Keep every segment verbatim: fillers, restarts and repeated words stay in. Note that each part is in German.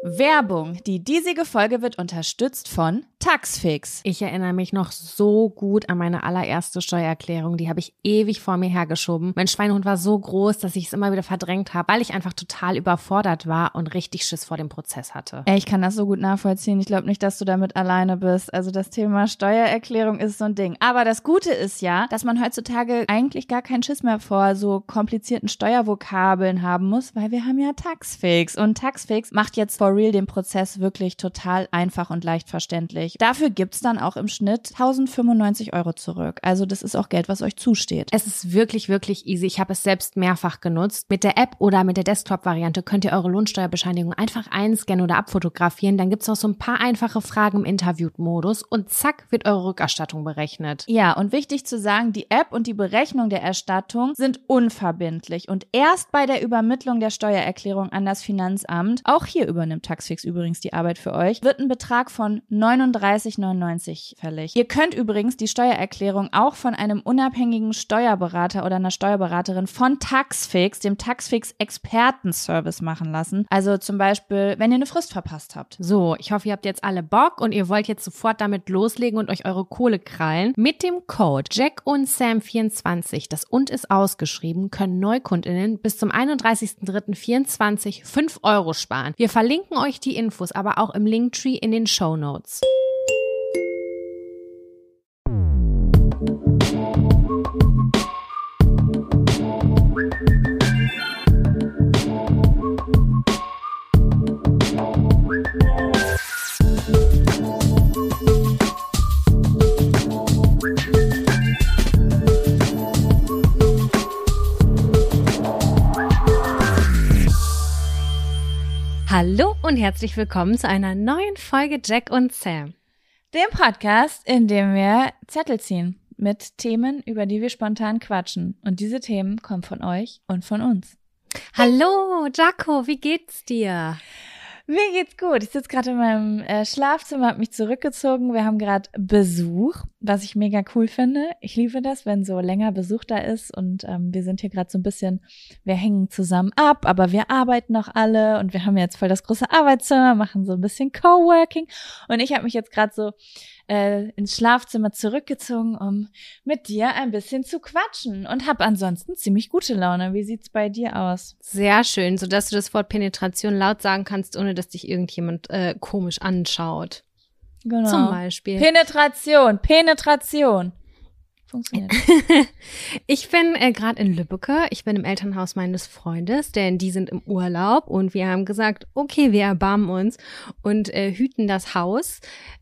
Werbung. Die diesige Folge wird unterstützt von Taxfix. Ich erinnere mich noch so gut an meine allererste Steuererklärung. Die habe ich ewig vor mir hergeschoben. Mein Schweinehund war so groß, dass ich es immer wieder verdrängt habe, weil ich einfach total überfordert war und richtig Schiss vor dem Prozess hatte. Ey, ich kann das so gut nachvollziehen. Ich glaube nicht, dass du damit alleine bist. Also das Thema Steuererklärung ist so ein Ding. Aber das Gute ist ja, dass man heutzutage eigentlich gar keinen Schiss mehr vor so komplizierten Steuervokabeln haben muss, weil wir haben ja Taxfix. Und Taxfix macht jetzt for real den Prozess wirklich total einfach und leicht verständlich. Dafür gibt's dann auch im Schnitt tausendfünfundneunzig Euro zurück. Also das ist auch Geld, was euch zusteht. Es ist wirklich, wirklich easy. Ich habe es selbst mehrfach genutzt. Mit der App oder mit der Desktop-Variante könnt ihr eure Lohnsteuerbescheinigung einfach einscannen oder abfotografieren. Dann gibt's auch so ein paar einfache Fragen im Interview-Modus und zack, wird eure Rückerstattung berechnet. Ja, und wichtig zu sagen, die App und die Berechnung der Erstattung sind unverbindlich. Und erst bei der Übermittlung der Steuererklärung an das Finanzamt, auch hier übernimmt Taxfix übrigens die Arbeit für euch, wird ein Betrag von neununddreißig neunundneunzig fällig. Ihr könnt übrigens die Steuererklärung auch von einem unabhängigen Steuerberater oder einer Steuerberaterin von Taxfix, dem Taxfix Expertenservice machen lassen. Also zum Beispiel, wenn ihr eine Frist verpasst habt. So, ich hoffe, ihr habt jetzt alle Bock und ihr wollt jetzt sofort damit loslegen und euch eure Kohle krallen. Mit dem Code Jack und Sam vierundzwanzig, das und ist ausgeschrieben, können NeukundInnen bis zum einunddreißigsten dritten vierundzwanzig fünf Euro sparen. Wir verlinken euch die Infos aber auch im Linktree in den Shownotes. Hallo und herzlich willkommen zu einer neuen Folge Jack und Sam. Dem Podcast, in dem wir Zettel ziehen mit Themen, über die wir spontan quatschen. Und diese Themen kommen von euch und von uns. Hallo, Jaco, wie geht's dir? Mir geht's gut. Ich sitze gerade in meinem äh, Schlafzimmer, habe mich zurückgezogen. Wir haben gerade Besuch, was ich mega cool finde. Ich liebe das, wenn so länger Besuch da ist und ähm, wir sind hier gerade so ein bisschen, wir hängen zusammen ab, aber wir arbeiten noch alle und wir haben jetzt voll das große Arbeitszimmer, machen so ein bisschen Coworking und ich habe mich jetzt gerade so äh, ins Schlafzimmer zurückgezogen, um mit dir ein bisschen zu quatschen und habe ansonsten ziemlich gute Laune. Wie sieht's bei dir aus? Sehr schön, sodass du das Wort Penetration laut sagen kannst, ohne dass dich irgendjemand äh, komisch anschaut. Genau. Zum Beispiel. Penetration, Penetration. Funktioniert. Ich bin äh, gerade in Lübbecke. Ich bin im Elternhaus meines Freundes, denn die sind im Urlaub und wir haben gesagt, okay, wir erbarmen uns und äh, hüten das Haus.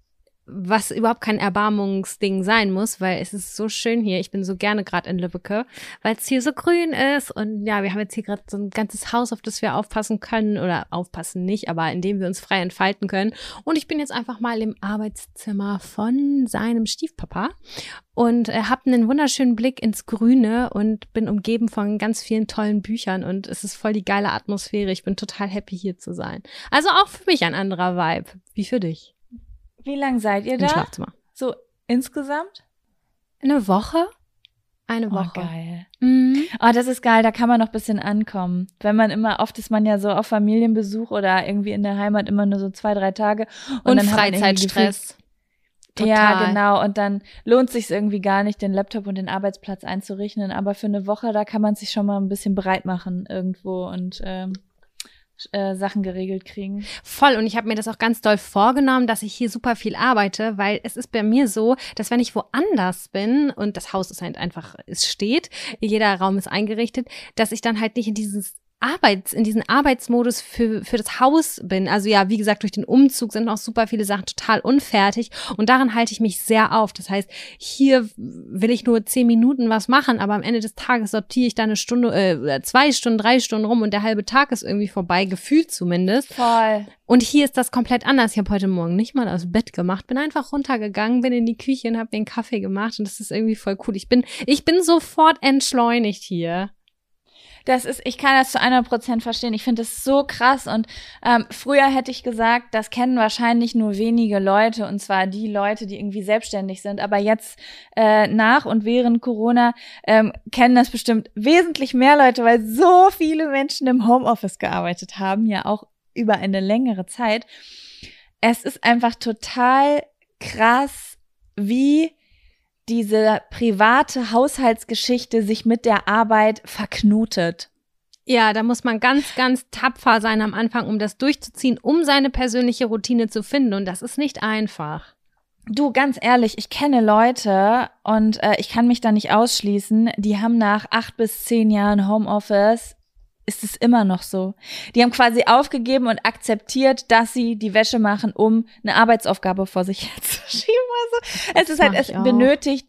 Was überhaupt kein Erbarmungsding sein muss, weil es ist so schön hier. Ich bin so gerne gerade in Lübbecke, weil es hier so grün ist und ja, wir haben jetzt hier gerade so ein ganzes Haus, auf das wir aufpassen können oder aufpassen nicht, aber in dem wir uns frei entfalten können. Und ich bin jetzt einfach mal im Arbeitszimmer von seinem Stiefpapa und äh, habe einen wunderschönen Blick ins Grüne und bin umgeben von ganz vielen tollen Büchern und es ist voll die geile Atmosphäre. Ich bin total happy, hier zu sein. Also auch für mich ein anderer Vibe, wie für dich. Wie lang seid ihr da? Im Schlafzimmer. So insgesamt? Eine Woche? Eine Woche. Oh, geil. Mhm. Oh, das ist geil, da kann man noch ein bisschen ankommen. Wenn man immer, oft ist man ja so auf Familienbesuch oder irgendwie in der Heimat immer nur so zwei, drei Tage. Und, Und dann Freizeitstress. Total. Ja, genau. Und dann lohnt es sich irgendwie gar nicht, den Laptop und den Arbeitsplatz einzurichten. Aber für eine Woche, da kann man sich schon mal ein bisschen bereit machen irgendwo und ähm, Äh, Sachen geregelt kriegen. Voll, und ich habe mir das auch ganz doll vorgenommen, dass ich hier super viel arbeite, weil es ist bei mir so, dass wenn ich woanders bin und das Haus ist halt einfach, es steht, jeder Raum ist eingerichtet, dass ich dann halt nicht in dieses Arbeits, in diesen Arbeitsmodus für, für das Haus bin. Also ja, wie gesagt, durch den Umzug sind noch super viele Sachen total unfertig und daran halte ich mich sehr auf. Das heißt, hier will ich nur zehn Minuten was machen, aber am Ende des Tages sortiere ich da eine Stunde, äh, zwei Stunden, drei Stunden rum und der halbe Tag ist irgendwie vorbei, gefühlt zumindest. Voll. Und hier ist das komplett anders. Ich habe heute Morgen nicht mal aus Bett gemacht, bin einfach runtergegangen, bin in die Küche und habe mir einen Kaffee gemacht und das ist irgendwie voll cool. Ich bin, ich bin sofort entschleunigt hier. Das ist, ich kann das zu hundert Prozent verstehen. Ich finde das so krass und ähm, früher hätte ich gesagt, das kennen wahrscheinlich nur wenige Leute und zwar die Leute, die irgendwie selbstständig sind. Aber jetzt äh, nach und während Corona ähm, kennen das bestimmt wesentlich mehr Leute, weil so viele Menschen im Homeoffice gearbeitet haben, ja auch über eine längere Zeit. Es ist einfach total krass, wie diese private Haushaltsgeschichte sich mit der Arbeit verknotet. Ja, da muss man ganz, ganz tapfer sein am Anfang, um das durchzuziehen, um seine persönliche Routine zu finden. Und das ist nicht einfach. Du, ganz ehrlich, ich kenne Leute und äh, ich kann mich da nicht ausschließen, die haben nach acht bis zehn Jahren Homeoffice, ist es immer noch so. Die haben quasi aufgegeben und akzeptiert, dass sie die Wäsche machen, um eine Arbeitsaufgabe vor sich herzuschieben. Also, es ist halt, es benötigt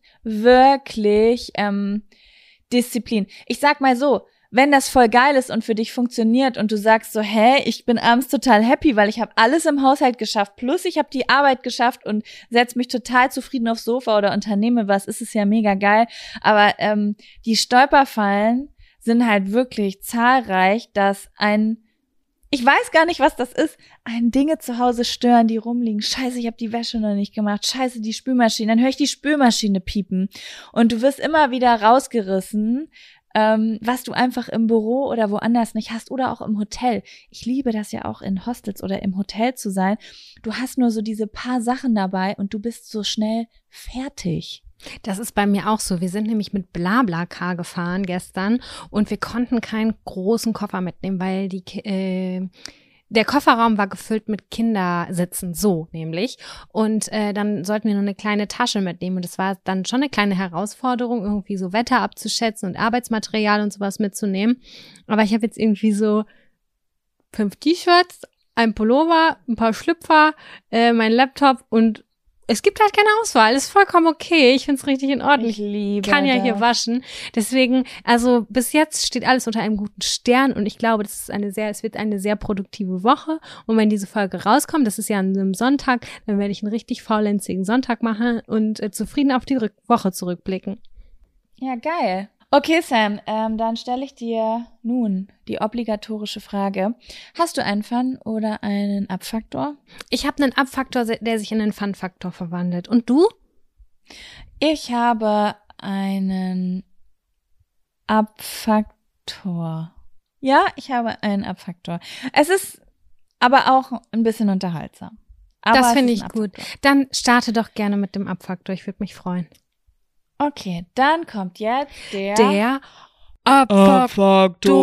wirklich ähm, Disziplin. Ich sag mal so, wenn das voll geil ist und für dich funktioniert und du sagst so, hä, ich bin abends total happy, weil ich habe alles im Haushalt geschafft, plus ich habe die Arbeit geschafft und setze mich total zufrieden aufs Sofa oder unternehme was, ist es ja mega geil. Aber ähm, die Stolperfallen sind halt wirklich zahlreich, dass ein, ich weiß gar nicht, was das ist, ein Dinge zu Hause stören, die rumliegen. Scheiße, ich habe die Wäsche noch nicht gemacht. Scheiße, die Spülmaschine. Dann höre ich die Spülmaschine piepen. Und du wirst immer wieder rausgerissen, ähm, was du einfach im Büro oder woanders nicht hast oder auch im Hotel. Ich liebe das ja auch in Hostels oder im Hotel zu sein. Du hast nur so diese paar Sachen dabei und du bist so schnell fertig. Das ist bei mir auch so. Wir sind nämlich mit BlaBlaCar gefahren gestern und wir konnten keinen großen Koffer mitnehmen, weil die äh, der Kofferraum war gefüllt mit Kindersitzen, so nämlich. Und äh, dann sollten wir nur eine kleine Tasche mitnehmen. Und es war dann schon eine kleine Herausforderung, irgendwie so Wetter abzuschätzen und Arbeitsmaterial und sowas mitzunehmen. Aber ich habe jetzt irgendwie so fünf T-Shirts, ein Pullover, ein paar Schlüpfer, äh, mein Laptop und es gibt halt keine Auswahl. Ist vollkommen okay. Ich find's richtig in Ordnung. Ich liebe kann ja das. hier waschen. Deswegen, also bis jetzt steht alles unter einem guten Stern und ich glaube, das ist eine sehr, es wird eine sehr produktive Woche. Und wenn diese Folge rauskommt, das ist ja an einem Sonntag, dann werde ich einen richtig faulenzigen Sonntag machen und äh, zufrieden auf die Rück- Woche zurückblicken. Ja, geil. Okay, Sam, ähm, dann stelle ich dir nun die obligatorische Frage. Hast du einen Fun- oder einen Abfaktor? Ich habe einen Abfaktor, der sich in einen Fun-Faktor verwandelt. Und du? Ich habe einen Abfaktor. Ja, ich habe einen Abfaktor. Es ist aber auch ein bisschen unterhaltsam. Aber das finde ich gut. Dann starte doch gerne mit dem Abfaktor. Ich würde mich freuen. Okay, dann kommt jetzt der, der Abfaktor.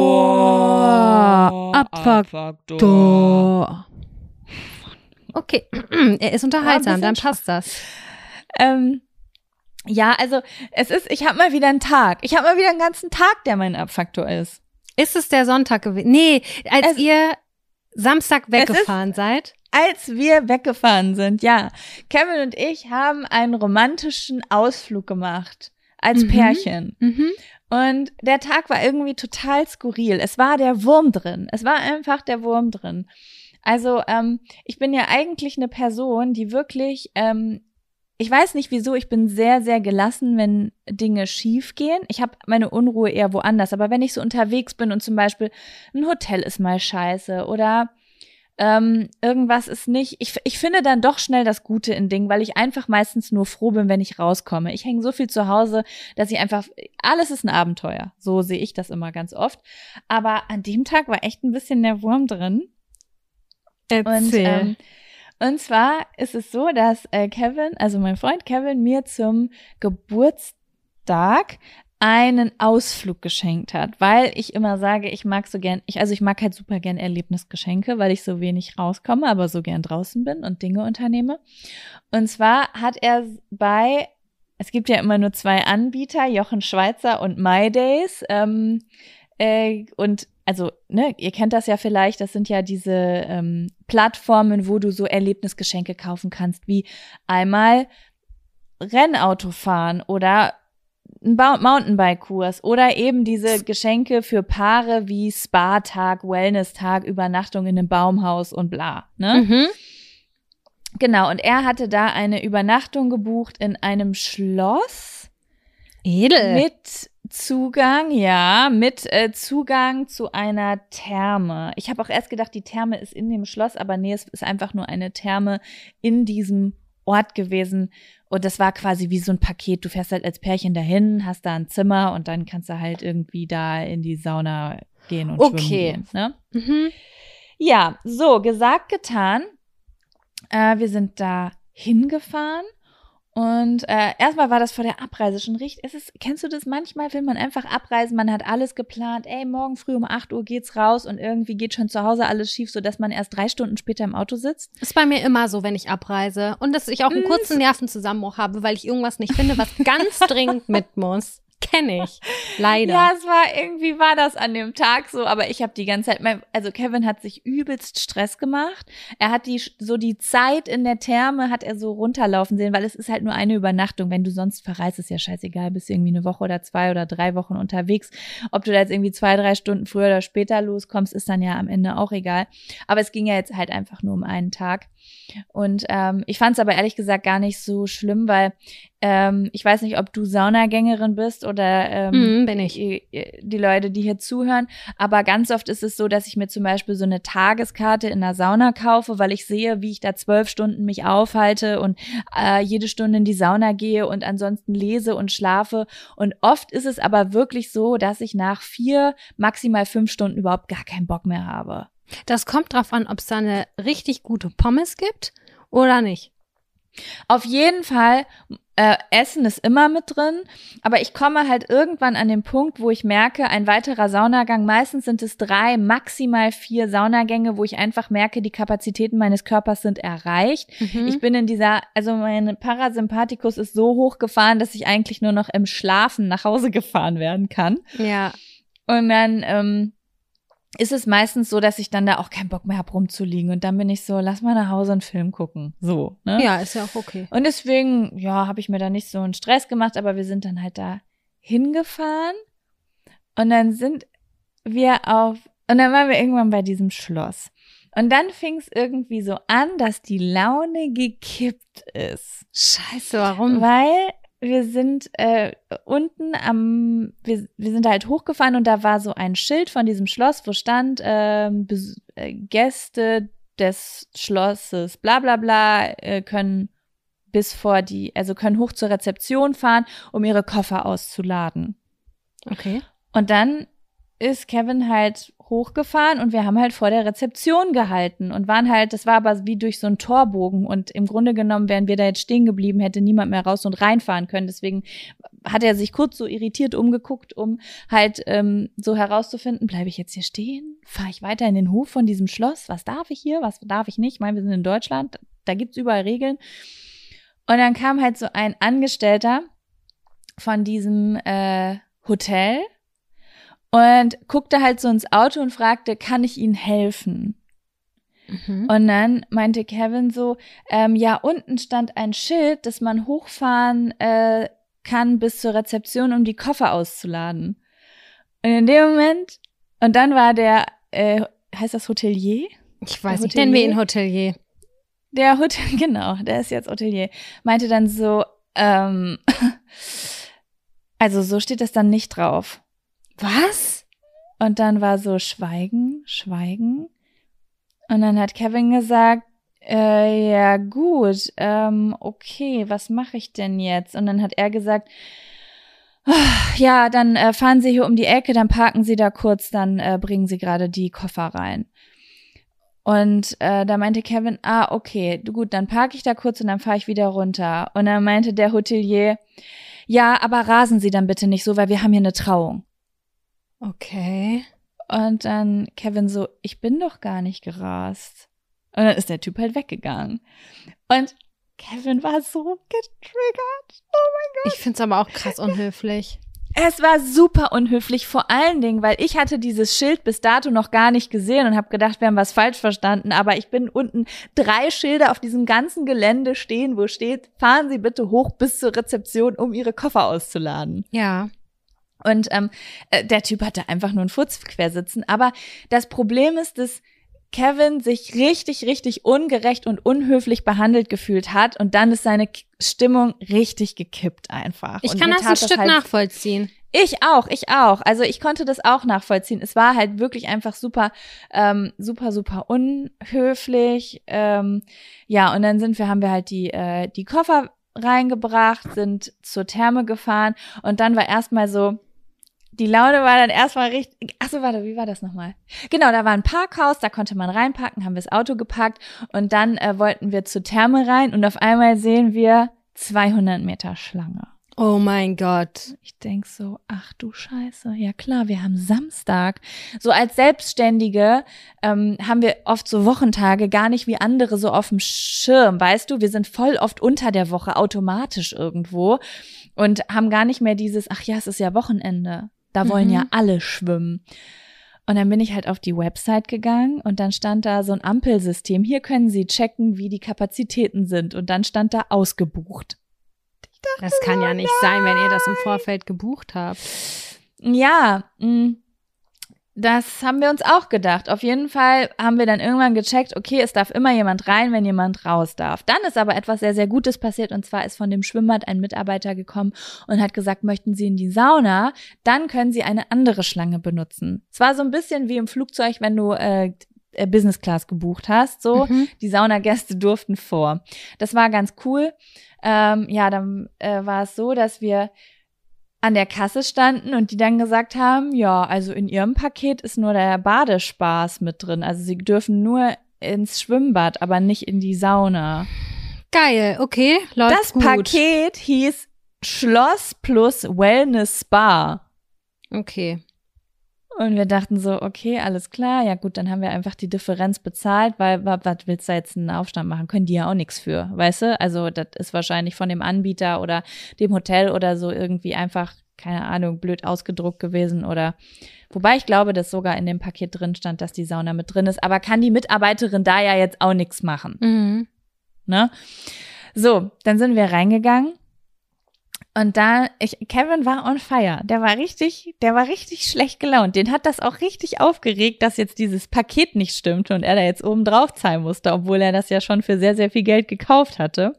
Abfaktor. Okay, er ist unterhaltsam, dann passt das. Ähm, ja, also es ist, ich habe mal wieder einen Tag. Ich habe mal wieder einen ganzen Tag, der mein Abfaktor ist. Ist es der Sonntag gewesen? Nee, als es, ihr Samstag weggefahren ist, seid. Als wir weggefahren sind, ja. Kevin und ich haben einen romantischen Ausflug gemacht. Als mhm. Pärchen. Mhm. Und der Tag war irgendwie total skurril. Es war der Wurm drin. Es war einfach der Wurm drin. Also ähm, ich bin ja eigentlich eine Person, die wirklich, ähm, ich weiß nicht wieso, ich bin sehr, sehr gelassen, wenn Dinge schief gehen. Ich habe meine Unruhe eher woanders. Aber wenn ich so unterwegs bin und zum Beispiel ein Hotel ist mal scheiße oder Ähm, irgendwas ist nicht, ich, ich finde dann doch schnell das Gute in Dingen, weil ich einfach meistens nur froh bin, wenn ich rauskomme. Ich hänge so viel zu Hause, dass ich einfach, alles ist ein Abenteuer. So sehe ich das immer ganz oft. Aber an dem Tag war echt ein bisschen der Wurm drin. Erzähl. Und, ähm, und zwar ist es so, dass äh, Kevin, also mein Freund Kevin, mir zum Geburtstag einen Ausflug geschenkt hat, weil ich immer sage, ich mag so gern, ich, also ich mag halt super gern Erlebnisgeschenke, weil ich so wenig rauskomme, aber so gern draußen bin und Dinge unternehme. Und zwar hat er bei, es gibt ja immer nur zwei Anbieter, Jochen Schweizer und MyDays, ähm, äh, und also, ne, ihr kennt das ja vielleicht, das sind ja diese ähm, Plattformen, wo du so Erlebnisgeschenke kaufen kannst, wie einmal Rennauto fahren oder ein Mountainbike-Kurs oder eben diese Geschenke für Paare wie Spa-Tag, Wellness-Tag, Übernachtung in einem Baumhaus und bla, ne? Mhm. Genau, und er hatte da eine Übernachtung gebucht in einem Schloss. Edel. Mit Zugang, ja, mit äh, Zugang zu einer Therme. Ich habe auch erst gedacht, die Therme ist in dem Schloss, aber nee, es ist einfach nur eine Therme in diesem Ort gewesen. Und das war quasi wie so ein Paket. Du fährst halt als Pärchen dahin, hast da ein Zimmer und dann kannst du halt irgendwie da in die Sauna gehen und okay. schwimmen gehen. Ne? Mhm. Ja, so, gesagt, getan. Äh, wir sind da hingefahren. Und äh, erstmal war das vor der Abreise schon richtig. Es ist, kennst du das? Manchmal will man einfach abreisen, man hat alles geplant. Ey, morgen früh um acht Uhr geht's raus und irgendwie geht schon zu Hause alles schief, sodass man erst drei Stunden später im Auto sitzt. Ist bei mir immer so, wenn ich abreise. Und dass ich auch einen kurzen Nervenzusammenbruch habe, weil ich irgendwas nicht finde, was ganz dringend mit muss. Kenne ich. Leider. Ja, es war, irgendwie war das an dem Tag so, aber ich habe die ganze Zeit, mein, also Kevin hat sich übelst Stress gemacht. Er hat die, so die Zeit in der Therme hat er so runterlaufen sehen, weil es ist halt nur eine Übernachtung. Wenn du sonst verreist, ist ja scheißegal, bist du irgendwie eine Woche oder zwei oder drei Wochen unterwegs. Ob du da jetzt irgendwie zwei, drei Stunden früher oder später loskommst, ist dann ja am Ende auch egal. Aber es ging ja jetzt halt einfach nur um einen Tag. Und ähm, ich fand es aber ehrlich gesagt gar nicht so schlimm, weil ähm, ich weiß nicht, ob du Saunagängerin bist oder ähm, mm, bin ich. Die, die Leute, die hier zuhören, aber ganz oft ist es so, dass ich mir zum Beispiel so eine Tageskarte in der Sauna kaufe, weil ich sehe, wie ich da zwölf Stunden mich aufhalte und äh, jede Stunde in die Sauna gehe und ansonsten lese und schlafe. Und oft ist es aber wirklich so, dass ich nach vier, maximal fünf Stunden überhaupt gar keinen Bock mehr habe. Das kommt drauf an, ob es da eine richtig gute Pommes gibt oder nicht. Auf jeden Fall, äh, Essen ist immer mit drin, aber ich komme halt irgendwann an den Punkt, wo ich merke, ein weiterer Saunagang, meistens sind es drei, maximal vier Saunagänge, wo ich einfach merke, die Kapazitäten meines Körpers sind erreicht. Mhm. Ich bin in dieser, also mein Parasympathikus ist so hochgefahren, dass ich eigentlich nur noch im Schlafen nach Hause gefahren werden kann. Ja. Und dann, ähm, ist es meistens so, dass ich dann da auch keinen Bock mehr habe, rumzuliegen. Und dann bin ich so, lass mal nach Hause einen Film gucken. So, ne? Ja, ist ja auch okay. Und deswegen, ja, habe ich mir da nicht so einen Stress gemacht, aber wir sind dann halt da hingefahren. Und dann sind wir auf, und dann waren wir irgendwann bei diesem Schloss. Und dann fing es irgendwie so an, dass die Laune gekippt ist. Scheiße, warum? Weil wir sind äh, unten am, wir, wir sind halt hochgefahren und da war so ein Schild von diesem Schloss, wo stand ähm, Bes- äh, Gäste des Schlosses, bla bla bla, äh, können bis vor die, also können hoch zur Rezeption fahren, um ihre Koffer auszuladen. Okay. Und dann ist Kevin halt hochgefahren und wir haben halt vor der Rezeption gehalten und waren halt, das war aber wie durch so einen Torbogen und im Grunde genommen wären wir da jetzt stehen geblieben, hätte niemand mehr raus und reinfahren können. Deswegen hat er sich kurz so irritiert umgeguckt, um halt ähm, so herauszufinden, bleibe ich jetzt hier stehen? Fahre ich weiter in den Hof von diesem Schloss? Was darf ich hier? Was darf ich nicht? Ich meine, wir sind in Deutschland, da gibt's überall Regeln. Und dann kam halt so ein Angestellter von diesem äh, Hotel und guckte halt so ins Auto und fragte, kann ich Ihnen helfen? Mhm. Und dann meinte Kevin so, ähm, ja, unten stand ein Schild, dass man hochfahren äh, kann bis zur Rezeption, um die Koffer auszuladen. Und in dem Moment, und dann war der, äh, heißt das Hotelier? Ich weiß nicht, nennen wir ihn Hotelier. Der Hotel, genau, der ist jetzt Hotelier, meinte dann so, ähm, also so steht das dann nicht drauf. Was? Und dann war so Schweigen, Schweigen. Und dann hat Kevin gesagt, äh, ja gut, ähm, okay, was mache ich denn jetzt? Und dann hat er gesagt, oh, ja, dann äh, fahren Sie hier um die Ecke, dann parken Sie da kurz, dann äh, bringen Sie gerade die Koffer rein. Und äh, da meinte Kevin, ah, okay, gut, dann parke ich da kurz und dann fahre ich wieder runter. Und dann meinte der Hotelier, ja, aber rasen Sie dann bitte nicht so, weil wir haben hier eine Trauung. Okay. Und dann Kevin so, ich bin doch gar nicht gerast. Und dann ist der Typ halt weggegangen. Und Kevin war so getriggert. Oh mein Gott. Ich find's aber auch krass unhöflich. Es war super unhöflich, vor allen Dingen, weil ich hatte dieses Schild bis dato noch gar nicht gesehen und habe gedacht, wir haben was falsch verstanden. Aber ich bin unten drei Schilder auf diesem ganzen Gelände stehen, wo steht, fahren Sie bitte hoch bis zur Rezeption, um Ihre Koffer auszuladen. Ja. Und ähm, der Typ hatte einfach nur einen Furz quer sitzen. Aber das Problem ist, dass Kevin sich richtig, richtig ungerecht und unhöflich behandelt gefühlt hat. Und dann ist seine K- Stimmung richtig gekippt einfach. Ich und kann das ein Stück halt, nachvollziehen. Ich auch, ich auch. Also ich konnte das auch nachvollziehen. Es war halt wirklich einfach super, ähm, super, super unhöflich. Ähm, ja, und dann sind wir, haben wir halt die, äh, die Koffer reingebracht, sind zur Therme gefahren. Und dann war erstmal so, die Laune war dann erstmal richtig, ach so, warte, wie war das nochmal? Genau, da war ein Parkhaus, da konnte man reinparken, haben wir das Auto gepackt und dann äh, wollten wir zur Therme rein und auf einmal sehen wir zweihundert Meter Schlange. Oh mein Gott. Ich denk so, ach du Scheiße, ja klar, wir haben Samstag. So als Selbstständige ähm, haben wir oft so Wochentage gar nicht wie andere so auf dem Schirm, weißt du? Wir sind voll oft unter der Woche automatisch irgendwo und haben gar nicht mehr dieses, ach ja, es ist ja Wochenende. Da wollen Mhm. ja alle schwimmen. Und dann bin ich halt auf die Website gegangen und dann stand da so ein Ampelsystem. Hier können Sie checken, wie die Kapazitäten sind. Und dann stand da ausgebucht. Das kann ja nicht sein, wenn ihr das im Vorfeld gebucht habt. Ja, mh, das haben wir uns auch gedacht. Auf jeden Fall haben wir dann irgendwann gecheckt, okay, es darf immer jemand rein, wenn jemand raus darf. Dann ist aber etwas sehr, sehr Gutes passiert und zwar ist von dem Schwimmbad ein Mitarbeiter gekommen und hat gesagt, möchten Sie in die Sauna, dann können Sie eine andere Schlange benutzen. Es war so ein bisschen wie im Flugzeug, wenn du äh, Business Class gebucht hast, so, Mhm. die Saunagäste durften vor. Das war ganz cool. Ähm, ja, dann äh, war es so, dass wir an der Kasse standen und die dann gesagt haben, ja, also in ihrem Paket ist nur der Badespaß mit drin. Also sie dürfen nur ins Schwimmbad, aber nicht in die Sauna. Geil, okay, läuft Das gut. Paket hieß Schloss plus Wellness Spa. Okay. Und wir dachten so, okay, alles klar, ja gut, dann haben wir einfach die Differenz bezahlt, weil wa- was willst du da jetzt einen Aufstand machen? Können die ja auch nichts für, weißt du? Also das ist wahrscheinlich von dem Anbieter oder dem Hotel oder so irgendwie einfach, keine Ahnung, blöd ausgedruckt gewesen oder, wobei ich glaube, dass sogar in dem Paket drin stand, dass die Sauna mit drin ist, aber kann die Mitarbeiterin da ja jetzt auch nichts machen, Mhm. ne? So, dann sind wir reingegangen. Und da, ich, Kevin war on fire. Der war richtig, der war richtig schlecht gelaunt. Den hat das auch richtig aufgeregt, dass jetzt dieses Paket nicht stimmte und er da jetzt oben drauf zahlen musste, obwohl er das ja schon für sehr, sehr viel Geld gekauft hatte.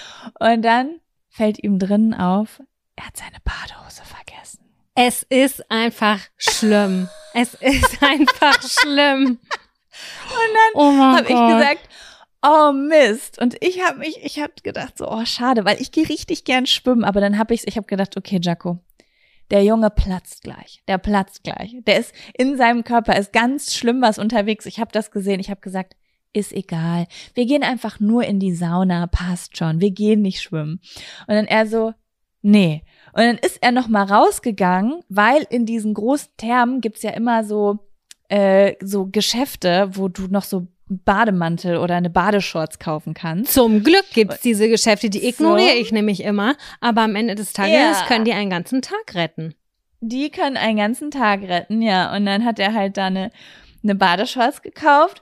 Und dann fällt ihm drinnen auf, er hat seine Badehose vergessen. Es ist einfach schlimm. Es ist einfach schlimm. Und dann Oh mein habe ich gesagt, oh Mist. Und ich habe mich, ich habe gedacht so, oh schade, weil ich gehe richtig gern schwimmen. Aber dann habe ich, ich habe gedacht, okay, Jaco, der Junge platzt gleich. Der platzt gleich. Der ist in seinem Körper, ist ganz schlimm was unterwegs. Ich habe das gesehen. Ich habe gesagt, ist egal. Wir gehen einfach nur in die Sauna, passt schon. Wir gehen nicht schwimmen. Und dann er so, nee. Und dann ist er noch mal rausgegangen, weil in diesen großen Thermen gibt's ja immer so äh, so Geschäfte, wo du noch so Bademantel oder eine Badeshorts kaufen kannst. Zum Glück gibt's diese Geschäfte, die ignoriere So. ich nämlich immer, aber am Ende des Tages Ja. können die einen ganzen Tag retten. Die können einen ganzen Tag retten, ja. Und dann hat er halt da eine, eine Badeshorts gekauft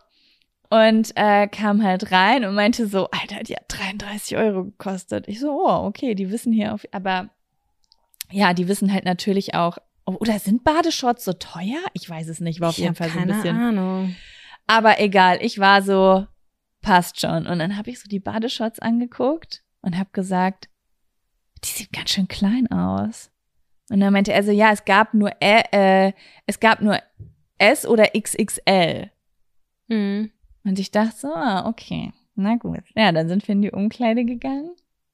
und äh, kam halt rein und meinte so, Alter, die hat dreiunddreißig Euro gekostet. Ich so, oh, okay, die wissen hier auf, aber ja, die wissen halt natürlich auch, oder sind Badeshorts so teuer? Ich weiß es nicht, war auf Ich jeden habe Fall so ein keine bisschen. Ahnung. Aber egal, ich war so, passt schon. Und dann habe ich so die Badeshorts angeguckt und habe gesagt, die sieht ganz schön klein aus. Und dann meinte er so, ja, es gab nur äh, äh, es gab nur S oder X X L. Mhm. Und ich dachte so, ah, okay, na gut. Ja, dann sind wir in die Umkleide gegangen.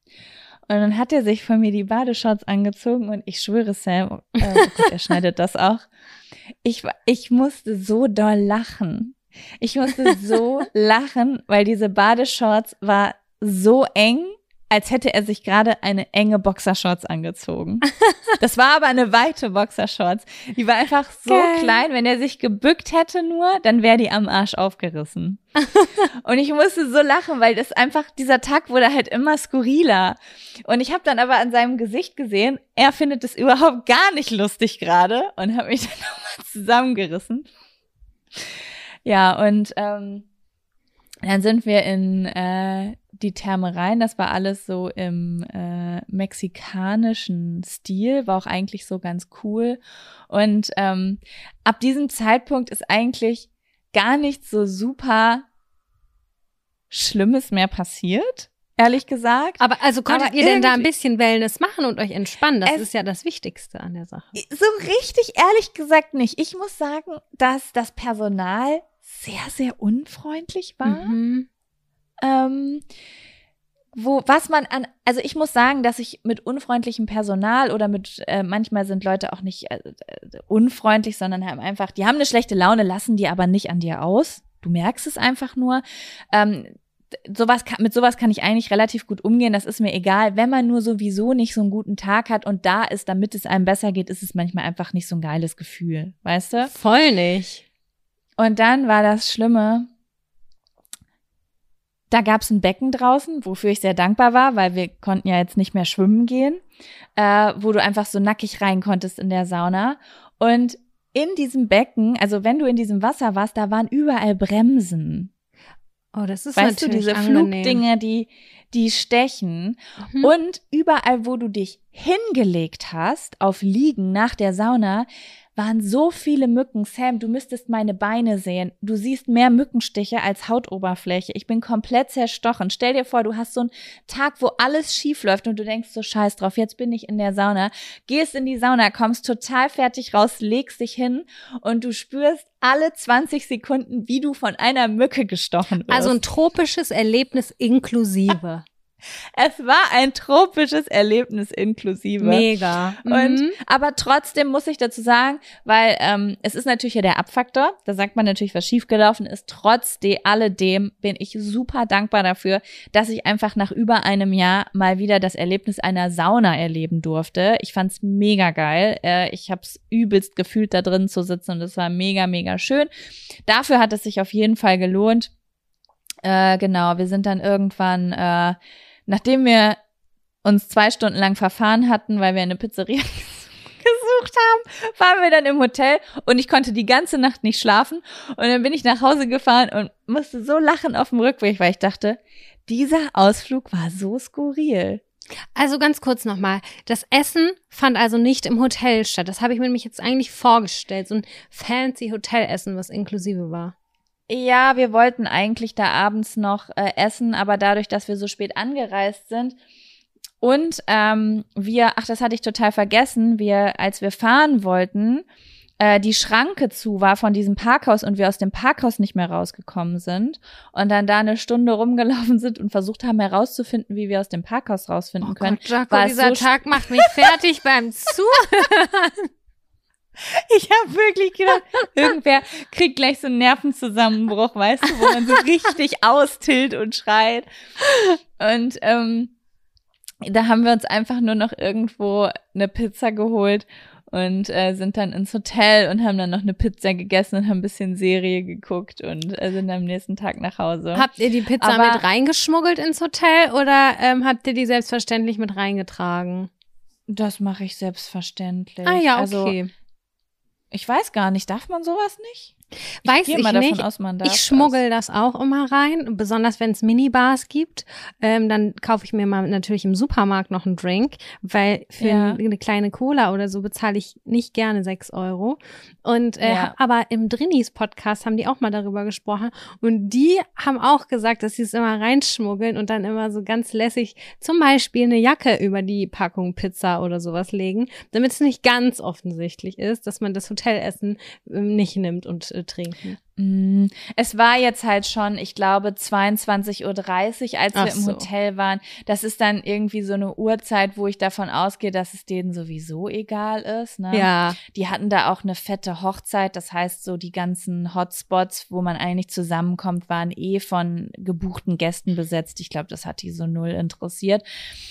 Und dann hat er sich von mir die Badeshorts angezogen und ich schwöre, Sam, äh, oh Gott, er schneidet das auch. Ich, war- ich musste so doll lachen. Ich musste so lachen, weil diese Badeshorts war so eng, als hätte er sich gerade eine enge Boxershorts angezogen. Das war aber eine weite Boxershorts. Die war einfach so Geil. klein, wenn er sich gebückt hätte nur, dann wäre die am Arsch aufgerissen. Und ich musste so lachen, weil das einfach, dieser Tag wurde halt immer skurriler. Und ich habe dann aber an seinem Gesicht gesehen, er findet es überhaupt gar nicht lustig gerade und habe mich dann nochmal zusammengerissen. Ja, und ähm, dann sind wir in äh, die Therme rein. Das war alles so im äh, mexikanischen Stil, war auch eigentlich so ganz cool. Und ähm, ab diesem Zeitpunkt ist eigentlich gar nichts so super Schlimmes mehr passiert, ehrlich gesagt. Aber also konntet Aber ihr denn da ein irgendwie- bisschen Wellness machen und euch entspannen? Das Es- ist ja das Wichtigste an der Sache. So richtig ehrlich gesagt nicht. Ich muss sagen, dass das Personal sehr, sehr unfreundlich war. Mhm. Ähm, wo, was man an, also ich muss sagen, dass ich mit unfreundlichem Personal oder mit, äh, manchmal sind Leute auch nicht äh, unfreundlich, sondern haben einfach, die haben eine schlechte Laune, lassen die aber nicht an dir aus. Du merkst es einfach nur. Ähm, sowas kann, mit sowas kann ich eigentlich relativ gut umgehen, das ist mir egal. Wenn man nur sowieso nicht so einen guten Tag hat und da ist, damit es einem besser geht, ist es manchmal einfach nicht so ein geiles Gefühl, weißt du? Voll nicht. Und dann war das Schlimme, da gab es ein Becken draußen, wofür ich sehr dankbar war, weil wir konnten ja jetzt nicht mehr schwimmen gehen, äh, wo du einfach so nackig rein konntest in der Sauna. Und in diesem Becken, also wenn du in diesem Wasser warst, da waren überall Bremsen. Oh, das ist weißt du, natürlich diese angenehm. Flugdinger, die, die stechen. Mhm. Und überall, wo du dich hingelegt hast, auf Liegen nach der Sauna, waren so viele Mücken. Sam, du müsstest meine Beine sehen. Du siehst mehr Mückenstiche als Hautoberfläche. Ich bin komplett zerstochen. Stell dir vor, du hast so einen Tag, wo alles schief läuft und du denkst so, scheiß drauf, jetzt bin ich in der Sauna. Gehst in die Sauna, kommst total fertig raus, legst dich hin und du spürst alle zwanzig Sekunden, wie du von einer Mücke gestochen wirst. Also ein tropisches Erlebnis inklusive. Es war ein tropisches Erlebnis inklusive. Mega. Und Mhm. aber trotzdem muss ich dazu sagen, weil ähm, es ist natürlich ja der Abfaktor, da sagt man natürlich, was schiefgelaufen ist. Trotz de alledem bin ich super dankbar dafür, dass ich einfach nach über einem Jahr mal wieder das Erlebnis einer Sauna erleben durfte. Ich fand's mega geil. Äh, ich hab's übelst gefühlt, da drin zu sitzen und es war mega, mega schön. Dafür hat es sich auf jeden Fall gelohnt. Äh, genau, wir sind dann irgendwann äh, nachdem wir uns zwei Stunden lang verfahren hatten, weil wir eine Pizzeria gesucht haben, waren wir dann im Hotel und ich konnte die ganze Nacht nicht schlafen und dann bin ich nach Hause gefahren und musste so lachen auf dem Rückweg, weil ich dachte, dieser Ausflug war so skurril. Also ganz kurz nochmal, das Essen fand also nicht im Hotel statt. Das habe ich mir nämlich jetzt eigentlich vorgestellt, so ein fancy Hotelessen, was inklusive war. Ja, wir wollten eigentlich da abends noch äh, essen, aber dadurch, dass wir so spät angereist sind und ähm, wir, ach, das hatte ich total vergessen, wir, als wir fahren wollten, äh, die Schranke zu war von diesem Parkhaus und wir aus dem Parkhaus nicht mehr rausgekommen sind und dann da eine Stunde rumgelaufen sind und versucht haben herauszufinden, wie wir aus dem Parkhaus rausfinden Oh können. Gott, Jaco, war es dieser so Tag macht mich fertig beim Zuhören. Ich habe wirklich gedacht, irgendwer kriegt gleich so einen Nervenzusammenbruch, weißt du, wo man so richtig austillt und schreit. Und ähm, da haben wir uns einfach nur noch irgendwo eine Pizza geholt und äh, sind dann ins Hotel und haben dann noch eine Pizza gegessen und haben ein bisschen Serie geguckt und äh, sind am nächsten Tag nach Hause. Habt ihr die Pizza Aber mit reingeschmuggelt ins Hotel oder ähm, habt ihr die selbstverständlich mit reingetragen? Das mache ich selbstverständlich. Ah ja, Also, okay. ich weiß gar nicht, darf man sowas nicht? Weiß gehe ich mal nicht. davon aus, man darf Ich schmuggel das auch immer rein, besonders wenn es Minibars gibt. Ähm, dann kaufe ich mir mal natürlich im Supermarkt noch einen Drink, weil für Ja. eine kleine Cola oder so bezahle ich nicht gerne sechs Euro. Und äh, Ja. hab aber im Drinis-Podcast haben die auch mal darüber gesprochen und die haben auch gesagt, dass sie es immer reinschmuggeln und dann immer so ganz lässig zum Beispiel eine Jacke über die Packung Pizza oder sowas legen, damit es nicht ganz offensichtlich ist, dass man das Hotelessen ähm, nicht nimmt und äh, trinken. Mm, Es war jetzt halt schon, ich glaube, zweiundzwanzig Uhr dreißig, als Ach wir im so. Hotel waren. Das ist dann irgendwie so eine Uhrzeit, wo ich davon ausgehe, dass es denen sowieso egal ist. Ne? Ja. Die hatten da auch eine fette Hochzeit. Das heißt, so die ganzen Hotspots, wo man eigentlich zusammenkommt, waren eh von gebuchten Gästen besetzt. Ich glaube, das hat die so null interessiert.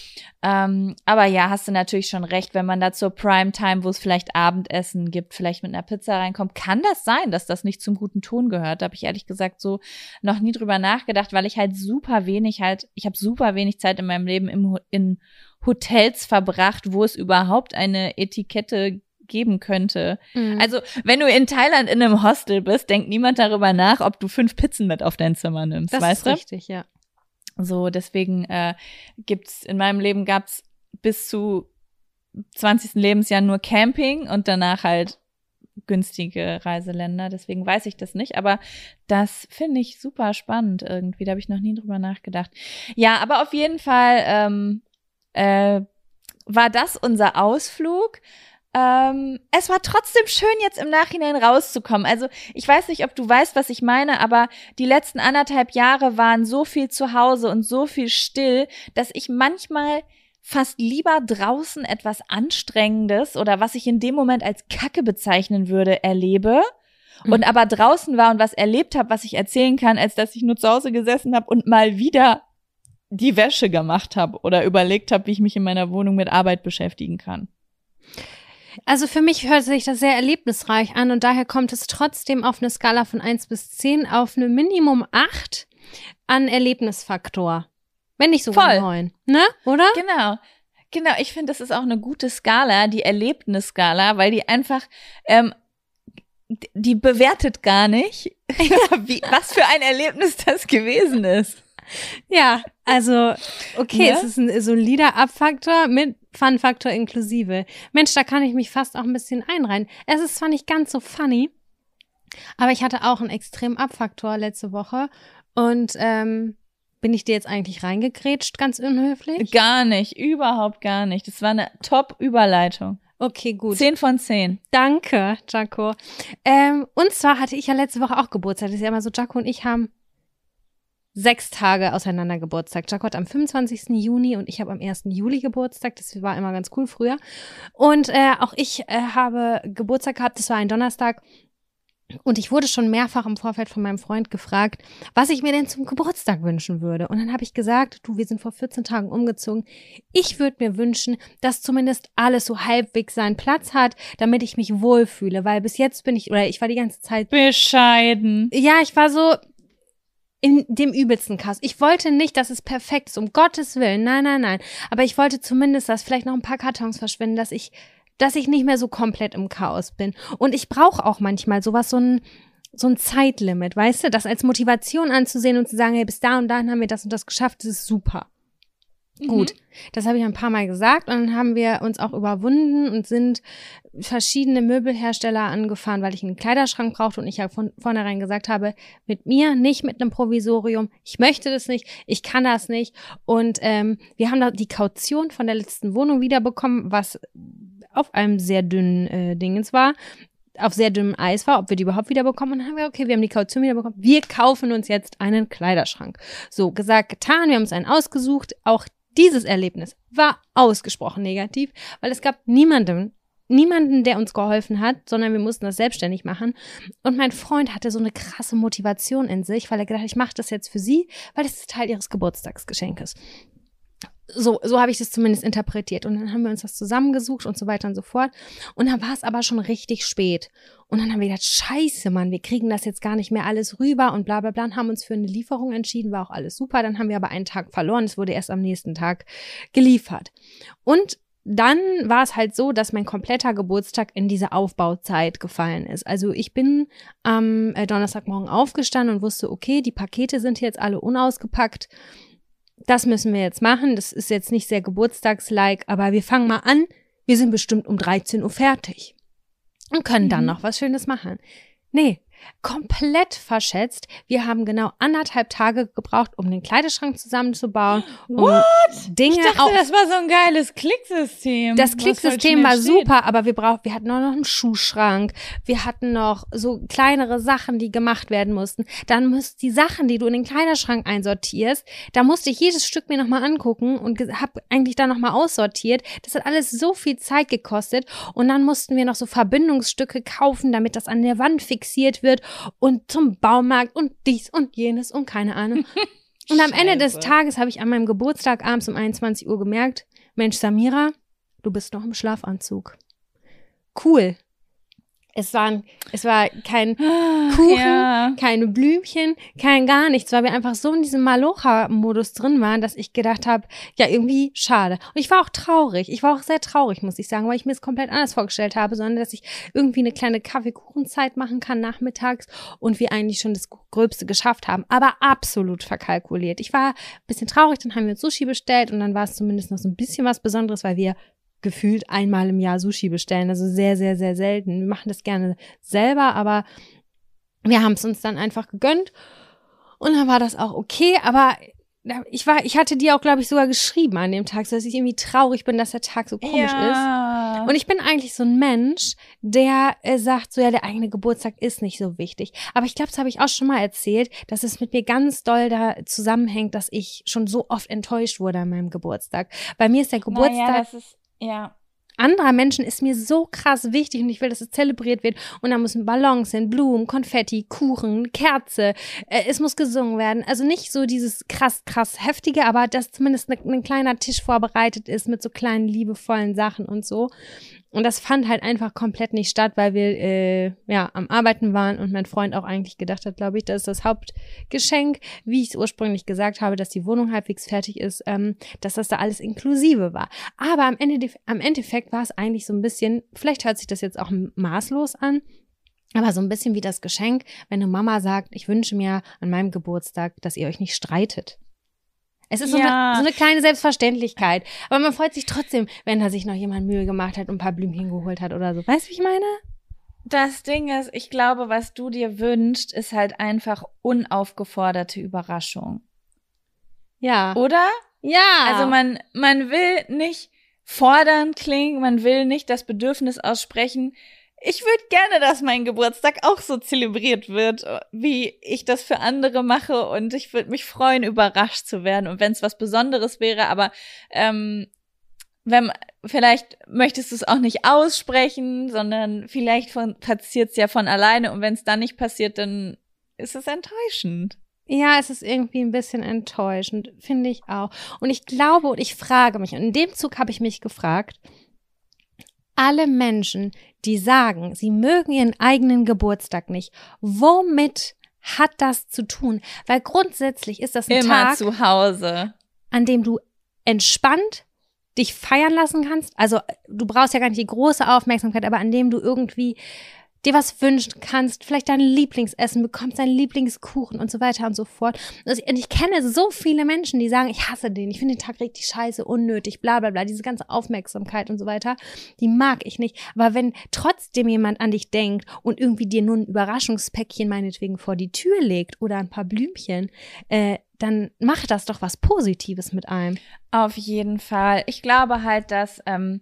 Ähm, aber ja, hast du natürlich schon recht, wenn man da zur Primetime, wo es vielleicht Abendessen gibt, vielleicht mit einer Pizza reinkommt, kann das sein, dass das nicht zum guten Ton gehört. Da habe ich ehrlich gesagt so noch nie drüber nachgedacht, weil ich halt super wenig halt, ich habe super wenig Zeit in meinem Leben im, in Hotels verbracht, wo es überhaupt eine Etikette geben könnte. Mhm. Also, wenn du in Thailand in einem Hostel bist, denkt niemand darüber nach, ob du fünf Pizzen mit auf dein Zimmer nimmst, Das weißt ist du? richtig, ja. So, deswegen äh, gibt's in meinem Leben gab's bis zu zwanzigsten Lebensjahr nur Camping und danach halt günstige Reiseländer. Deswegen weiß ich das nicht, aber das finde ich super spannend irgendwie. Da habe ich noch nie drüber nachgedacht. Ja, aber auf jeden Fall ähm, äh, war das unser Ausflug. Ähm, es war trotzdem schön, jetzt im Nachhinein rauszukommen. Also ich weiß nicht, ob du weißt, was ich meine, aber die letzten anderthalb Jahre waren so viel zu Hause und so viel still, dass ich manchmal fast lieber draußen etwas Anstrengendes oder was ich in dem Moment als Kacke bezeichnen würde, erlebe mhm. und aber draußen war und was erlebt habe, was ich erzählen kann, als dass ich nur zu Hause gesessen habe und mal wieder die Wäsche gemacht habe oder überlegt habe, wie ich mich in meiner Wohnung mit Arbeit beschäftigen kann. Also für mich hört sich das sehr erlebnisreich an und daher kommt es trotzdem auf eine Skala von eins bis zehn auf eine Minimum acht an Erlebnisfaktor. Wenn nicht sogar neun, ne? Oder? Genau. Genau, ich finde, das ist auch eine gute Skala, die Erlebnisskala, weil die einfach, ähm, die bewertet gar nicht, wie, was für ein Erlebnis das gewesen ist. Ja, also okay, Ja? es ist ein solider Abfaktor mit Fun-Faktor inklusive. Mensch, da kann ich mich fast auch ein bisschen einreihen. Es ist zwar nicht ganz so funny, aber ich hatte auch einen extremen Abfaktor letzte Woche und ähm, bin ich dir jetzt eigentlich reingegrätscht, ganz unhöflich? Gar nicht, überhaupt gar nicht. Das war eine Top-Überleitung. Okay, gut. Zehn von zehn. Danke, Jaco. Ähm, und zwar hatte ich ja letzte Woche auch Geburtstag. Das ist ja immer so, Jaco und ich haben sechs Tage auseinander Geburtstag. Jaco hat am fünfundzwanzigsten Juni und ich habe am ersten Juli Geburtstag. Das war immer ganz cool früher. Und äh, auch ich äh, habe Geburtstag gehabt. Das war ein Donnerstag. Und ich wurde schon mehrfach im Vorfeld von meinem Freund gefragt, was ich mir denn zum Geburtstag wünschen würde. Und dann habe ich gesagt, du, wir sind vor vierzehn Tagen umgezogen. Ich würde mir wünschen, dass zumindest alles so halbwegs seinen Platz hat, damit ich mich wohlfühle. Weil bis jetzt bin ich, oder ich war die ganze Zeit bescheiden. Ja, ich war so in dem übelsten Chaos. Ich wollte nicht, dass es perfekt ist, um Gottes Willen. Nein, nein, nein. Aber ich wollte zumindest, dass vielleicht noch ein paar Kartons verschwinden, dass ich dass ich nicht mehr so komplett im Chaos bin. Und ich brauche auch manchmal sowas, so ein, so ein Zeitlimit, weißt du? Das als Motivation anzusehen und zu sagen, hey, bis da und dahin haben wir das und das geschafft, das ist super. Mhm. Gut, das habe ich ein paar Mal gesagt und dann haben wir uns auch überwunden und sind verschiedene Möbelhersteller angefahren, weil ich einen Kleiderschrank brauchte und ich ja von vornherein gesagt habe, mit mir, nicht mit einem Provisorium, ich möchte das nicht, ich kann das nicht und ähm, wir haben da die Kaution von der letzten Wohnung wiederbekommen, was auf einem sehr dünnen äh, Dingens war, auf sehr dünnem Eis war, ob wir die überhaupt wiederbekommen. Und dann haben wir, okay, wir haben die Kaution wiederbekommen. Wir kaufen uns jetzt einen Kleiderschrank. So, gesagt, getan, wir haben uns einen ausgesucht. Auch dieses Erlebnis war ausgesprochen negativ, weil es gab niemanden, niemanden, der uns geholfen hat, sondern wir mussten das selbstständig machen. Und mein Freund hatte so eine krasse Motivation in sich, weil er gedacht hat, ich mache das jetzt für sie, weil das ist Teil ihres Geburtstagsgeschenkes. So, so habe ich das zumindest interpretiert. Und dann haben wir uns das zusammengesucht und so weiter und so fort. Und dann war es aber schon richtig spät. Und dann haben wir gedacht, scheiße, Mann, wir kriegen das jetzt gar nicht mehr alles rüber und bla bla bla. Und haben uns für eine Lieferung entschieden, war auch alles super. Dann haben wir aber einen Tag verloren. Es wurde erst am nächsten Tag geliefert. Und dann war es halt so, dass mein kompletter Geburtstag in diese Aufbauzeit gefallen ist. Also ich bin am Donnerstagmorgen aufgestanden und wusste, okay, die Pakete sind jetzt alle unausgepackt. Das müssen wir jetzt machen. Das ist jetzt nicht sehr geburtstagslike, aber wir fangen mal an. Wir sind bestimmt um dreizehn Uhr fertig und können dann noch was Schönes machen. Nee, komplett verschätzt. Wir haben genau anderthalb Tage gebraucht, um den Kleiderschrank zusammenzubauen. Um What? Dinge ich dachte, auf das war so ein geiles Klicksystem. Das Klicksystem war super, aber wir brauchten, wir hatten auch noch einen Schuhschrank. Wir hatten noch so kleinere Sachen, die gemacht werden mussten. Dann musst die Sachen, die du in den Kleiderschrank einsortierst, da musste ich jedes Stück mir nochmal angucken und habe eigentlich da nochmal aussortiert. Das hat alles so viel Zeit gekostet. Und dann mussten wir noch so Verbindungsstücke kaufen, damit das an der Wand fixiert wird. Und zum Baumarkt und dies und jenes und keine Ahnung. Und am Ende des Tages habe ich an meinem Geburtstag abends um einundzwanzig Uhr gemerkt, Mensch, Samira, du bist noch im Schlafanzug. Cool. Es war, es war kein Kuchen, ja. keine Blümchen, kein gar nichts, weil wir einfach so in diesem Malocha-Modus drin waren, dass ich gedacht habe, ja, irgendwie schade. Und ich war auch traurig. Ich war auch sehr traurig, muss ich sagen, weil ich mir es komplett anders vorgestellt habe, sondern dass ich irgendwie eine kleine Kaffeekuchenzeit machen kann nachmittags und wir eigentlich schon das Gröbste geschafft haben, aber absolut verkalkuliert. Ich war ein bisschen traurig, dann haben wir uns Sushi bestellt und dann war es zumindest noch so ein bisschen was Besonderes, weil wir gefühlt einmal im Jahr Sushi bestellen, also sehr, sehr, sehr selten. Wir machen das gerne selber, aber wir haben es uns dann einfach gegönnt und dann war das auch okay, aber ich war, ich hatte dir auch, glaube ich, sogar geschrieben an dem Tag, so dass ich irgendwie traurig bin, dass der Tag so komisch ja. ist. Ja. Und ich bin eigentlich so ein Mensch, der äh, sagt so, ja, der eigene Geburtstag ist nicht so wichtig. Aber ich glaube, das habe ich auch schon mal erzählt, dass es mit mir ganz doll da zusammenhängt, dass ich schon so oft enttäuscht wurde an meinem Geburtstag. Bei mir ist der Geburtstag naja, das ist, ja. anderer Menschen ist mir so krass wichtig und ich will, dass es zelebriert wird und da müssen Ballons hin, Blumen, Konfetti, Kuchen, Kerze, äh, es muss gesungen werden. Also nicht so dieses krass, krass heftige, aber dass zumindest ne, ein kleiner Tisch vorbereitet ist mit so kleinen liebevollen Sachen und so. Und das fand halt einfach komplett nicht statt, weil wir äh, ja am Arbeiten waren und mein Freund auch eigentlich gedacht hat, glaube ich, dass das Hauptgeschenk, wie ich es ursprünglich gesagt habe, dass die Wohnung halbwegs fertig ist, ähm, dass das da alles inklusive war. Aber am Ende, am Endeffekt war es eigentlich so ein bisschen, vielleicht hört sich das jetzt auch maßlos an, aber so ein bisschen wie das Geschenk, wenn eine Mama sagt, ich wünsche mir an meinem Geburtstag, dass ihr euch nicht streitet. Es ist so, Ja. eine, so eine kleine Selbstverständlichkeit. Aber man freut sich trotzdem, wenn da sich noch jemand Mühe gemacht hat und ein paar Blümchen geholt hat oder so. Weißt du, wie ich meine? Das Ding ist, ich glaube, was du dir wünschst, ist halt einfach unaufgeforderte Überraschung. Ja. Oder? Ja. Also man, man will nicht fordernd klingen, man will nicht das Bedürfnis aussprechen, ich würde gerne, dass mein Geburtstag auch so zelebriert wird, wie ich das für andere mache und ich würde mich freuen, überrascht zu werden und wenn es was Besonderes wäre, aber ähm, wenn vielleicht möchtest du es auch nicht aussprechen, sondern vielleicht passiert es ja von alleine und wenn es dann nicht passiert, dann ist es enttäuschend. Ja, es ist irgendwie ein bisschen enttäuschend, finde ich auch. Und ich glaube und ich frage mich, und in dem Zug habe ich mich gefragt, alle Menschen, die sagen, sie mögen ihren eigenen Geburtstag nicht, womit hat das zu tun? Weil grundsätzlich ist das ein Immer Tag, zu Hause, an dem du entspannt dich feiern lassen kannst. Also du brauchst ja gar nicht die große Aufmerksamkeit, aber an dem du irgendwie dir was wünschen kannst, vielleicht dein Lieblingsessen bekommst, deinen Lieblingskuchen und so weiter und so fort. Und ich kenne so viele Menschen, die sagen, ich hasse den, ich finde den Tag richtig scheiße, unnötig, bla bla bla, diese ganze Aufmerksamkeit und so weiter, die mag ich nicht. Aber wenn trotzdem jemand an dich denkt und irgendwie dir nur ein Überraschungspäckchen meinetwegen vor die Tür legt oder ein paar Blümchen, äh, dann macht das doch was Positives mit einem. Auf jeden Fall. Ich glaube halt, dass ähm,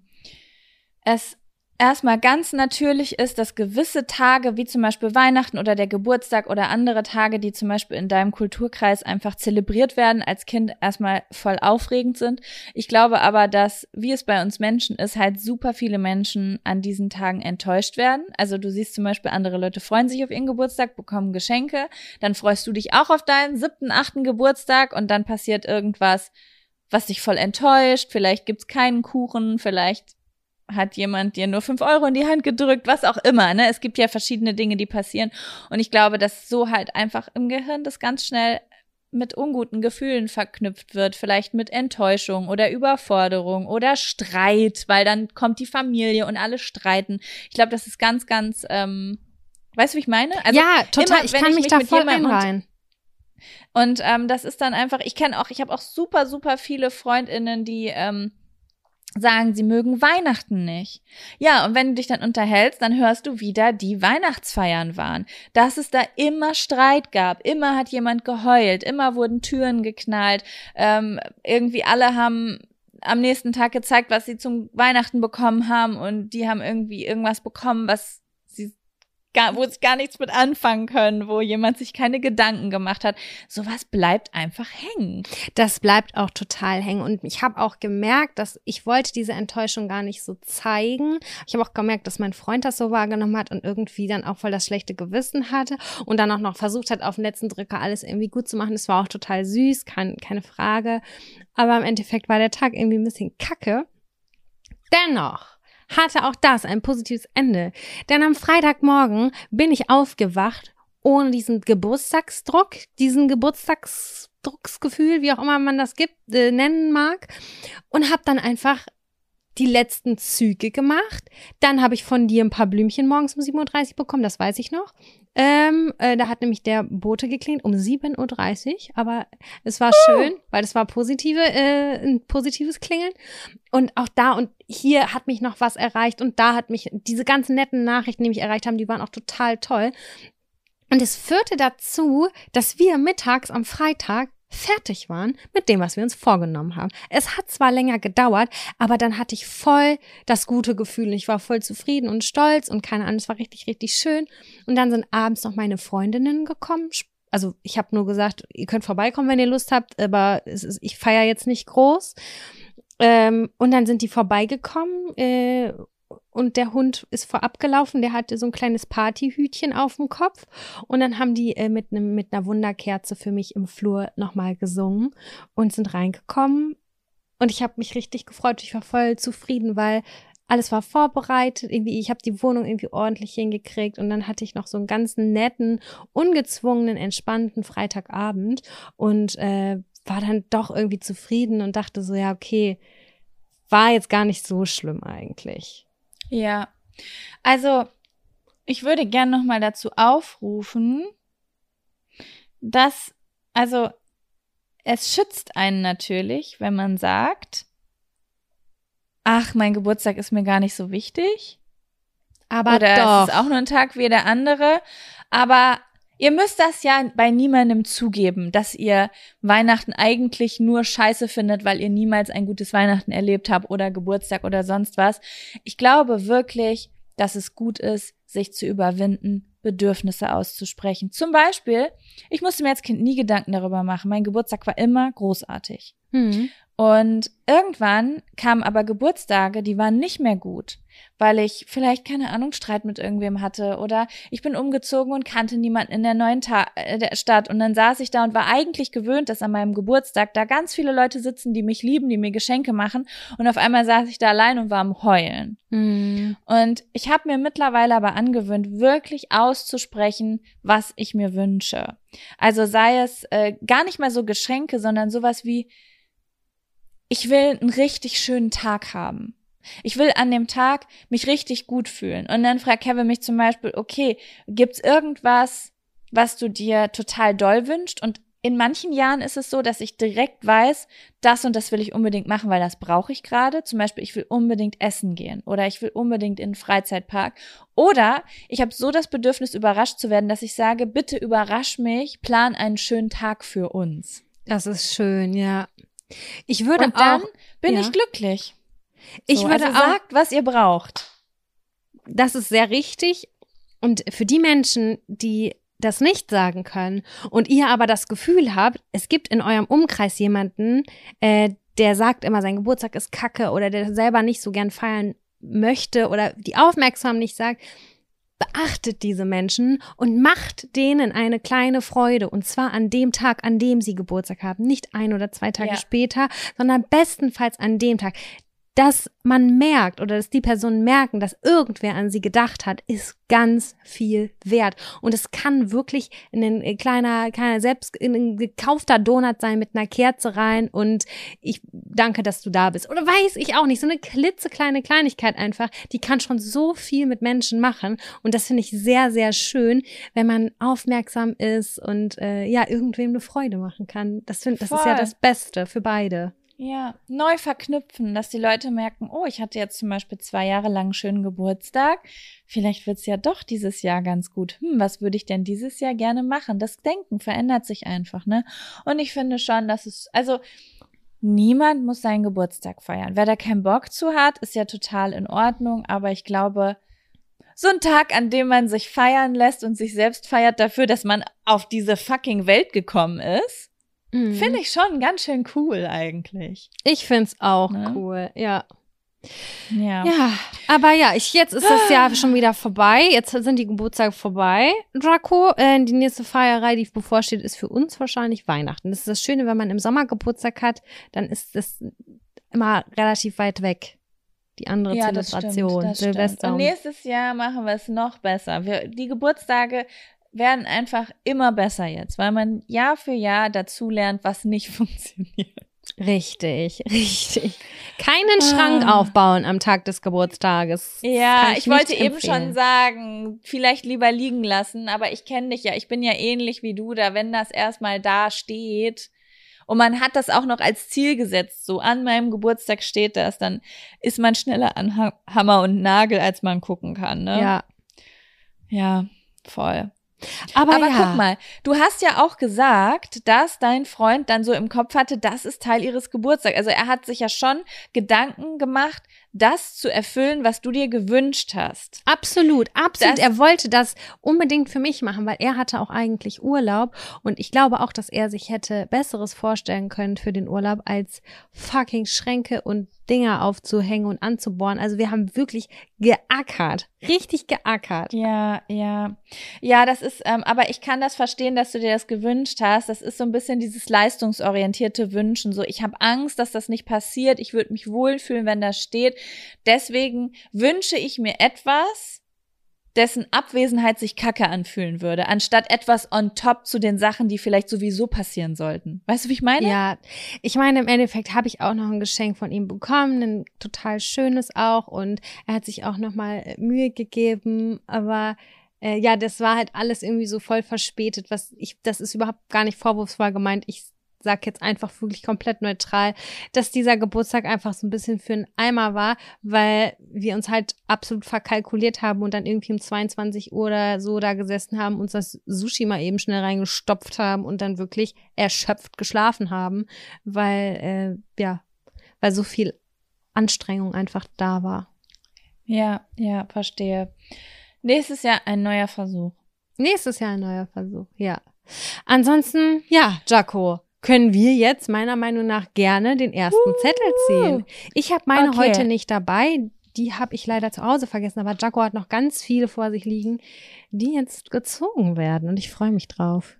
es erstmal ganz natürlich ist, dass gewisse Tage, wie zum Beispiel Weihnachten oder der Geburtstag oder andere Tage, die zum Beispiel in deinem Kulturkreis einfach zelebriert werden, als Kind erstmal voll aufregend sind. Ich glaube aber, dass, wie es bei uns Menschen ist, halt super viele Menschen an diesen Tagen enttäuscht werden. Also du siehst zum Beispiel, andere Leute freuen sich auf ihren Geburtstag, bekommen Geschenke, dann freust du dich auch auf deinen siebten, achten Geburtstag und dann passiert irgendwas, was dich voll enttäuscht. Vielleicht gibt's keinen Kuchen, vielleicht hat jemand dir nur fünf Euro in die Hand gedrückt, was auch immer, ne? Es gibt ja verschiedene Dinge, die passieren. Und ich glaube, dass so halt einfach im Gehirn das ganz schnell mit unguten Gefühlen verknüpft wird. Vielleicht mit Enttäuschung oder Überforderung oder Streit, weil dann kommt die Familie und alle streiten. Ich glaube, das ist ganz, ganz, ähm, weißt du, wie ich meine? Also ja, total. Immer, ich kann ich mich, mich da voll einreihen. Und ähm, das ist dann einfach, ich kenne auch, ich habe auch super, super viele FreundInnen, die ähm, sagen, sie mögen Weihnachten nicht. Ja, und wenn du dich dann unterhältst, dann hörst du wieder, die Weihnachtsfeiern waren. Dass es da immer Streit gab, immer hat jemand geheult, immer wurden Türen geknallt, ähm, irgendwie alle haben am nächsten Tag gezeigt, was sie zum Weihnachten bekommen haben und die haben irgendwie irgendwas bekommen, was sie Gar, wo sie gar nichts mit anfangen können, wo jemand sich keine Gedanken gemacht hat. Sowas bleibt einfach hängen. Das bleibt auch total hängen. Und ich habe auch gemerkt, dass ich wollte diese Enttäuschung gar nicht so zeigen. Ich habe auch gemerkt, dass mein Freund das so wahrgenommen hat und irgendwie dann auch voll das schlechte Gewissen hatte und dann auch noch versucht hat, auf den letzten Drücker alles irgendwie gut zu machen. Das war auch total süß, kein, keine Frage. Aber im Endeffekt war der Tag irgendwie ein bisschen kacke. Dennoch hatte auch das ein positives Ende. Denn am Freitagmorgen bin ich aufgewacht, ohne diesen Geburtstagsdruck, diesen Geburtstagsdrucksgefühl, wie auch immer man das gibt, äh, nennen mag, und habe dann einfach die letzten Züge gemacht. Dann habe ich von dir ein paar Blümchen morgens um sieben Uhr dreißig bekommen, das weiß ich noch. Ähm, äh, da hat nämlich der Bote geklingelt um sieben Uhr dreißig, aber es war uh. schön, weil es war positive, äh, ein positives Klingeln. Und auch da und hier hat mich noch was erreicht und da hat mich diese ganzen netten Nachrichten, die mich erreicht haben, die waren auch total toll. Und es führte dazu, dass wir mittags am Freitag fertig waren mit dem, was wir uns vorgenommen haben. Es hat zwar länger gedauert, aber dann hatte ich voll das gute Gefühl. Ich war voll zufrieden und stolz und keine Ahnung, es war richtig, richtig schön. Und dann sind abends noch meine Freundinnen gekommen. Also ich habe nur gesagt, ihr könnt vorbeikommen, wenn ihr Lust habt, aber es ist, ich feiere jetzt nicht groß. Ähm, und dann sind die vorbeigekommen äh, und der Hund ist vorab gelaufen, der hatte so ein kleines Partyhütchen auf dem Kopf und dann haben die äh, mit einem mit einer Wunderkerze für mich im Flur nochmal gesungen und sind reingekommen und ich habe mich richtig gefreut, ich war voll zufrieden, weil alles war vorbereitet, irgendwie ich habe die Wohnung irgendwie ordentlich hingekriegt und dann hatte ich noch so einen ganz netten, ungezwungenen, entspannten Freitagabend und äh, war dann doch irgendwie zufrieden und dachte so, ja okay, war jetzt gar nicht so schlimm eigentlich. Ja, also ich würde gern noch mal dazu aufrufen, dass, also es schützt einen natürlich, wenn man sagt, ach, mein Geburtstag ist mir gar nicht so wichtig. Aber Oder doch. es ist auch nur ein Tag wie der andere. Aber ihr müsst das ja bei niemandem zugeben, dass ihr Weihnachten eigentlich nur scheiße findet, weil ihr niemals ein gutes Weihnachten erlebt habt oder Geburtstag oder sonst was. Ich glaube wirklich, dass es gut ist, sich zu überwinden, Bedürfnisse auszusprechen. Zum Beispiel, ich musste mir als Kind nie Gedanken darüber machen. Mein Geburtstag war immer großartig. Hm. Und irgendwann kamen aber Geburtstage, die waren nicht mehr gut, weil ich vielleicht, keine Ahnung, Streit mit irgendwem hatte oder ich bin umgezogen und kannte niemanden in der neuen Ta- äh, der Stadt und dann saß ich da und war eigentlich gewöhnt, dass an meinem Geburtstag da ganz viele Leute sitzen, die mich lieben, die mir Geschenke machen und auf einmal saß ich da allein und war am Heulen. Hm. Und ich habe mir mittlerweile aber angewöhnt, wirklich auszusprechen, was ich mir wünsche. Also sei es äh, gar nicht mal so Geschenke, sondern sowas wie, ich will einen richtig schönen Tag haben. Ich will an dem Tag mich richtig gut fühlen. Und dann fragt Kevin mich zum Beispiel, okay, gibt's irgendwas, was du dir total doll wünschst? Und in manchen Jahren ist es so, dass ich direkt weiß, das und das will ich unbedingt machen, weil das brauche ich gerade. Zum Beispiel, ich will unbedingt essen gehen oder ich will unbedingt in den Freizeitpark. Oder ich habe so das Bedürfnis, überrascht zu werden, dass ich sage, bitte überrasch mich, plan einen schönen Tag für uns. Das ist schön, ja. Ich würde und dann auch, bin ja. ich glücklich. Ich so, würde also auch, sagt, was ihr braucht. Das ist sehr richtig. Und für die Menschen, die das nicht sagen können und ihr aber das Gefühl habt, es gibt in eurem Umkreis jemanden, äh, der sagt immer, sein Geburtstag ist Kacke oder der selber nicht so gern feiern möchte oder die aufmerksam nicht sagt, beachtet diese Menschen und macht denen eine kleine Freude und zwar an dem Tag, an dem sie Geburtstag haben, nicht ein oder zwei Tage Ja. später, sondern bestenfalls an dem Tag. Dass man merkt oder dass die Personen merken, dass irgendwer an sie gedacht hat, ist ganz viel wert. Und es kann wirklich ein kleiner, kleiner selbst ein gekaufter Donut sein mit einer Kerze rein und ich danke, dass du da bist. Oder weiß ich auch nicht, so eine klitzekleine Kleinigkeit einfach, die kann schon so viel mit Menschen machen. Und das finde ich sehr, sehr schön, wenn man aufmerksam ist und äh, ja, irgendwem eine Freude machen kann. Das, find, das ist ja Voll. das Beste für beide. Ja, neu verknüpfen, dass die Leute merken, oh, ich hatte jetzt zum Beispiel zwei Jahre lang einen schönen Geburtstag. Vielleicht wird's ja doch dieses Jahr ganz gut. Hm, was würde ich denn dieses Jahr gerne machen? Das Denken verändert sich einfach, ne? Und ich finde schon, dass es, also niemand muss seinen Geburtstag feiern. Wer da keinen Bock zu hat, ist ja total in Ordnung. Aber ich glaube, so ein Tag, an dem man sich feiern lässt und sich selbst feiert dafür, dass man auf diese fucking Welt gekommen ist, Mhm. finde ich schon ganz schön cool eigentlich. Ich find's auch Ne? cool, ja. Ja. Ja, aber ja, ich, jetzt ist das Jahr schon wieder vorbei. Jetzt sind die Geburtstage vorbei, Draco. Äh, die nächste Feierei, die bevorsteht, ist für uns wahrscheinlich Weihnachten. Das ist das Schöne, wenn man im Sommer Geburtstag hat, dann ist das immer relativ weit weg. Die andere Ja, das Zelebration, stimmt, das stimmt. Silvester. Und nächstes Jahr machen wir es noch besser. Wir, die Geburtstage werden einfach immer besser jetzt, weil man Jahr für Jahr dazu lernt, was nicht funktioniert. Richtig, richtig. Keinen Ah. Schrank aufbauen am Tag des Geburtstages. Ja, Kann ich, nicht wollte eben empfehlen. schon sagen, vielleicht lieber liegen lassen, aber ich kenne dich ja, ich bin ja ähnlich wie du, da wenn das erstmal da steht und man hat das auch noch als Ziel gesetzt, so an meinem Geburtstag steht das, dann ist man schneller an ha- Hammer und Nagel, als man gucken kann, ne? Ja, Ja, voll. Aber, Aber ja. guck mal, du hast ja auch gesagt, dass dein Freund dann so im Kopf hatte, das ist Teil ihres Geburtstags. Also er hat sich ja schon Gedanken gemacht, das zu erfüllen, was du dir gewünscht hast. Absolut, absolut. Das- er wollte das unbedingt für mich machen, weil er hatte auch eigentlich Urlaub und ich glaube auch, dass er sich hätte Besseres vorstellen können für den Urlaub, als fucking Schränke und Dinger aufzuhängen und anzubohren. Also wir haben wirklich geackert, richtig geackert. Ja, ja. Ja, das ist, ähm, aber ich kann das verstehen, dass du dir das gewünscht hast. Das ist so ein bisschen dieses leistungsorientierte Wünschen. So, ich habe Angst, dass das nicht passiert. Ich würde mich wohlfühlen, wenn das steht. Deswegen wünsche ich mir etwas, dessen Abwesenheit sich kacke anfühlen würde, anstatt etwas on top zu den Sachen, die vielleicht sowieso passieren sollten. Weißt du, wie ich meine? Ja, ich meine, im Endeffekt habe ich auch noch ein Geschenk von ihm bekommen, ein total schönes auch und er hat sich auch nochmal Mühe gegeben, aber äh, ja, das war halt alles irgendwie so voll verspätet, was ich, das ist überhaupt gar nicht vorwurfsvoll gemeint, ich sag jetzt einfach wirklich komplett neutral, dass dieser Geburtstag einfach so ein bisschen für einen Eimer war, weil wir uns halt absolut verkalkuliert haben und dann irgendwie um zweiundzwanzig Uhr oder so da gesessen haben, uns das Sushi mal eben schnell reingestopft haben und dann wirklich erschöpft geschlafen haben, weil, äh, ja, weil so viel Anstrengung einfach da war. Ja, ja, verstehe. Nächstes Jahr ein neuer Versuch. Nächstes Jahr ein neuer Versuch, ja. Ansonsten, ja, Jaco, können wir jetzt meiner Meinung nach gerne den ersten uh, Zettel ziehen. Ich habe meine okay. heute nicht dabei. Die habe ich leider zu Hause vergessen. Aber Jaco hat noch ganz viele vor sich liegen, die jetzt gezogen werden. Und ich freue mich drauf.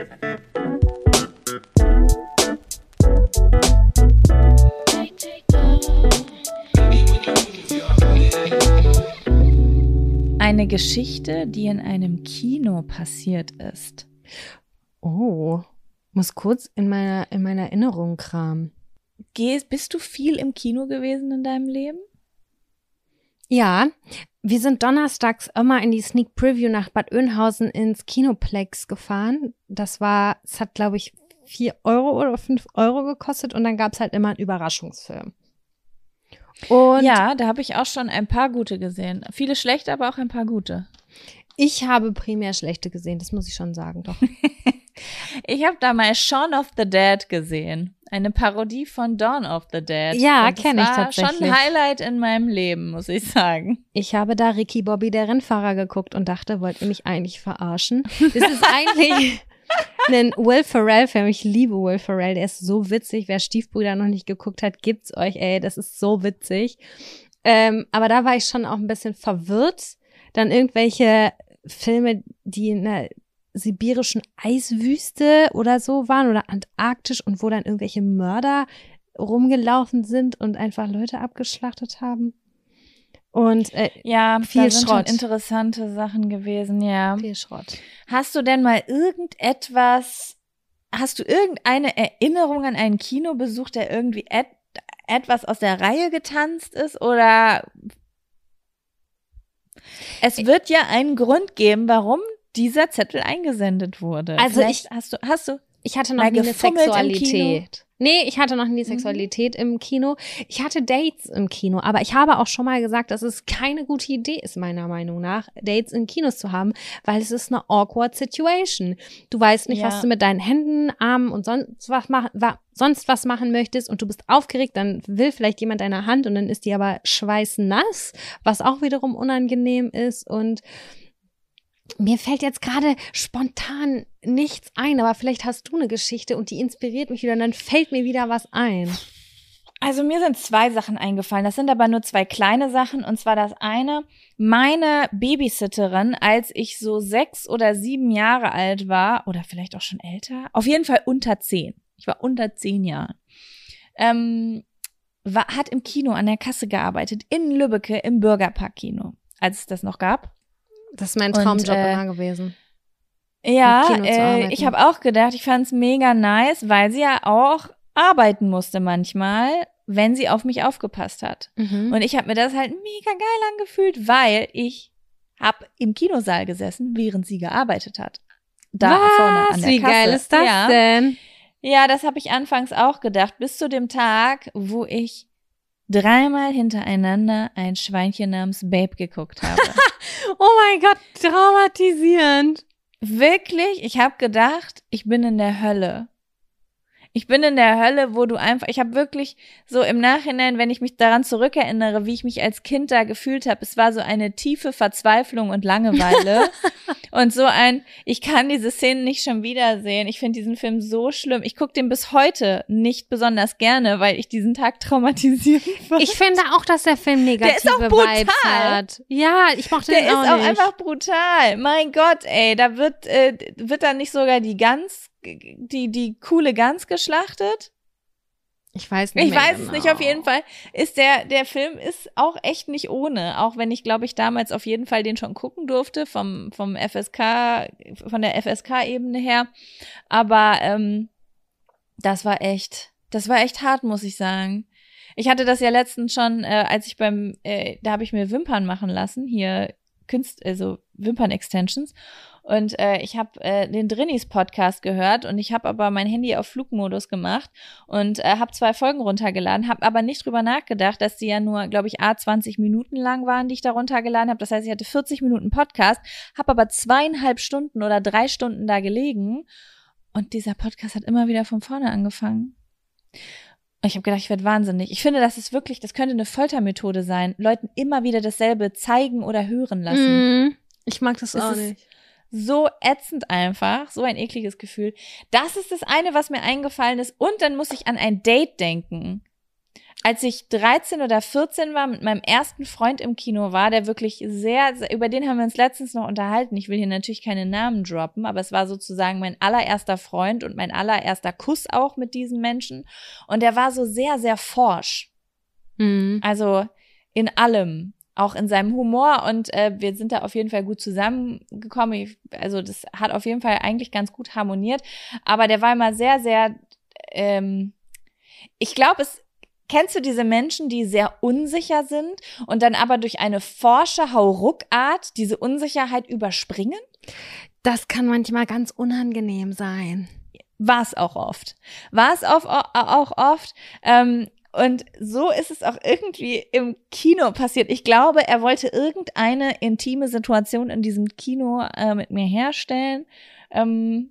Eine Geschichte, die in einem Kino passiert ist. Oh, muss kurz in meiner, in meiner Erinnerung kramen. Gehst, bist du viel im Kino gewesen in deinem Leben? Ja, wir sind donnerstags immer in die Sneak Preview nach Bad Oeynhausen ins Kinoplex gefahren. Das war, es hat glaube ich vier Euro oder fünf Euro gekostet und dann gab es halt immer einen Überraschungsfilm. Und ja, da habe ich auch schon ein paar gute gesehen. Viele schlechte, aber auch ein paar gute. Ich habe primär schlechte gesehen, das muss ich schon sagen, doch. Ich habe da mal Shaun of the Dead gesehen. Eine Parodie von Dawn of the Dead. Ja, kenne ich tatsächlich. Schon ein Highlight in meinem Leben, muss ich sagen. Ich habe da Ricky Bobby, der Rennfahrer, geguckt und dachte, wollt ihr mich eigentlich verarschen? Das ist eigentlich ein Will Ferrell-Film. Ich liebe Will Ferrell, der ist so witzig. Wer Stiefbrüder noch nicht geguckt hat, gibt's euch, ey, das ist so witzig. Ähm, aber da war ich schon auch ein bisschen verwirrt. Dann irgendwelche Filme, die in der sibirischen Eiswüste oder so waren oder antarktisch und wo dann irgendwelche Mörder rumgelaufen sind und einfach Leute abgeschlachtet haben. Und äh, ja, viel da sind Schrott. Schon interessante Sachen gewesen, ja. Viel Schrott. Hast du denn mal irgendetwas, hast du irgendeine Erinnerung an einen Kinobesuch, der irgendwie et, etwas aus der Reihe getanzt ist oder es wird ja einen Grund geben, warum dieser Zettel eingesendet wurde. Also Vielleicht ich, hast du, hast du ich hatte noch nie eine Sexualität. Nee, ich hatte noch nie Sexualität mhm. im Kino. Ich hatte Dates im Kino, aber ich habe auch schon mal gesagt, dass es keine gute Idee ist, meiner Meinung nach, Dates in Kinos zu haben, weil es ist eine awkward situation. Du weißt nicht, ja. was du mit deinen Händen, Armen und sonst was, mach, wa, sonst was machen möchtest und du bist aufgeregt, dann will vielleicht jemand deine Hand und dann ist die aber schweißnass, was auch wiederum unangenehm ist und mir fällt jetzt gerade spontan nichts ein, aber vielleicht hast du eine Geschichte und die inspiriert mich wieder und dann fällt mir wieder was ein. Also mir sind zwei Sachen eingefallen. Das sind aber nur zwei kleine Sachen. Und zwar das eine, meine Babysitterin, als ich so sechs oder sieben Jahre alt war, oder vielleicht auch schon älter, auf jeden Fall unter zehn. Ich war unter zehn Jahren. Ähm, war, hat im Kino an der Kasse gearbeitet, in Lübbecke im Bürgerpark-Kino, als es das noch gab. Das ist mein Traumjob und, äh, immer gewesen. Ja, äh, ich habe auch gedacht, ich fand es mega nice, weil sie ja auch arbeiten musste manchmal, wenn sie auf mich aufgepasst hat. Mhm. Und ich habe mir das halt mega geil angefühlt, weil ich habe im Kinosaal gesessen, während sie gearbeitet hat. Da Was? vorne an der Wie Kasse. geil ist das ja. denn? Ja, das habe ich anfangs auch gedacht, bis zu dem Tag, wo ich dreimal hintereinander ein Schweinchen namens Babe geguckt habe. Oh mein Gott, traumatisierend. Wirklich, ich habe gedacht, ich bin in der Hölle. Ich bin in der Hölle, wo du einfach, ich habe wirklich so im Nachhinein, wenn ich mich daran zurückerinnere, wie ich mich als Kind da gefühlt habe, es war so eine tiefe Verzweiflung und Langeweile und so ein, ich kann diese Szenen nicht schon wiedersehen. Ich finde diesen Film so schlimm. Ich gucke den bis heute nicht besonders gerne, weil ich diesen Tag traumatisiert fand. Ich finde auch, dass der Film negative der ist auch brutal. Vibes hat. Ja, ich mochte der den auch ist auch nicht. einfach brutal. Mein Gott, ey, da wird, äh, wird da nicht sogar die Gans die die coole Gans geschlachtet? Ich weiß nicht Ich mehr weiß genau. es nicht, auf jeden Fall ist der der Film ist auch echt nicht ohne, auch wenn ich glaube ich damals auf jeden Fall den schon gucken durfte vom vom F S K von der F S K-Ebene her, aber ähm, das war echt, das war echt hart, muss ich sagen. Ich hatte das ja letztens schon, äh, als ich beim äh, da habe ich mir Wimpern machen lassen, hier Künst also Wimpern-Extensions. Und äh, ich habe äh, den Drinnies-Podcast gehört und ich habe aber mein Handy auf Flugmodus gemacht und äh, habe zwei Folgen runtergeladen, habe aber nicht drüber nachgedacht, dass die ja nur, glaube ich, a zwanzig Minuten lang waren, die ich da runtergeladen habe. Das heißt, ich hatte vierzig Minuten Podcast, habe aber zweieinhalb Stunden oder drei Stunden da gelegen und dieser Podcast hat immer wieder von vorne angefangen. Und ich habe gedacht, ich werde wahnsinnig. Ich finde, das ist wirklich, das könnte eine Foltermethode sein, Leuten immer wieder dasselbe zeigen oder hören lassen. Mm, ich mag das, das auch nicht. So ätzend einfach, so ein ekliges Gefühl. Das ist das eine, was mir eingefallen ist. Und dann muss ich an ein Date denken. Als ich dreizehn oder vierzehn war, mit meinem ersten Freund im Kino war, der wirklich sehr, über den haben wir uns letztens noch unterhalten. Ich will hier natürlich keine Namen droppen, aber es war sozusagen mein allererster Freund und mein allererster Kuss auch mit diesem Menschen. Und der war so sehr, sehr forsch. Mhm. Also in allem. Auch in seinem Humor und äh, wir sind da auf jeden Fall gut zusammengekommen. Ich, also das hat auf jeden Fall eigentlich ganz gut harmoniert. Aber der war immer sehr, sehr, ähm, ich glaube, es, kennst du diese Menschen, die sehr unsicher sind und dann aber durch eine forsche Hauruckart diese Unsicherheit überspringen? Das kann manchmal ganz unangenehm sein. War es auch oft. War es auch, auch oft. Ähm, Und so ist es auch irgendwie im Kino passiert. Ich glaube, er wollte irgendeine intime Situation in diesem Kino äh, mit mir herstellen ähm,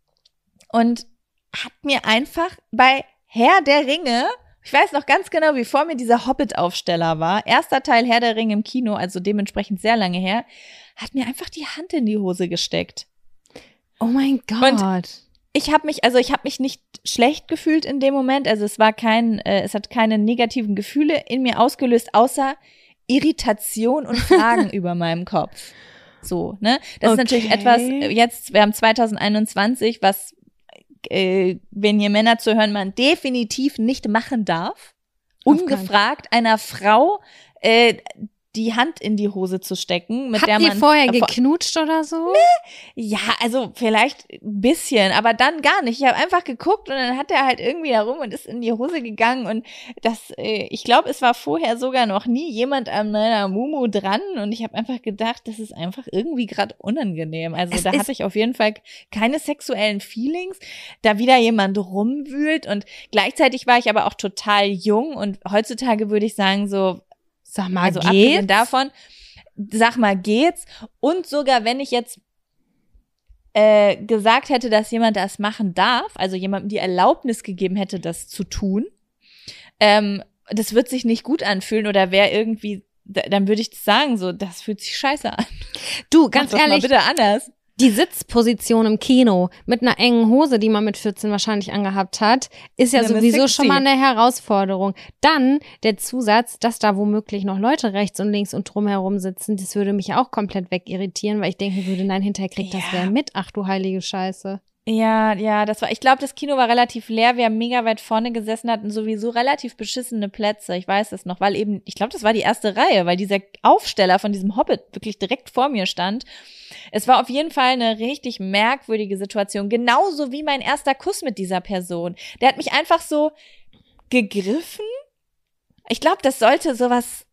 und hat mir einfach bei Herr der Ringe, ich weiß noch ganz genau, wie vor mir dieser Hobbit-Aufsteller war, erster Teil Herr der Ringe im Kino, also dementsprechend sehr lange her, hat mir einfach die Hand in die Hose gesteckt. Oh mein Gott. Und ich habe mich, also ich habe mich nicht schlecht gefühlt in dem Moment, also es war kein, äh, es hat keine negativen Gefühle in mir ausgelöst, außer Irritation und Fragen über meinem Kopf. So, ne? Das Okay. ist natürlich etwas, jetzt, wir haben zwanzig einundzwanzig, was, äh, wenn hier Männer zuhören, man definitiv nicht machen darf, ungefragt einer Frau äh, die Hand in die Hose zu stecken, mit Habt der man ihr vorher geknutscht oder so? Ja, also vielleicht ein bisschen, aber dann gar nicht. Ich habe einfach geguckt und dann hat er halt irgendwie da rum und ist in die Hose gegangen und das, äh, ich glaube, es war vorher sogar noch nie jemand an meiner Mumu dran und ich habe einfach gedacht, das ist einfach irgendwie gerade unangenehm. Also Es da ist- hatte ich auf jeden Fall keine sexuellen Feelings, da wieder jemand rumwühlt und gleichzeitig war ich aber auch total jung und heutzutage würde ich sagen so, Sag mal, also geht's? abgesehen davon, sag mal, geht's? Und sogar wenn ich jetzt äh, gesagt hätte, dass jemand das machen darf, also jemandem die Erlaubnis gegeben hätte, das zu tun, ähm, das wird sich nicht gut anfühlen oder wäre irgendwie, dann würde ich sagen, so, das fühlt sich scheiße an. Du, ganz Mach das ehrlich, mal bitte anders. die Sitzposition im Kino mit einer engen Hose, die man mit vierzehn wahrscheinlich angehabt hat, ist ja Ja, sowieso sexy. schon mal eine Herausforderung. Dann der Zusatz, dass da womöglich noch Leute rechts und links und drumherum sitzen, das würde mich auch komplett wegirritieren, weil ich denken würde, nein, hinterher kriegt das Ja. wer mit. Ach du heilige Scheiße. Ja, ja, das war, ich glaube, das Kino war relativ leer, wir haben mega weit vorne gesessen, hatten sowieso relativ beschissene Plätze, ich weiß es noch, weil eben, ich glaube, das war die erste Reihe, weil dieser Aufsteller von diesem Hobbit wirklich direkt vor mir stand. Es war auf jeden Fall eine richtig merkwürdige Situation, genauso wie mein erster Kuss mit dieser Person. Der hat mich einfach so gegriffen. Ich glaube, das sollte sowas,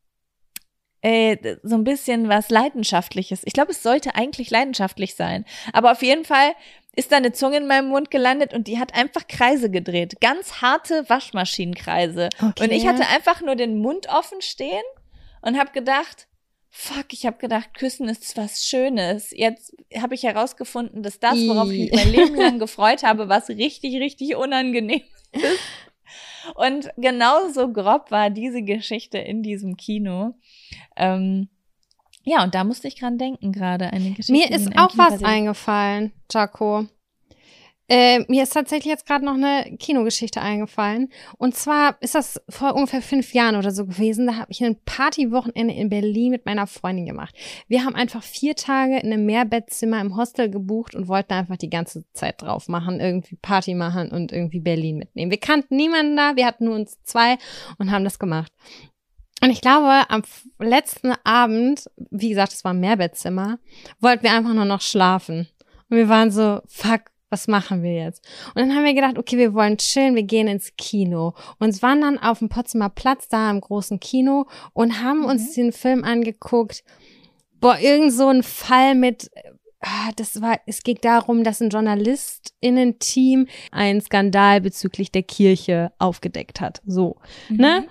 äh, so ein bisschen was Leidenschaftliches. Ich glaube, es sollte eigentlich leidenschaftlich sein, aber auf jeden Fall ist da eine Zunge in meinem Mund gelandet und die hat einfach Kreise gedreht. Ganz harte Waschmaschinenkreise. Okay. Und ich hatte einfach nur den Mund offen stehen und habe gedacht, fuck, ich habe gedacht, Küssen ist was Schönes. Jetzt habe ich herausgefunden, dass das, worauf ich mich mein Leben lang gefreut habe, was richtig, richtig unangenehm ist. Und genauso grob war diese Geschichte in diesem Kino. Ähm, ja, und da musste ich dran denken gerade. Eine Geschichte, Mir ist auch was eingefallen, Jaco. Äh, mir ist tatsächlich jetzt gerade noch eine Kinogeschichte eingefallen. Und zwar ist das vor ungefähr fünf Jahren oder so gewesen. Da habe ich ein Partywochenende in Berlin mit meiner Freundin gemacht. Wir haben einfach vier Tage in einem Mehrbettzimmer im Hostel gebucht und wollten einfach die ganze Zeit drauf machen, irgendwie Party machen und irgendwie Berlin mitnehmen. Wir kannten niemanden da, wir hatten nur uns zwei und haben das gemacht. Und ich glaube, am letzten Abend, wie gesagt, es war ein Mehrbettzimmer, wollten wir einfach nur noch schlafen. Und wir waren so, fuck, was machen wir jetzt? Und dann haben wir gedacht, okay, wir wollen chillen, wir gehen ins Kino. Und waren dann auf dem Potsdamer Platz da im großen Kino und haben uns mhm. den Film angeguckt. Boah, irgend so ein Fall mit, ah, das war, es ging darum, dass ein JournalistInnen-Team einen Skandal bezüglich der Kirche aufgedeckt hat. So, mhm. ne?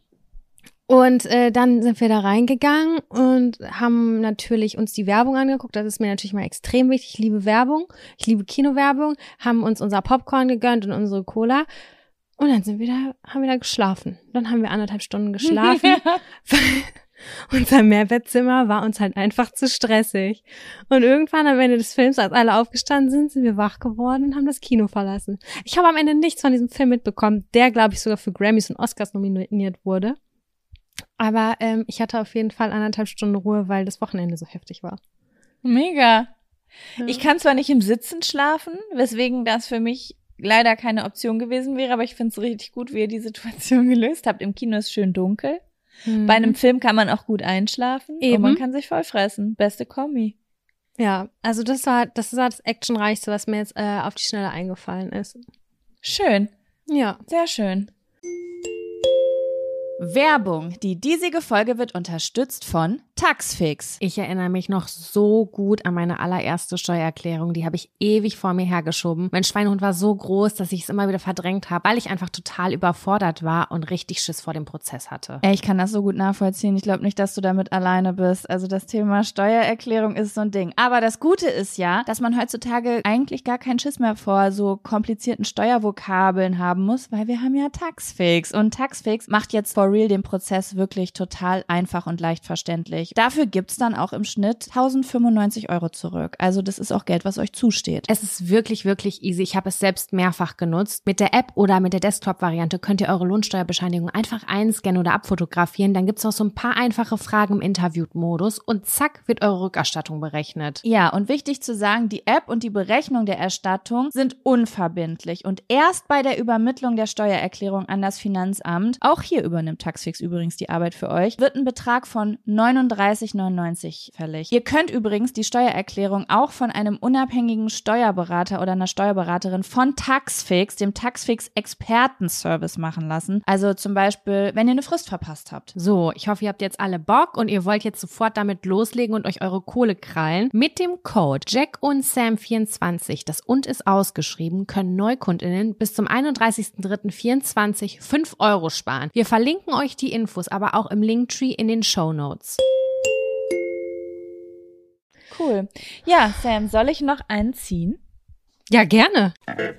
Und äh, dann sind wir da reingegangen und haben natürlich uns die Werbung angeguckt. Das ist mir natürlich mal extrem wichtig. Ich liebe Werbung, ich liebe Kinowerbung. Haben uns unser Popcorn gegönnt und unsere Cola. Und dann sind wir da, haben wir da geschlafen. Dann haben wir anderthalb Stunden geschlafen. Unser Mehrbettzimmer war uns halt einfach zu stressig. Und irgendwann am Ende des Films, als alle aufgestanden sind, sind wir wach geworden und haben das Kino verlassen. Ich habe am Ende nichts von diesem Film mitbekommen, der, glaube ich, sogar für Grammys und Oscars nominiert wurde. Aber ähm, ich hatte auf jeden Fall anderthalb Stunden Ruhe, weil das Wochenende so heftig war. Mega. Ja. Ich kann zwar nicht im Sitzen schlafen, weswegen das für mich leider keine Option gewesen wäre, aber ich finde es richtig gut, wie ihr die Situation gelöst habt. Im Kino ist schön dunkel. Mhm. Bei einem Film kann man auch gut einschlafen. Eben. Und man kann sich voll fressen. Beste Kombi. Ja, also das war das war das Actionreichste, was mir jetzt äh, auf die Schnelle eingefallen ist. Schön. Ja. Sehr schön. Werbung. Die diesige Folge wird unterstützt von Taxfix. Ich erinnere mich noch so gut an meine allererste Steuererklärung. Die habe ich ewig vor mir hergeschoben. Mein Schweinehund war so groß, dass ich es immer wieder verdrängt habe, weil ich einfach total überfordert war und richtig Schiss vor dem Prozess hatte. Ey, ich kann das so gut nachvollziehen. Ich glaube nicht, dass du damit alleine bist. Also das Thema Steuererklärung ist so ein Ding. Aber das Gute ist ja, dass man heutzutage eigentlich gar keinen Schiss mehr vor so komplizierten Steuervokabeln haben muss, weil wir haben ja Taxfix. Und Taxfix macht jetzt for real den Prozess wirklich total einfach und leicht verständlich. Dafür gibt's dann auch im Schnitt tausendfünfundneunzig Euro zurück. Also das ist auch Geld, was euch zusteht. Es ist wirklich, wirklich easy. Ich habe es selbst mehrfach genutzt. Mit der App oder mit der Desktop-Variante könnt ihr eure Lohnsteuerbescheinigung einfach einscannen oder abfotografieren. Dann gibt's auch so ein paar einfache Fragen im Interview-Modus und zack, wird eure Rückerstattung berechnet. Ja, und wichtig zu sagen, die App und die Berechnung der Erstattung sind unverbindlich. Und erst bei der Übermittlung der Steuererklärung an das Finanzamt, auch hier übernimmt Taxfix übrigens die Arbeit für euch, wird ein Betrag von neununddreißig neunundneunzig fällig. Ihr könnt übrigens die Steuererklärung auch von einem unabhängigen Steuerberater oder einer Steuerberaterin von Taxfix, dem Taxfix Expertenservice machen lassen. Also zum Beispiel, wenn ihr eine Frist verpasst habt. So, ich hoffe, ihr habt jetzt alle Bock und ihr wollt jetzt sofort damit loslegen und euch eure Kohle krallen. Mit dem Code Jack und Sam vierundzwanzig, das und ist ausgeschrieben, können NeukundInnen bis zum einunddreißigsten dritten vierundzwanzig fünf Euro sparen. Wir verlinken euch die Infos aber auch im Linktree in den Shownotes. Cool. Ja, Sam, soll ich noch einen ziehen? Ja, gerne.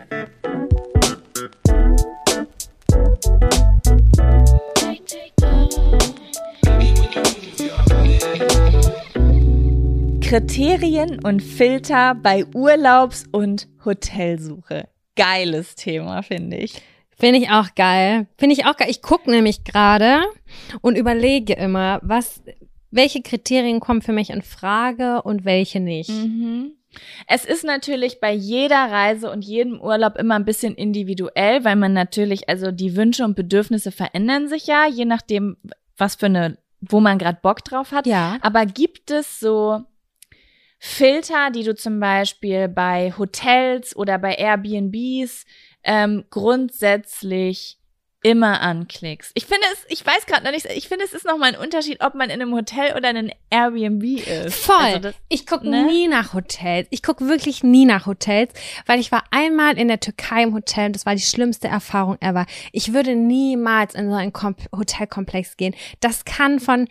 Kriterien und Filter bei Urlaubs- und Hotelsuche. Geiles Thema, finde ich. Finde ich auch geil. Finde ich auch geil. Ich gucke nämlich gerade und überlege immer, was, welche Kriterien kommen für mich in Frage und welche nicht. Mhm. Es ist natürlich bei jeder Reise und jedem Urlaub immer ein bisschen individuell, weil man natürlich, also die Wünsche und Bedürfnisse verändern sich ja, je nachdem, was für eine, wo man gerade Bock drauf hat. Ja. Aber gibt es so Filter, die du zum Beispiel bei Hotels oder bei Airbnbs ähm, grundsätzlich immer anklickst? Ich finde es, ich weiß gerade noch nicht, ich finde es ist nochmal ein Unterschied, ob man in einem Hotel oder in einem Airbnb ist. Voll. Also das, ich gucke ne? nie nach Hotels. Ich gucke wirklich nie nach Hotels, weil ich war einmal in der Türkei im Hotel und das war die schlimmste Erfahrung ever. Ich würde niemals in so einen Kom- Hotelkomplex gehen. Das kann von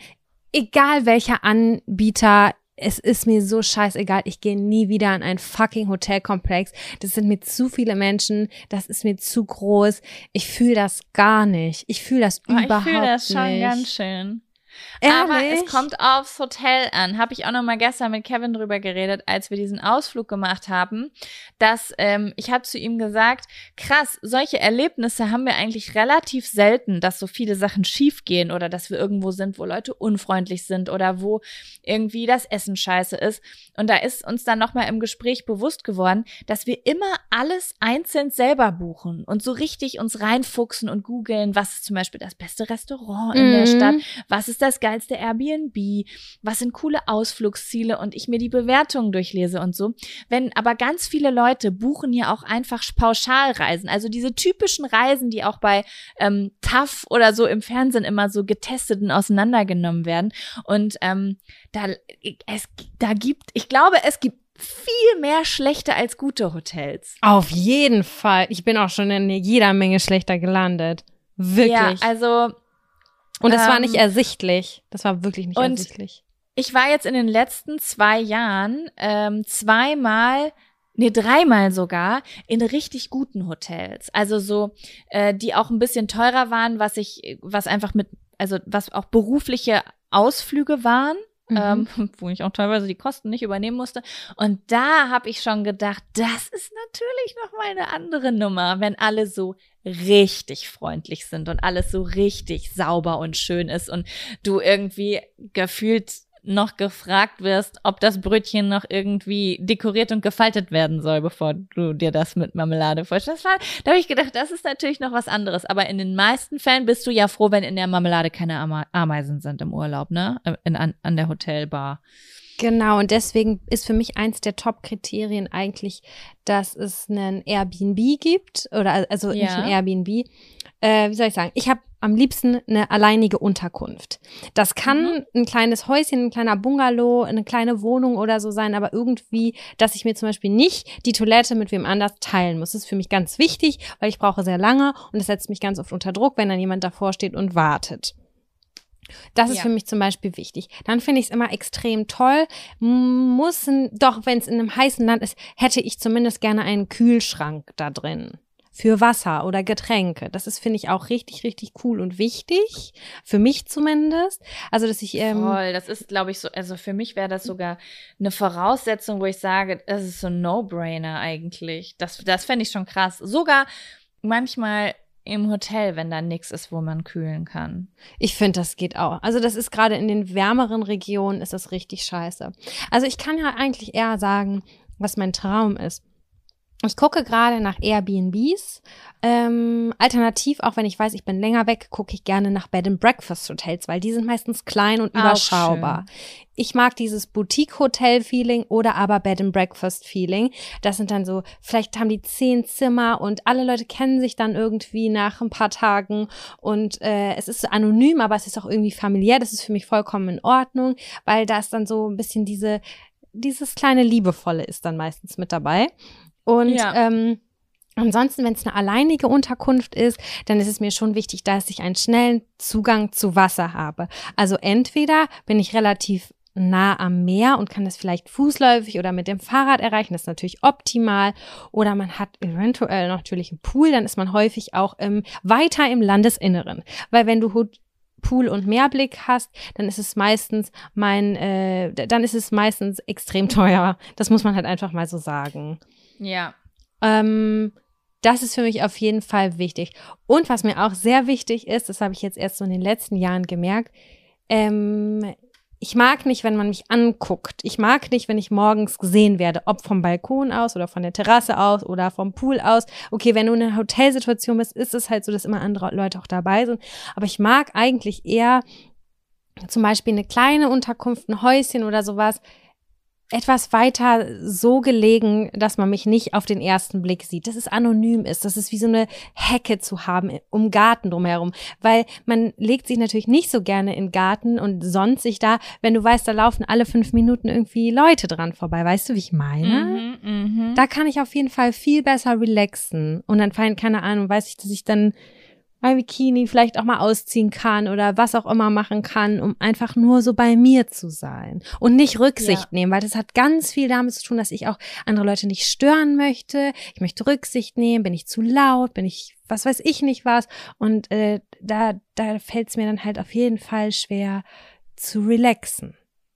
egal welcher Anbieter, es ist mir so scheißegal, ich gehe nie wieder an einen fucking Hotelkomplex. Das sind mir zu viele Menschen, das ist mir zu groß. Ich fühle das gar nicht. Ich fühle das oh, überhaupt nicht. Ich fühle das schon nicht. Ganz schön. Ehrlich? Aber es kommt aufs Hotel an. Habe ich auch noch mal gestern mit Kevin drüber geredet, als wir diesen Ausflug gemacht haben, dass ähm, ich habe zu ihm gesagt, krass, solche Erlebnisse haben wir eigentlich relativ selten, dass so viele Sachen schief gehen oder dass wir irgendwo sind, wo Leute unfreundlich sind oder wo irgendwie das Essen scheiße ist. Und da ist uns dann noch mal im Gespräch bewusst geworden, dass wir immer alles einzeln selber buchen und so richtig uns reinfuchsen und googeln, was ist zum Beispiel das beste Restaurant in Mhm. der Stadt, was ist das geilste Airbnb, was sind coole Ausflugsziele und ich mir die Bewertungen durchlese und so. Wenn aber ganz viele Leute buchen ja auch einfach Pauschalreisen, also diese typischen Reisen, die auch bei ähm, T A F oder so im Fernsehen immer so getestet und auseinandergenommen werden. Und ähm, da es da gibt, ich glaube, es gibt viel mehr schlechte als gute Hotels. Auf jeden Fall. Ich bin auch schon in jeder Menge schlechter gelandet. Wirklich. Ja, also und das ähm, war nicht ersichtlich. Das war wirklich nicht und ersichtlich. Ich war jetzt in den letzten zwei Jahren ähm, zweimal, nee, dreimal sogar in richtig guten Hotels. Also so, äh, die auch ein bisschen teurer waren, was ich, was einfach mit, also was auch berufliche Ausflüge waren. Mhm. Ähm, wo ich auch teilweise die Kosten nicht übernehmen musste. Und da habe ich schon gedacht, das ist natürlich noch mal eine andere Nummer, wenn alle so richtig freundlich sind und alles so richtig sauber und schön ist und du irgendwie gefühlt noch gefragt wirst, ob das Brötchen noch irgendwie dekoriert und gefaltet werden soll, bevor du dir das mit Marmelade vorstellst. Da habe ich gedacht, das ist natürlich noch was anderes. Aber in den meisten Fällen bist du ja froh, wenn in der Marmelade keine Ama- Ameisen sind im Urlaub, ne? In, an, an der Hotelbar. Genau, und deswegen ist für mich eins der Top-Kriterien eigentlich, dass es einen Airbnb gibt, oder also Ja. nicht ein Airbnb, äh, wie soll ich sagen, ich habe am liebsten eine alleinige Unterkunft. Das kann Mhm. ein kleines Häuschen, ein kleiner Bungalow, eine kleine Wohnung oder so sein, aber irgendwie, dass ich mir zum Beispiel nicht die Toilette mit wem anders teilen muss. Das ist für mich ganz wichtig, weil ich brauche sehr lange und das setzt mich ganz oft unter Druck, wenn dann jemand davor steht und wartet. Das ist Ja. für mich zum Beispiel wichtig. Dann finde ich es immer extrem toll. Muss, ein- doch, wenn es in einem heißen Land ist, hätte ich zumindest gerne einen Kühlschrank da drin. Für Wasser oder Getränke. Das ist, finde ich, auch richtig, richtig cool und wichtig. Für mich zumindest. Also, dass ich, ähm, Voll, das ist, glaube ich, so, also für mich wäre das sogar eine Voraussetzung, wo ich sage, das ist so ein No-Brainer eigentlich. Das, das fände ich schon krass. Sogar manchmal im Hotel, wenn da nichts ist, wo man kühlen kann. Ich finde, das geht auch. Also das ist gerade in den wärmeren Regionen ist das richtig scheiße. Also ich kann ja eigentlich eher sagen, was mein Traum ist. Ich gucke gerade nach Airbnbs. Ähm, alternativ, auch wenn ich weiß, ich bin länger weg, gucke ich gerne nach Bed-and-Breakfast-Hotels, weil die sind meistens klein und Auch überschaubar. Ich mag dieses Boutique-Hotel-Feeling oder aber Bed-and-Breakfast-Feeling. Das sind dann so, vielleicht haben die zehn Zimmer und alle Leute kennen sich dann irgendwie nach ein paar Tagen und äh, es ist anonym, aber es ist auch irgendwie familiär. Das ist für mich vollkommen in Ordnung, weil da ist dann so ein bisschen diese, dieses kleine Liebevolle ist dann meistens mit dabei. Und Ja. ähm, ansonsten, wenn es eine alleinige Unterkunft ist, dann ist es mir schon wichtig, dass ich einen schnellen Zugang zu Wasser habe. Also entweder bin ich relativ nah am Meer und kann das vielleicht fußläufig oder mit dem Fahrrad erreichen, das ist natürlich optimal. Oder man hat eventuell natürlich einen Pool, dann ist man häufig auch ähm, weiter im Landesinneren. Weil wenn du Hut Pool- und Meerblick hast, dann ist es meistens mein, äh, dann ist es meistens extrem teuer. Das muss man halt einfach mal so sagen. Ja. Ähm, das ist für mich auf jeden Fall wichtig. Und was mir auch sehr wichtig ist, das habe ich jetzt erst so in den letzten Jahren gemerkt, ähm, ich mag nicht, wenn man mich anguckt. Ich mag nicht, wenn ich morgens gesehen werde, ob vom Balkon aus oder von der Terrasse aus oder vom Pool aus. Okay, wenn du in einer Hotelsituation bist, ist es halt so, dass immer andere Leute auch dabei sind. Aber ich mag eigentlich eher zum Beispiel eine kleine Unterkunft, ein Häuschen oder sowas, etwas weiter so gelegen, dass man mich nicht auf den ersten Blick sieht, dass es anonym ist, dass es wie so eine Hecke zu haben um Garten drumherum, weil man legt sich natürlich nicht so gerne in den Garten und sonnt sich da, wenn du weißt, da laufen alle fünf Minuten irgendwie Leute dran vorbei, weißt du, wie ich meine? Mhm, mhm. Da kann ich auf jeden Fall viel besser relaxen und dann fallen, keine Ahnung, weiß ich, dass ich dann mein Bikini vielleicht auch mal ausziehen kann oder was auch immer machen kann, um einfach nur so bei mir zu sein und nicht Rücksicht ja. nehmen, weil das hat ganz viel damit zu tun, dass ich auch andere Leute nicht stören möchte. Ich möchte Rücksicht nehmen, bin ich zu laut, bin ich, was weiß ich nicht was. Und äh, da, da fällt es mir dann halt auf jeden Fall schwer zu relaxen.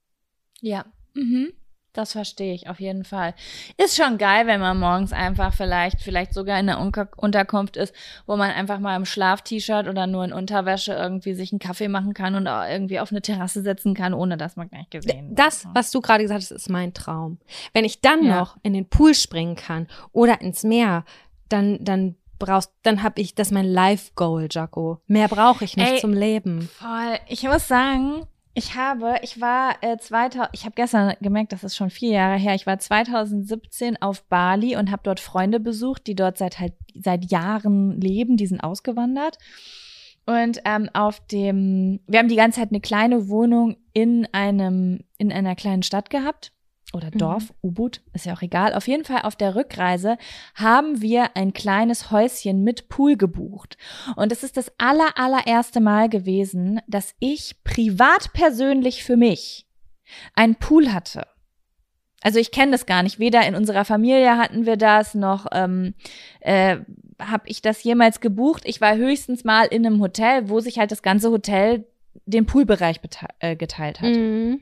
Ja, mhm. Das verstehe ich auf jeden Fall. Ist schon geil, wenn man morgens einfach vielleicht, vielleicht sogar in einer Un- Unterkunft ist, wo man einfach mal im Schlaf-T-Shirt oder nur in Unterwäsche irgendwie sich einen Kaffee machen kann und auch irgendwie auf eine Terrasse setzen kann, ohne dass man gleich gesehen wird. Das, was du gerade gesagt hast, ist mein Traum. Wenn ich dann ja. noch in den Pool springen kann oder ins Meer, dann, dann brauchst, dann habe ich, das ist mein Life-Goal, Jaco. Mehr brauche ich nicht Ey, zum Leben. Voll. Ich muss sagen, Ich habe, ich war äh, zweitausend, ich habe gestern gemerkt, das ist schon vier Jahre her, ich war zweitausendsiebzehn auf Bali und habe dort Freunde besucht, die dort seit halt seit Jahren leben, die sind ausgewandert. Und ähm, auf dem, wir haben die ganze Zeit eine kleine Wohnung in einem, in einer kleinen Stadt gehabt. Oder Dorf, mhm. Ubud, ist ja auch egal. Auf jeden Fall auf der Rückreise haben wir ein kleines Häuschen mit Pool gebucht. Und es ist das aller, allererste Mal gewesen, dass ich privat persönlich für mich einen Pool hatte. Also ich kenne das gar nicht. Weder in unserer Familie hatten wir das, noch ähm, äh, habe ich das jemals gebucht. Ich war höchstens mal in einem Hotel, wo sich halt das ganze Hotel den Poolbereich bete- äh, geteilt hat. Mhm.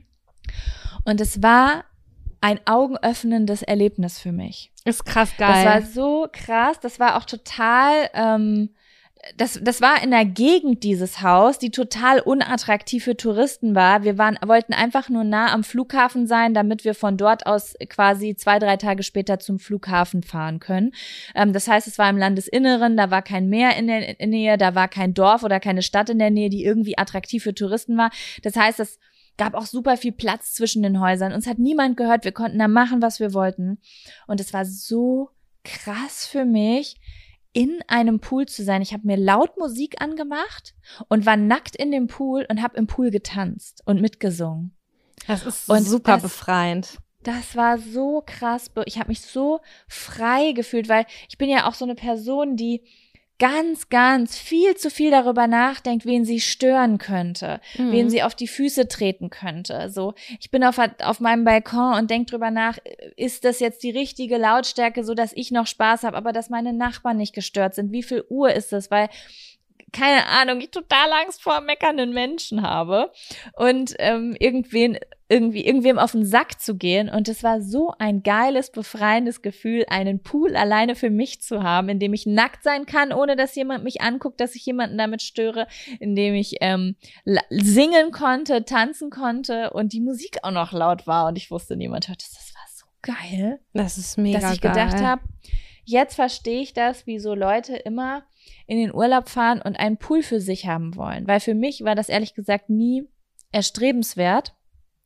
Und es war ein augenöffnendes Erlebnis für mich. Ist krass geil. Das war so krass, das war auch total, ähm, das, das war in der Gegend dieses Haus, die total unattraktiv für Touristen war. Wir waren, wollten einfach nur nah am Flughafen sein, damit wir von dort aus quasi zwei, drei Tage später zum Flughafen fahren können. Ähm, das heißt, es war im Landesinneren, da war kein Meer in der Nähe, da war kein Dorf oder keine Stadt in der Nähe, die irgendwie attraktiv für Touristen war. Das heißt, das gab auch super viel Platz zwischen den Häusern. Uns hat niemand gehört. Wir konnten da machen, was wir wollten. Und es war so krass für mich, in einem Pool zu sein. Ich habe mir laut Musik angemacht und war nackt in dem Pool und habe im Pool getanzt und mitgesungen. Das ist und super das, befreiend. Das war so krass. Ich habe mich so frei gefühlt, weil ich bin ja auch so eine Person, die ganz, ganz viel zu viel darüber nachdenkt, wen sie stören könnte, mhm. wen sie auf die Füße treten könnte. So, ich bin auf, auf meinem Balkon und denke drüber nach, ist das jetzt die richtige Lautstärke, so dass ich noch Spaß habe, aber dass meine Nachbarn nicht gestört sind? Wie viel Uhr ist das? Weil, keine Ahnung, ich total Angst vor meckernden Menschen habe und ähm, irgendwen irgendwie irgendwem auf den Sack zu gehen. Und es war so ein geiles, befreiendes Gefühl, einen Pool alleine für mich zu haben, in dem ich nackt sein kann, ohne dass jemand mich anguckt, dass ich jemanden damit störe, in dem ich ähm, singen konnte, tanzen konnte und die Musik auch noch laut war und ich wusste, niemand hört es. Das war so geil. Das ist mega geil. Dass ich gedacht habe, jetzt verstehe ich das, wie so Leute immer in den Urlaub fahren und einen Pool für sich haben wollen. Weil für mich war das ehrlich gesagt nie erstrebenswert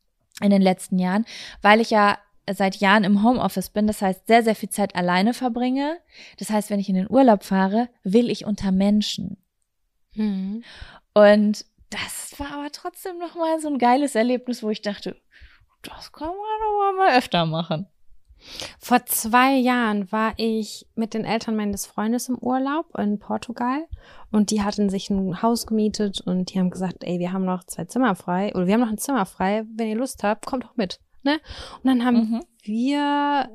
in den letzten Jahren, weil ich ja seit Jahren im Homeoffice bin, das heißt sehr, sehr viel Zeit alleine verbringe. Das heißt, wenn ich in den Urlaub fahre, will ich unter Menschen. Mhm. Und das war aber trotzdem nochmal so ein geiles Erlebnis, wo ich dachte, das kann man aber mal öfter machen. Vor zwei Jahren war ich mit den Eltern meines Freundes im Urlaub in Portugal und die hatten sich ein Haus gemietet und die haben gesagt, ey, wir haben noch zwei Zimmer frei oder wir haben noch ein Zimmer frei, wenn ihr Lust habt, kommt doch mit, ne? Und dann haben mhm. wir,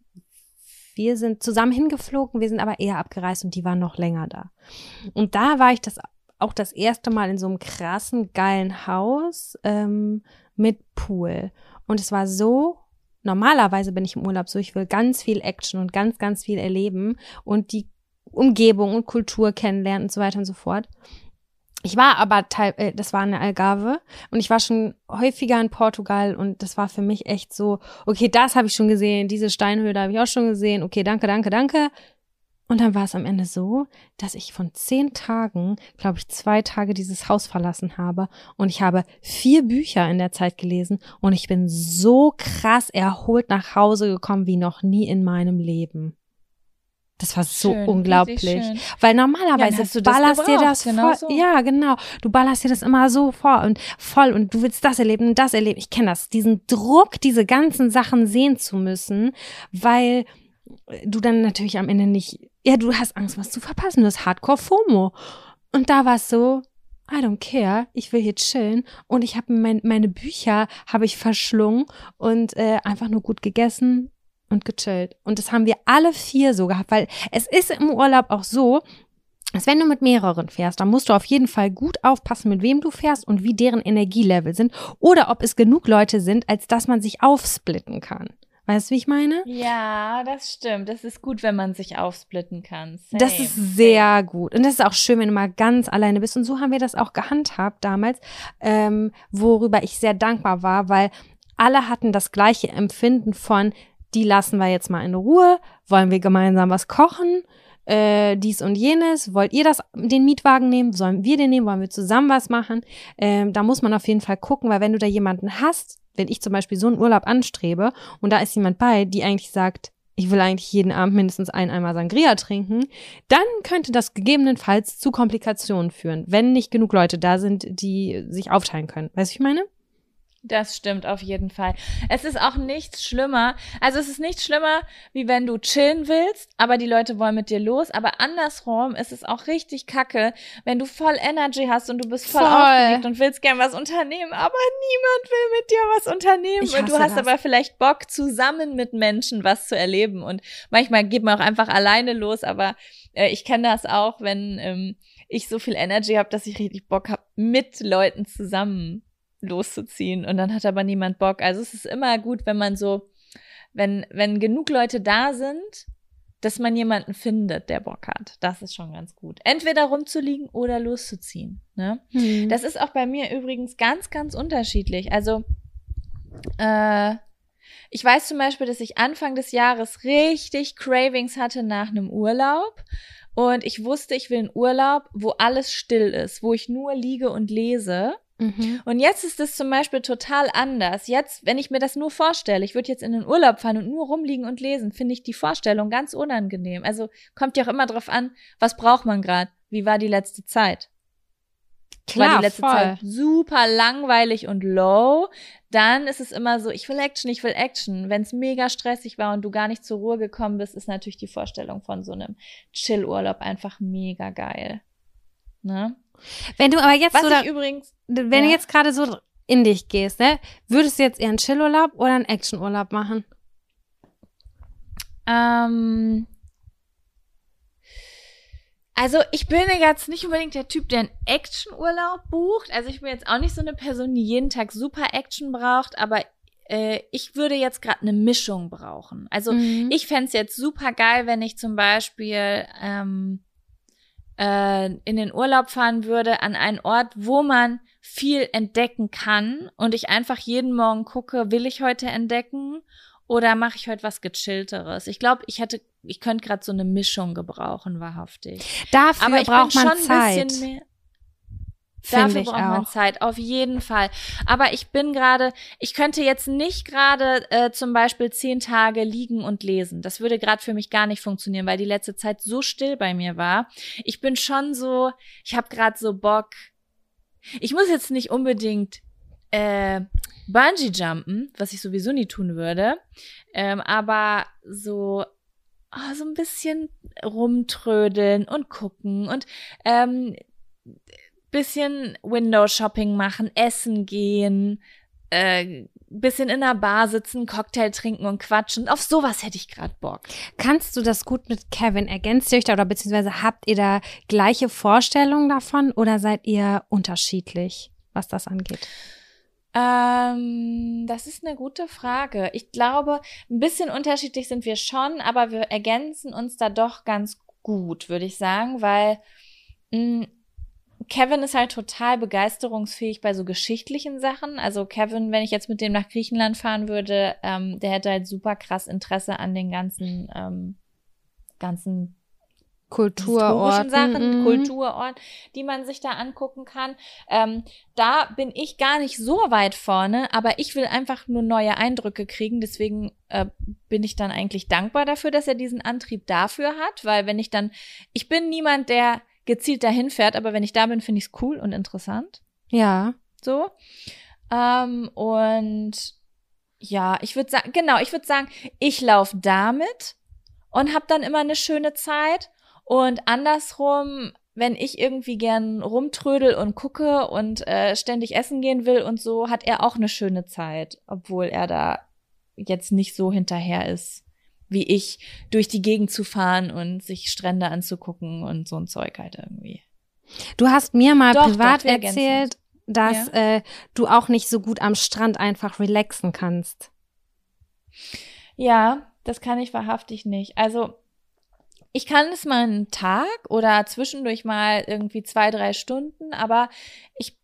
wir sind zusammen hingeflogen, wir sind aber eher abgereist und die waren noch länger da. Und da war ich das auch das erste Mal in so einem krassen, geilen Haus ähm, mit Pool und es war so. Normalerweise bin ich im Urlaub so, ich will ganz viel Action und ganz, ganz viel erleben und die Umgebung und Kultur kennenlernen und so weiter und so fort. Ich war aber, teil, äh, das war eine Algarve und ich war schon häufiger in Portugal und das war für mich echt so, okay, das habe ich schon gesehen, diese Steinhöhle habe ich auch schon gesehen, okay, danke, danke, danke. Und dann war es am Ende so, dass ich von zehn Tagen, glaube ich, zwei Tage dieses Haus verlassen habe und ich habe vier Bücher in der Zeit gelesen und ich bin so krass erholt nach Hause gekommen wie noch nie in meinem Leben. Das war so schön, unglaublich, schön. Weil normalerweise ja, du ballerst dir das genau voll, so. Ja, genau, du ballerst dir das immer so vor und voll und du willst das erleben und das erleben. Ich kenne das, diesen Druck, diese ganzen Sachen sehen zu müssen, weil du dann natürlich am Ende nicht, ja, du hast Angst, was zu verpassen, du hast Hardcore-FOMO. Und da war es so, I don't care, ich will hier chillen und ich habe mein, meine Bücher habe ich verschlungen und äh, einfach nur gut gegessen und gechillt. Und das haben wir alle vier so gehabt, weil es ist im Urlaub auch so, dass wenn du mit mehreren fährst, dann musst du auf jeden Fall gut aufpassen, mit wem du fährst und wie deren Energielevel sind oder ob es genug Leute sind, als dass man sich aufsplitten kann. Weißt du, wie ich meine? Ja, das stimmt. Das ist gut, wenn man sich aufsplitten kann. Same. Das ist sehr gut. Und das ist auch schön, wenn du mal ganz alleine bist. Und so haben wir das auch gehandhabt damals, ähm, worüber ich sehr dankbar war, weil alle hatten das gleiche Empfinden von, die lassen wir jetzt mal in Ruhe, wollen wir gemeinsam was kochen, äh, dies und jenes, wollt ihr das, den Mietwagen nehmen, sollen wir den nehmen, wollen wir zusammen was machen? Ähm, da muss man auf jeden Fall gucken, weil wenn du da jemanden hast, wenn ich zum Beispiel so einen Urlaub anstrebe und da ist jemand bei, die eigentlich sagt, ich will eigentlich jeden Abend mindestens ein Eimer Sangria trinken, dann könnte das gegebenenfalls zu Komplikationen führen, wenn nicht genug Leute da sind, die sich aufteilen können. Weißt du, wie ich meine? Das stimmt auf jeden Fall. Es ist auch nichts schlimmer. Also es ist nichts schlimmer, wie wenn du chillen willst, aber die Leute wollen mit dir los. Aber andersrum ist es auch richtig kacke, wenn du voll Energy hast und du bist voll, voll. aufgeregt und willst gern was unternehmen, aber niemand will mit dir was unternehmen. Und du hast das. aber vielleicht Bock, zusammen mit Menschen was zu erleben. Und manchmal geht man auch einfach alleine los, aber äh, ich kenne das auch, wenn ähm, ich so viel Energy habe, dass ich richtig Bock habe, mit Leuten zusammen loszuziehen und dann hat aber niemand Bock. Also es ist immer gut, wenn man so, wenn, wenn genug Leute da sind, dass man jemanden findet, der Bock hat. Das ist schon ganz gut. Entweder rumzuliegen oder loszuziehen. Ne? Mhm. Das ist auch bei mir übrigens ganz, ganz unterschiedlich. Also äh, ich weiß zum Beispiel, dass ich Anfang des Jahres richtig Cravings hatte nach einem Urlaub. Und ich wusste, ich will einen Urlaub, wo alles still ist, wo ich nur liege und lese. Mhm. Und jetzt ist es zum Beispiel total anders. Jetzt, wenn ich mir das nur vorstelle, ich würde jetzt in den Urlaub fahren und nur rumliegen und lesen, finde ich die Vorstellung ganz unangenehm. Also kommt ja auch immer drauf an, was braucht man gerade? Wie war die letzte Zeit? Klar, war die letzte voll. Zeit super langweilig und low, dann ist es immer so, ich will Action, ich will Action. Wenn es mega stressig war und du gar nicht zur Ruhe gekommen bist, ist natürlich die Vorstellung von so einem Chill-Urlaub einfach mega geil. Ne? Wenn du aber jetzt Was so ich da, übrigens, wenn ja? du jetzt gerade so in dich gehst, ne, würdest du jetzt eher einen Chillurlaub oder einen Actionurlaub machen? Ähm, also ich bin jetzt nicht unbedingt der Typ, der einen Actionurlaub bucht. Also ich bin jetzt auch nicht so eine Person, die jeden Tag super Action braucht, aber äh, ich würde jetzt gerade eine Mischung brauchen. Also mhm. ich fände es jetzt super geil, wenn ich zum Beispiel ähm, in den Urlaub fahren würde, an einen Ort, wo man viel entdecken kann und ich einfach jeden Morgen gucke, will ich heute entdecken oder mache ich heute was Gechillteres? Ich glaube, ich hätte, ich könnte gerade so eine Mischung gebrauchen, wahrhaftig. Dafür Aber ich braucht bin man schon Zeit. Ein bisschen mehr Dafür braucht man Zeit, auf jeden Fall. Aber ich bin gerade, ich könnte jetzt nicht gerade äh, zum Beispiel zehn Tage liegen und lesen. Das würde gerade für mich gar nicht funktionieren, weil die letzte Zeit so still bei mir war. Ich bin schon so, ich habe gerade so Bock. Ich muss jetzt nicht unbedingt äh, Bungee jumpen, was ich sowieso nie tun würde, ähm, aber so oh, so ein bisschen rumtrödeln und gucken und ähm, bisschen Window-Shopping machen, essen gehen, äh, bisschen in der Bar sitzen, Cocktail trinken und quatschen. Auf sowas hätte ich gerade Bock. Kannst du das gut mit Kevin? Ergänzt ihr euch da oder beziehungsweise habt ihr da gleiche Vorstellungen davon oder seid ihr unterschiedlich, was das angeht? Ähm, das ist eine gute Frage. Ich glaube, ein bisschen unterschiedlich sind wir schon, aber wir ergänzen uns da doch ganz gut, würde ich sagen, weil mh, Kevin ist halt total begeisterungsfähig bei so geschichtlichen Sachen. Also Kevin, wenn ich jetzt mit dem nach Griechenland fahren würde, ähm, der hätte halt super krass Interesse an den ganzen, ähm, ganzen Kulturorten, Sachen, mhm. Kulturorten, die man sich da angucken kann. Ähm, da bin ich gar nicht so weit vorne, aber ich will einfach nur neue Eindrücke kriegen. Deswegen äh, bin ich dann eigentlich dankbar dafür, dass er diesen Antrieb dafür hat, weil wenn ich dann, ich bin niemand, der gezielt dahin fährt, aber wenn ich da bin, finde ich es cool und interessant. Ja. So. Ähm, und ja, ich würde sagen, genau, ich würde sagen, ich laufe damit und habe dann immer eine schöne Zeit. Und andersrum, wenn ich irgendwie gern rumtrödel und gucke und äh, ständig essen gehen will und so, hat er auch eine schöne Zeit, obwohl er da jetzt nicht so hinterher ist, wie ich, durch die Gegend zu fahren und sich Strände anzugucken und so ein Zeug halt irgendwie. Du hast mir mal Doch, privat doch, wir erzählt, dass Ja. äh, du auch nicht so gut am Strand einfach relaxen kannst. Ja, das kann ich wahrhaftig nicht. Also ich kann es mal einen Tag oder zwischendurch mal irgendwie zwei, drei Stunden, aber ich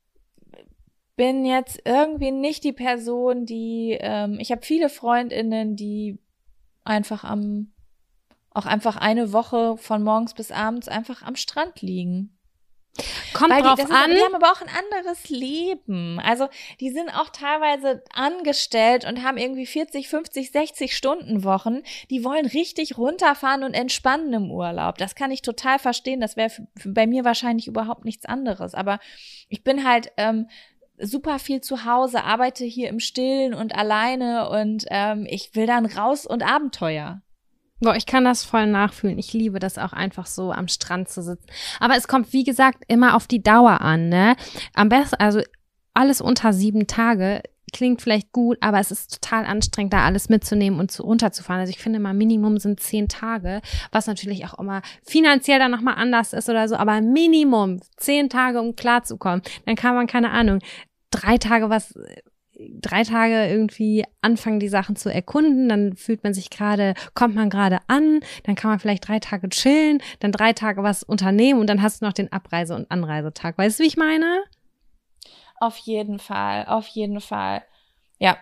bin jetzt irgendwie nicht die Person, die, ähm, ich habe viele FreundInnen, die einfach am, auch einfach eine Woche von morgens bis abends einfach am Strand liegen. Kommt Weil die, drauf das ist, an. die haben aber auch ein anderes Leben. Also die sind auch teilweise angestellt und haben irgendwie vierzig, fünfzig, sechzig Stunden Wochen. Die wollen richtig runterfahren und entspannen im Urlaub. Das kann ich total verstehen. Das wäre bei mir wahrscheinlich überhaupt nichts anderes. Aber ich bin halt ähm, super viel zu Hause, arbeite hier im Stillen und alleine und ähm, ich will dann raus und Abenteuer. Boah, ich kann das voll nachfühlen. Ich liebe das auch einfach so am Strand zu sitzen. Aber es kommt, wie gesagt, immer auf die Dauer an, ne? Am besten, also alles unter sieben Tage klingt vielleicht gut, aber es ist total anstrengend, da alles mitzunehmen und zu, runterzufahren. Also ich finde mal, Minimum sind zehn Tage, was natürlich auch immer finanziell dann nochmal anders ist oder so, aber Minimum zehn Tage, um klarzukommen. Dann kann man, keine Ahnung, drei Tage was... drei Tage irgendwie anfangen, die Sachen zu erkunden, dann fühlt man sich gerade, kommt man gerade an, dann kann man vielleicht drei Tage chillen, dann drei Tage was unternehmen und dann hast du noch den Abreise- und Anreisetag. Weißt du, wie ich meine? Auf jeden Fall, auf jeden Fall. Ja.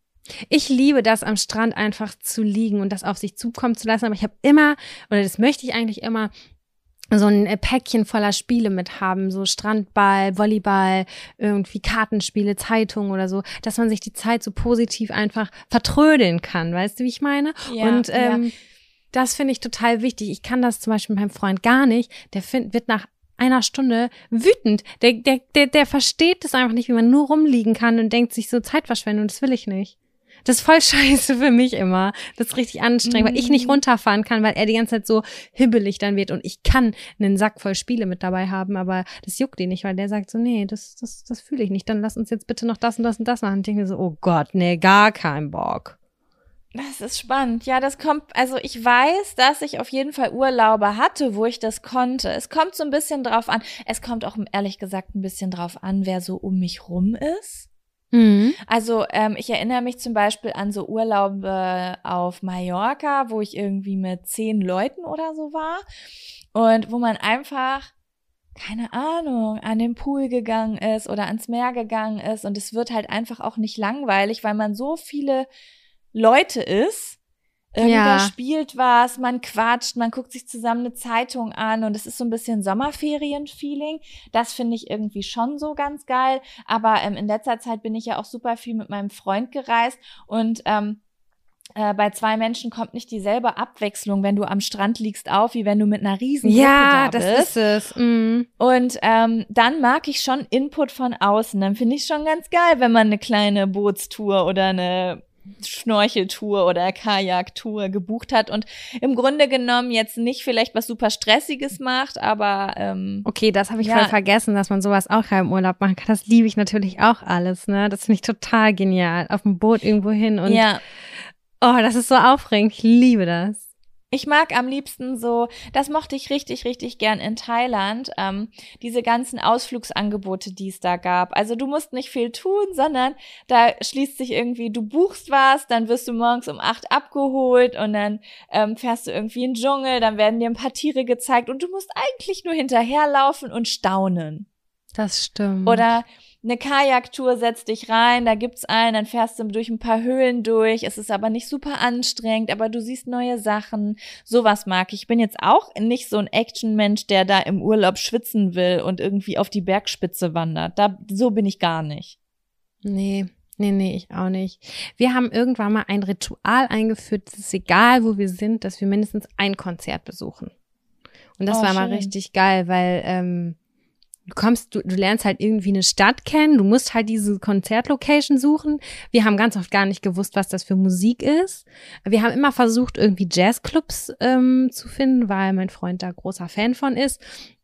Ich liebe das, am Strand einfach zu liegen und das auf sich zukommen zu lassen, aber ich habe immer, oder das möchte ich eigentlich immer, so ein Päckchen voller Spiele mit haben, so Strandball, Volleyball, irgendwie Kartenspiele, Zeitung oder so, dass man sich die Zeit so positiv einfach vertrödeln kann, weißt du, wie ich meine? Ja, und ähm, ja. das finde ich total wichtig. Ich kann das zum Beispiel mit meinem Freund gar nicht. Der find, wird nach einer Stunde wütend. Der, der, der, der versteht das einfach nicht, wie man nur rumliegen kann und denkt sich so Zeitverschwendung, das will ich nicht. Das ist voll scheiße für mich immer. Das ist richtig anstrengend, mm. weil ich nicht runterfahren kann, weil er die ganze Zeit so hibbelig dann wird und ich kann einen Sack voll Spiele mit dabei haben, aber das juckt ihn nicht, weil der sagt so, nee, das, das, das fühle ich nicht. Dann lass uns jetzt bitte noch das und das und das machen. Und ich denke mir so, oh Gott, nee, gar kein Bock. Das ist spannend. Ja, das kommt, also ich weiß, dass ich auf jeden Fall Urlaube hatte, wo ich das konnte. Es kommt so ein bisschen drauf an. Es kommt auch ehrlich gesagt ein bisschen drauf an, wer so um mich rum ist. Mhm. Also ähm, ich erinnere mich zum Beispiel an so Urlaube auf Mallorca, wo ich irgendwie mit zehn Leuten oder so war und wo man einfach, keine Ahnung, an den Pool gegangen ist oder ans Meer gegangen ist und es wird halt einfach auch nicht langweilig, weil man so viele Leute ist. Irgendwer Ja. spielt was, man quatscht, man guckt sich zusammen eine Zeitung an und es ist so ein bisschen Sommerferien-Feeling. Das finde ich irgendwie schon so ganz geil. Aber ähm, in letzter Zeit bin ich ja auch super viel mit meinem Freund gereist und ähm, äh, bei zwei Menschen kommt nicht dieselbe Abwechslung, wenn du am Strand liegst, auf, wie wenn du mit einer riesen Gruppe Ja, da das bist. ist es. Mhm. Und ähm, dann mag ich schon Input von außen. Dann finde ich schon ganz geil, wenn man eine kleine Bootstour oder eine Schnorcheltour oder Kajaktour gebucht hat und im Grunde genommen jetzt nicht vielleicht was super Stressiges macht, aber ähm, Okay, das habe ich ja. voll vergessen, dass man sowas auch im Urlaub machen kann. Das liebe ich natürlich auch alles, ne? Das finde ich total genial. Auf dem Boot irgendwo hin und ja. oh, das ist so aufregend. Ich liebe das. Ich mag am liebsten so, das mochte ich richtig, richtig gern in Thailand, ähm, diese ganzen Ausflugsangebote, die es da gab. Also du musst nicht viel tun, sondern da schließt sich irgendwie, du buchst was, dann wirst du morgens um acht abgeholt und dann ähm, fährst du irgendwie in den Dschungel, dann werden dir ein paar Tiere gezeigt und du musst eigentlich nur hinterherlaufen und staunen. Das stimmt. Oder eine Kajaktour, setzt dich rein, da gibt's einen, dann fährst du durch ein paar Höhlen durch, es ist aber nicht super anstrengend, aber du siehst neue Sachen, sowas mag ich. Ich bin jetzt auch nicht so ein Action-Mensch, der da im Urlaub schwitzen will und irgendwie auf die Bergspitze wandert, da, so bin ich gar nicht. Nee, nee, nee, ich auch nicht. Wir haben irgendwann mal ein Ritual eingeführt, es ist egal, wo wir sind, dass wir mindestens ein Konzert besuchen. Und das Oh, war mal schön. richtig geil, weil ähm, du kommst, du, du lernst halt irgendwie eine Stadt kennen, du musst halt diese Konzertlocation suchen. Wir haben ganz oft gar nicht gewusst, was das für Musik ist. Wir haben immer versucht, irgendwie Jazzclubs ähm, zu finden, weil mein Freund da großer Fan von ist.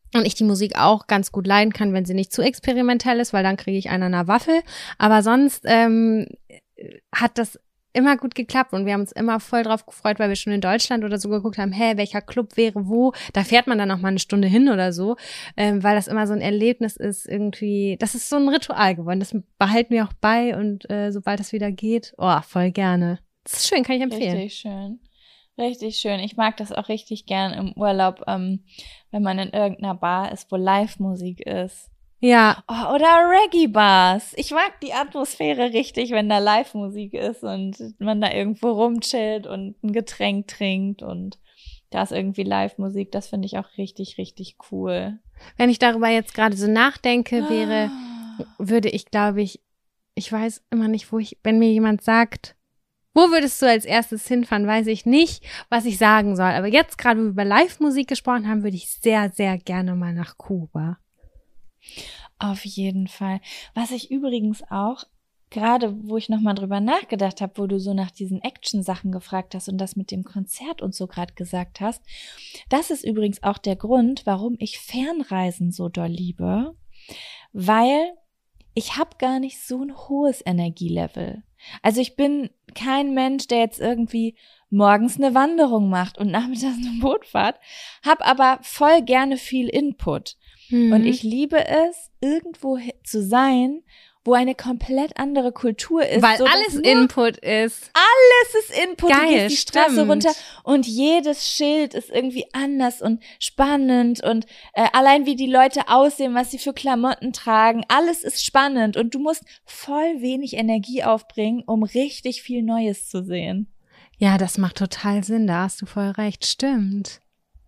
Und ich die Musik auch ganz gut leiden kann, wenn sie nicht zu experimentell ist, weil dann kriege ich einen an einer Waffel. Aber sonst ähm, hat das immer gut geklappt und wir haben uns immer voll drauf gefreut, weil wir schon in Deutschland oder so geguckt haben, hä, welcher Club wäre wo? Da fährt man dann auch mal eine Stunde hin oder so, ähm, weil das immer so ein Erlebnis ist irgendwie, das ist so ein Ritual geworden. Das behalten wir auch bei und äh, sobald das wieder geht, oh, voll gerne. Das ist schön, kann ich empfehlen. Richtig schön. Richtig schön. Ich mag das auch richtig gern im Urlaub, ähm, wenn man in irgendeiner Bar ist, wo Live-Musik ist. Ja. Oh, oder Reggae-Bars. Ich mag die Atmosphäre richtig, wenn da Live-Musik ist und man da irgendwo rumchillt und ein Getränk trinkt und da ist irgendwie Live-Musik. Das finde ich auch richtig, richtig cool. Wenn ich darüber jetzt gerade so nachdenke, wäre, würde ich, glaube ich, ich weiß immer nicht, wo ich, wenn mir jemand sagt, wo würdest du als erstes hinfahren, weiß ich nicht, was ich sagen soll. Aber jetzt gerade, wo wir über Live-Musik gesprochen haben, würde ich sehr, sehr gerne mal nach Kuba. Auf jeden Fall. Was ich übrigens auch, gerade wo ich nochmal drüber nachgedacht habe, wo du so nach diesen Action-Sachen gefragt hast und das mit dem Konzert und so gerade gesagt hast, das ist übrigens auch der Grund, warum ich Fernreisen so doll liebe, weil ich habe gar nicht so ein hohes Energielevel. Also ich bin kein Mensch, der jetzt irgendwie morgens eine Wanderung macht und nachmittags eine Bootfahrt, habe aber voll gerne viel Input. Mhm. Und ich liebe es, irgendwo zu sein, wo eine komplett andere Kultur ist. Weil alles Input ist. Alles ist Input. Geil, du gehst die Straße stimmt. runter und jedes Schild ist irgendwie anders und spannend und äh, allein wie die Leute aussehen, was sie für Klamotten tragen, alles ist spannend und du musst voll wenig Energie aufbringen, um richtig viel Neues zu sehen. Ja, das macht total Sinn, da hast du voll recht, stimmt.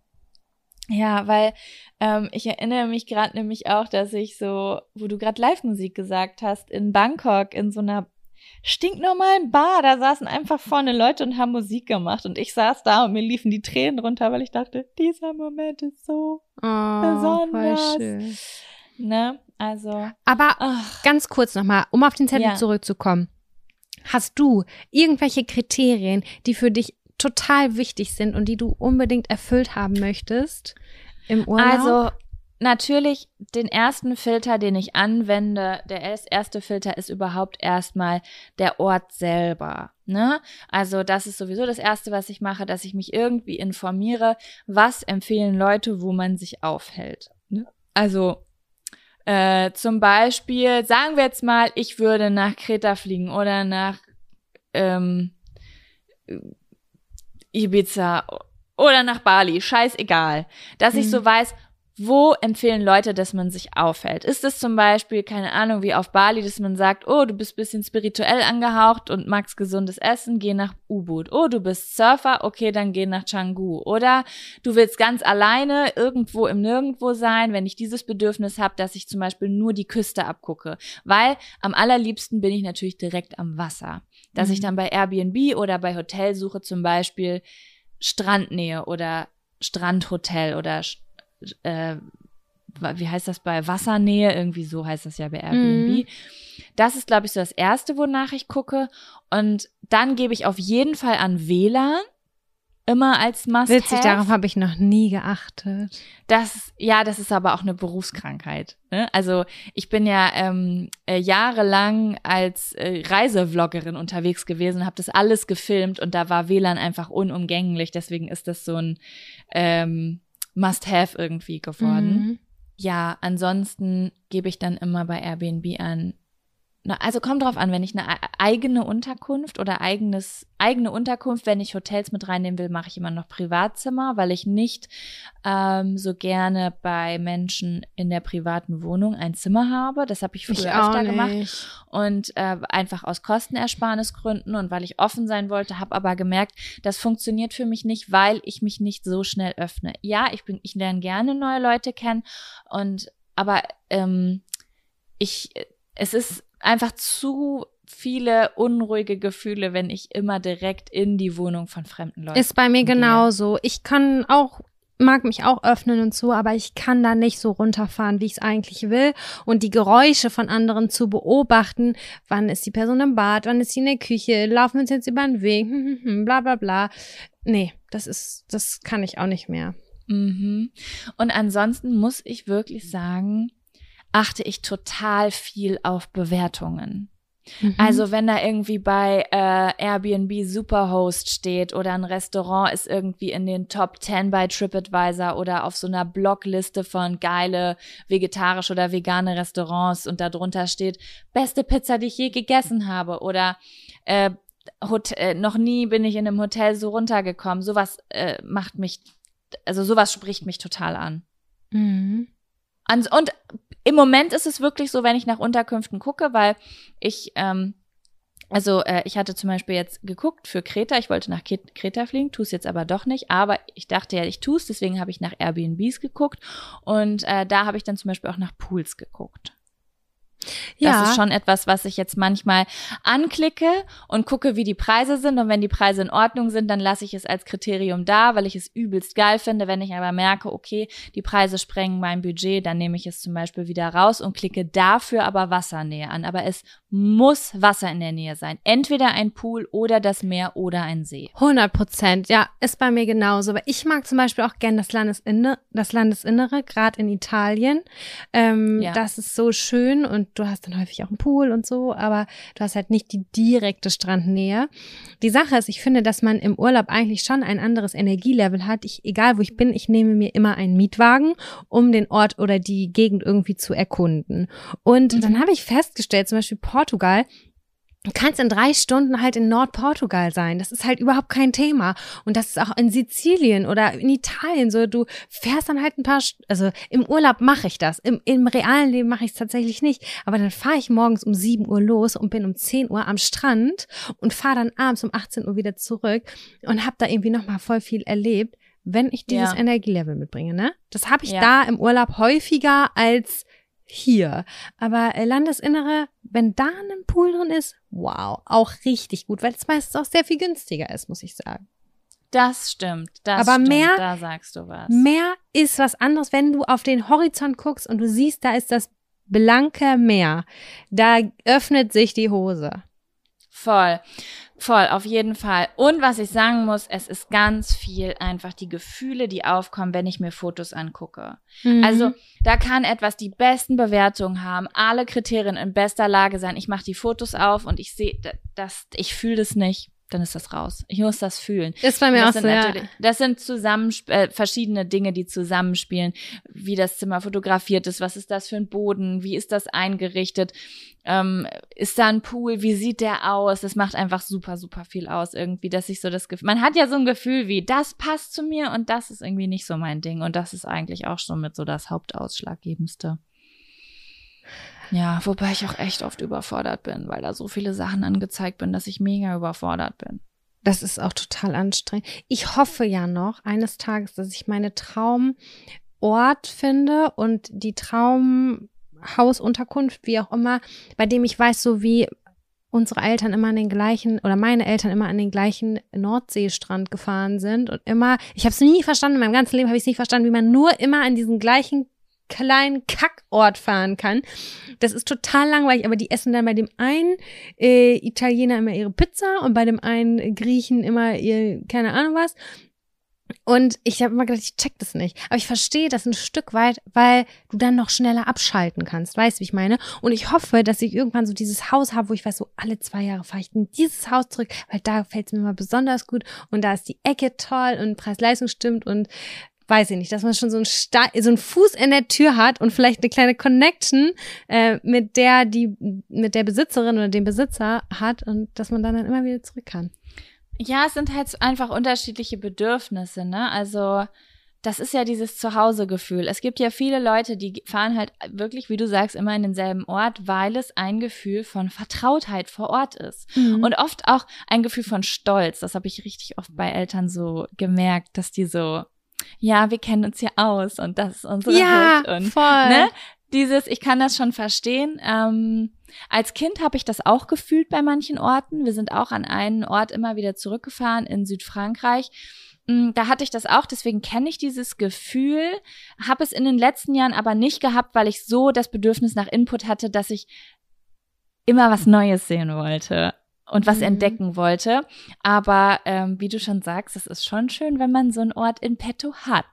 Ja, weil ähm, ich erinnere mich gerade nämlich auch, dass ich so, wo du gerade Live-Musik gesagt hast, in Bangkok in so einer stinknormalen Bar, da saßen einfach vorne Leute und haben Musik gemacht und ich saß da und mir liefen die Tränen runter, weil ich dachte, dieser Moment ist so oh, besonders. Voll schön. Ne, also. Aber ach. ganz kurz nochmal, um auf den Zettel Ja. zurückzukommen. Hast du irgendwelche Kriterien, die für dich total wichtig sind und die du unbedingt erfüllt haben möchtest im Urlaub? Also natürlich den ersten Filter, den ich anwende, der erste Filter ist überhaupt erstmal der Ort selber, ne? Also das ist sowieso das Erste, was ich mache, dass ich mich irgendwie informiere, was empfehlen Leute, wo man sich aufhält, ne? Also äh, zum Beispiel, sagen wir jetzt mal, ich würde nach Kreta fliegen oder nach ähm, Ibiza oder nach Bali, scheißegal, dass ich so weiß, wo empfehlen Leute, dass man sich aufhält. Ist es zum Beispiel, keine Ahnung, wie auf Bali, dass man sagt, oh, du bist ein bisschen spirituell angehaucht und magst gesundes Essen, geh nach Ubud. Oh, du bist Surfer, okay, dann geh nach Canggu. Oder du willst ganz alleine irgendwo im Nirgendwo sein, wenn ich dieses Bedürfnis habe, dass ich zum Beispiel nur die Küste abgucke. Weil am allerliebsten bin ich natürlich direkt am Wasser. Dass mhm. ich dann bei Airbnb oder bei Hotelsuche zum Beispiel Strandnähe oder Strandhotel oder äh, wie heißt das bei Wassernähe? Irgendwie so heißt das ja bei Airbnb. Mm. Das ist, glaube ich, so das Erste, wonach ich gucke. Und dann gebe ich auf jeden Fall an W L A N. Immer als Must-Have. Witzig, darauf habe ich noch nie geachtet. Das, ja, das ist aber auch eine Berufskrankheit. Ne? Also ich bin ja ähm, äh, jahrelang als äh, Reisevloggerin unterwegs gewesen, habe das alles gefilmt und da war W L A N einfach unumgänglich. Deswegen ist das so ein ähm, Must-Have irgendwie geworden. Mhm. Ja, ansonsten gebe ich dann immer bei Airbnb an. Also kommt drauf an, wenn ich eine eigene Unterkunft oder eigenes eigene Unterkunft, wenn ich Hotels mit reinnehmen will, mache ich immer noch Privatzimmer, weil ich nicht ähm, so gerne bei Menschen in der privaten Wohnung ein Zimmer habe. Das habe ich früher ich öfter gemacht und äh, einfach aus Kostenersparnisgründen und weil ich offen sein wollte, habe aber gemerkt, das funktioniert für mich nicht, weil ich mich nicht so schnell öffne. Ja, ich bin, ich lerne gerne neue Leute kennen und aber ähm, ich, es ist einfach zu viele unruhige Gefühle, wenn ich immer direkt in die Wohnung von fremden Leuten Ist bei mir gehe. genauso. Ich kann auch, mag mich auch öffnen und so, aber ich kann da nicht so runterfahren, wie ich es eigentlich will. Und die Geräusche von anderen zu beobachten, wann ist die Person im Bad, wann ist sie in der Küche, laufen wir uns jetzt über den Weg, bla bla bla. Nee, das ist, das kann ich auch nicht mehr. Mhm. Und ansonsten muss ich wirklich sagen, achte ich total viel auf Bewertungen. Mhm. Also wenn da irgendwie bei äh, Airbnb Superhost steht oder ein Restaurant ist irgendwie in den Top zehn bei TripAdvisor oder auf so einer Blogliste von geile vegetarische oder vegane Restaurants und da drunter steht, beste Pizza, die ich je gegessen habe oder äh, Hotel, noch nie bin ich in einem Hotel so runtergekommen. Sowas äh, macht mich, also sowas spricht mich total an. Mhm. Und, und im Moment ist es wirklich so, wenn ich nach Unterkünften gucke, weil ich, ähm, also äh, ich hatte zum Beispiel jetzt geguckt für Kreta, ich wollte nach Kreta fliegen, tue es jetzt aber doch nicht, aber ich dachte ja, ich tue es, deswegen habe ich nach Airbnbs geguckt und äh, da habe ich dann zum Beispiel auch nach Pools geguckt. Das Ja. ist schon etwas, was ich jetzt manchmal anklicke und gucke, wie die Preise sind. Und wenn die Preise in Ordnung sind, dann lasse ich es als Kriterium da, weil ich es übelst geil finde. Wenn ich aber merke, okay, die Preise sprengen mein Budget, dann nehme ich es zum Beispiel wieder raus und klicke dafür aber Wassernähe an. Aber es muss Wasser in der Nähe sein. Entweder ein Pool oder das Meer oder ein See. hundert Prozent, ja, ist bei mir genauso. Aber ich mag zum Beispiel auch gern das Landesinnere, das Landesinnere, gerade in Italien. Ähm, Ja. Das ist so schön und du hast dann häufig auch einen Pool und so, aber du hast halt nicht die direkte Strandnähe. Die Sache ist, ich finde, dass man im Urlaub eigentlich schon ein anderes Energielevel hat. Ich, egal wo ich bin, ich nehme mir immer einen Mietwagen, um den Ort oder die Gegend irgendwie zu erkunden. Und Mhm. dann habe ich festgestellt, zum Beispiel Portugal, du kannst in drei Stunden halt in Nordportugal sein. Das ist halt überhaupt kein Thema. Und das ist auch in Sizilien oder in Italien so. Du fährst dann halt ein paar, also im Urlaub mache ich das. Im, im realen Leben mache ich es tatsächlich nicht. Aber dann fahre ich morgens um sieben Uhr los und bin um zehn Uhr am Strand und fahre dann abends um achtzehn Uhr wieder zurück und habe da irgendwie nochmal voll viel erlebt, wenn ich dieses Ja. Energielevel mitbringe, ne? Das habe ich Ja. da im Urlaub häufiger als hier. Aber äh, Landesinnere, wenn da ein Pool drin ist, wow, auch richtig gut, weil es meistens auch sehr viel günstiger ist, muss ich sagen. Das stimmt, das Aber stimmt, mehr- da sagst du was. Meer ist was anderes, wenn du auf den Horizont guckst und du siehst, da ist das blanke Meer. Da öffnet sich die Hose. Voll, voll, auf jeden Fall. Und was ich sagen muss, es ist ganz viel einfach die Gefühle, die aufkommen, wenn ich mir Fotos angucke. Mhm. Also da kann etwas die besten Bewertungen haben, alle Kriterien in bester Lage sein. Ich mache die Fotos auf und ich sehe, das, ich fühle das nicht. Dann ist das raus. Ich muss das fühlen. Ist bei mir Und auch das so, sind ja. natürlich, das sind zusammen äh, verschiedene Dinge, die zusammenspielen, wie das Zimmer fotografiert ist, was ist das für ein Boden, wie ist das eingerichtet, ähm, ist da ein Pool, wie sieht der aus? Das macht einfach super, super viel aus irgendwie, dass ich so das Gefühl, man hat ja so ein Gefühl wie, das passt zu mir und das ist irgendwie nicht so mein Ding und das ist eigentlich auch schon mit so das Hauptausschlaggebendste. Ja, wobei ich auch echt oft überfordert bin, weil da so viele Sachen angezeigt bin, dass ich mega überfordert bin. Das ist auch total anstrengend. Ich hoffe ja noch eines Tages, dass ich meine Traumort finde und die Traumhausunterkunft, wie auch immer, bei dem ich weiß, so wie unsere Eltern immer an den gleichen oder meine Eltern immer an den gleichen Nordseestrand gefahren sind und immer, ich habe es nie verstanden, in meinem ganzen Leben habe ich es nicht verstanden, wie man nur immer an diesen gleichen kleinen Kackort fahren kann. Das ist total langweilig, aber die essen dann bei dem einen äh, Italiener immer ihre Pizza und bei dem einen Griechen immer ihr, keine Ahnung was. Und ich habe immer gedacht, ich check das nicht. Aber ich verstehe das ein Stück weit, weil du dann noch schneller abschalten kannst. Weißt du, wie ich meine? Und ich hoffe, dass ich irgendwann so dieses Haus habe, wo ich weiß, so alle zwei Jahre fahre ich in dieses Haus zurück, weil da fällt es mir mal besonders gut und da ist die Ecke toll und Preis-Leistung stimmt und weiß ich nicht, dass man schon so einen, Sta- so einen Fuß in der Tür hat und vielleicht eine kleine Connection äh, mit der die mit der Besitzerin oder dem Besitzer hat und dass man dann, dann immer wieder zurück kann. Ja, es sind halt einfach unterschiedliche Bedürfnisse, ne? Also das ist ja dieses Zuhausegefühl. Es gibt ja viele Leute, die fahren halt wirklich, wie du sagst, immer in denselben Ort, weil es ein Gefühl von Vertrautheit vor Ort ist. Mhm. Und oft auch ein Gefühl von Stolz. Das habe ich richtig oft bei Eltern so gemerkt, dass die so, ja, wir kennen uns hier aus und das ist unsere ja, Hut. Und, voll. ne? Dieses, ich kann das schon verstehen. Ähm, als Kind habe ich das auch gefühlt bei manchen Orten. Wir sind auch an einen Ort immer wieder zurückgefahren in Südfrankreich. Da hatte ich das auch, deswegen kenne ich dieses Gefühl, habe es in den letzten Jahren aber nicht gehabt, weil ich so das Bedürfnis nach Input hatte, dass ich immer was Neues sehen wollte und was Mhm. entdecken wollte. Aber ähm, wie du schon sagst, es ist schon schön, wenn man so einen Ort in petto hat.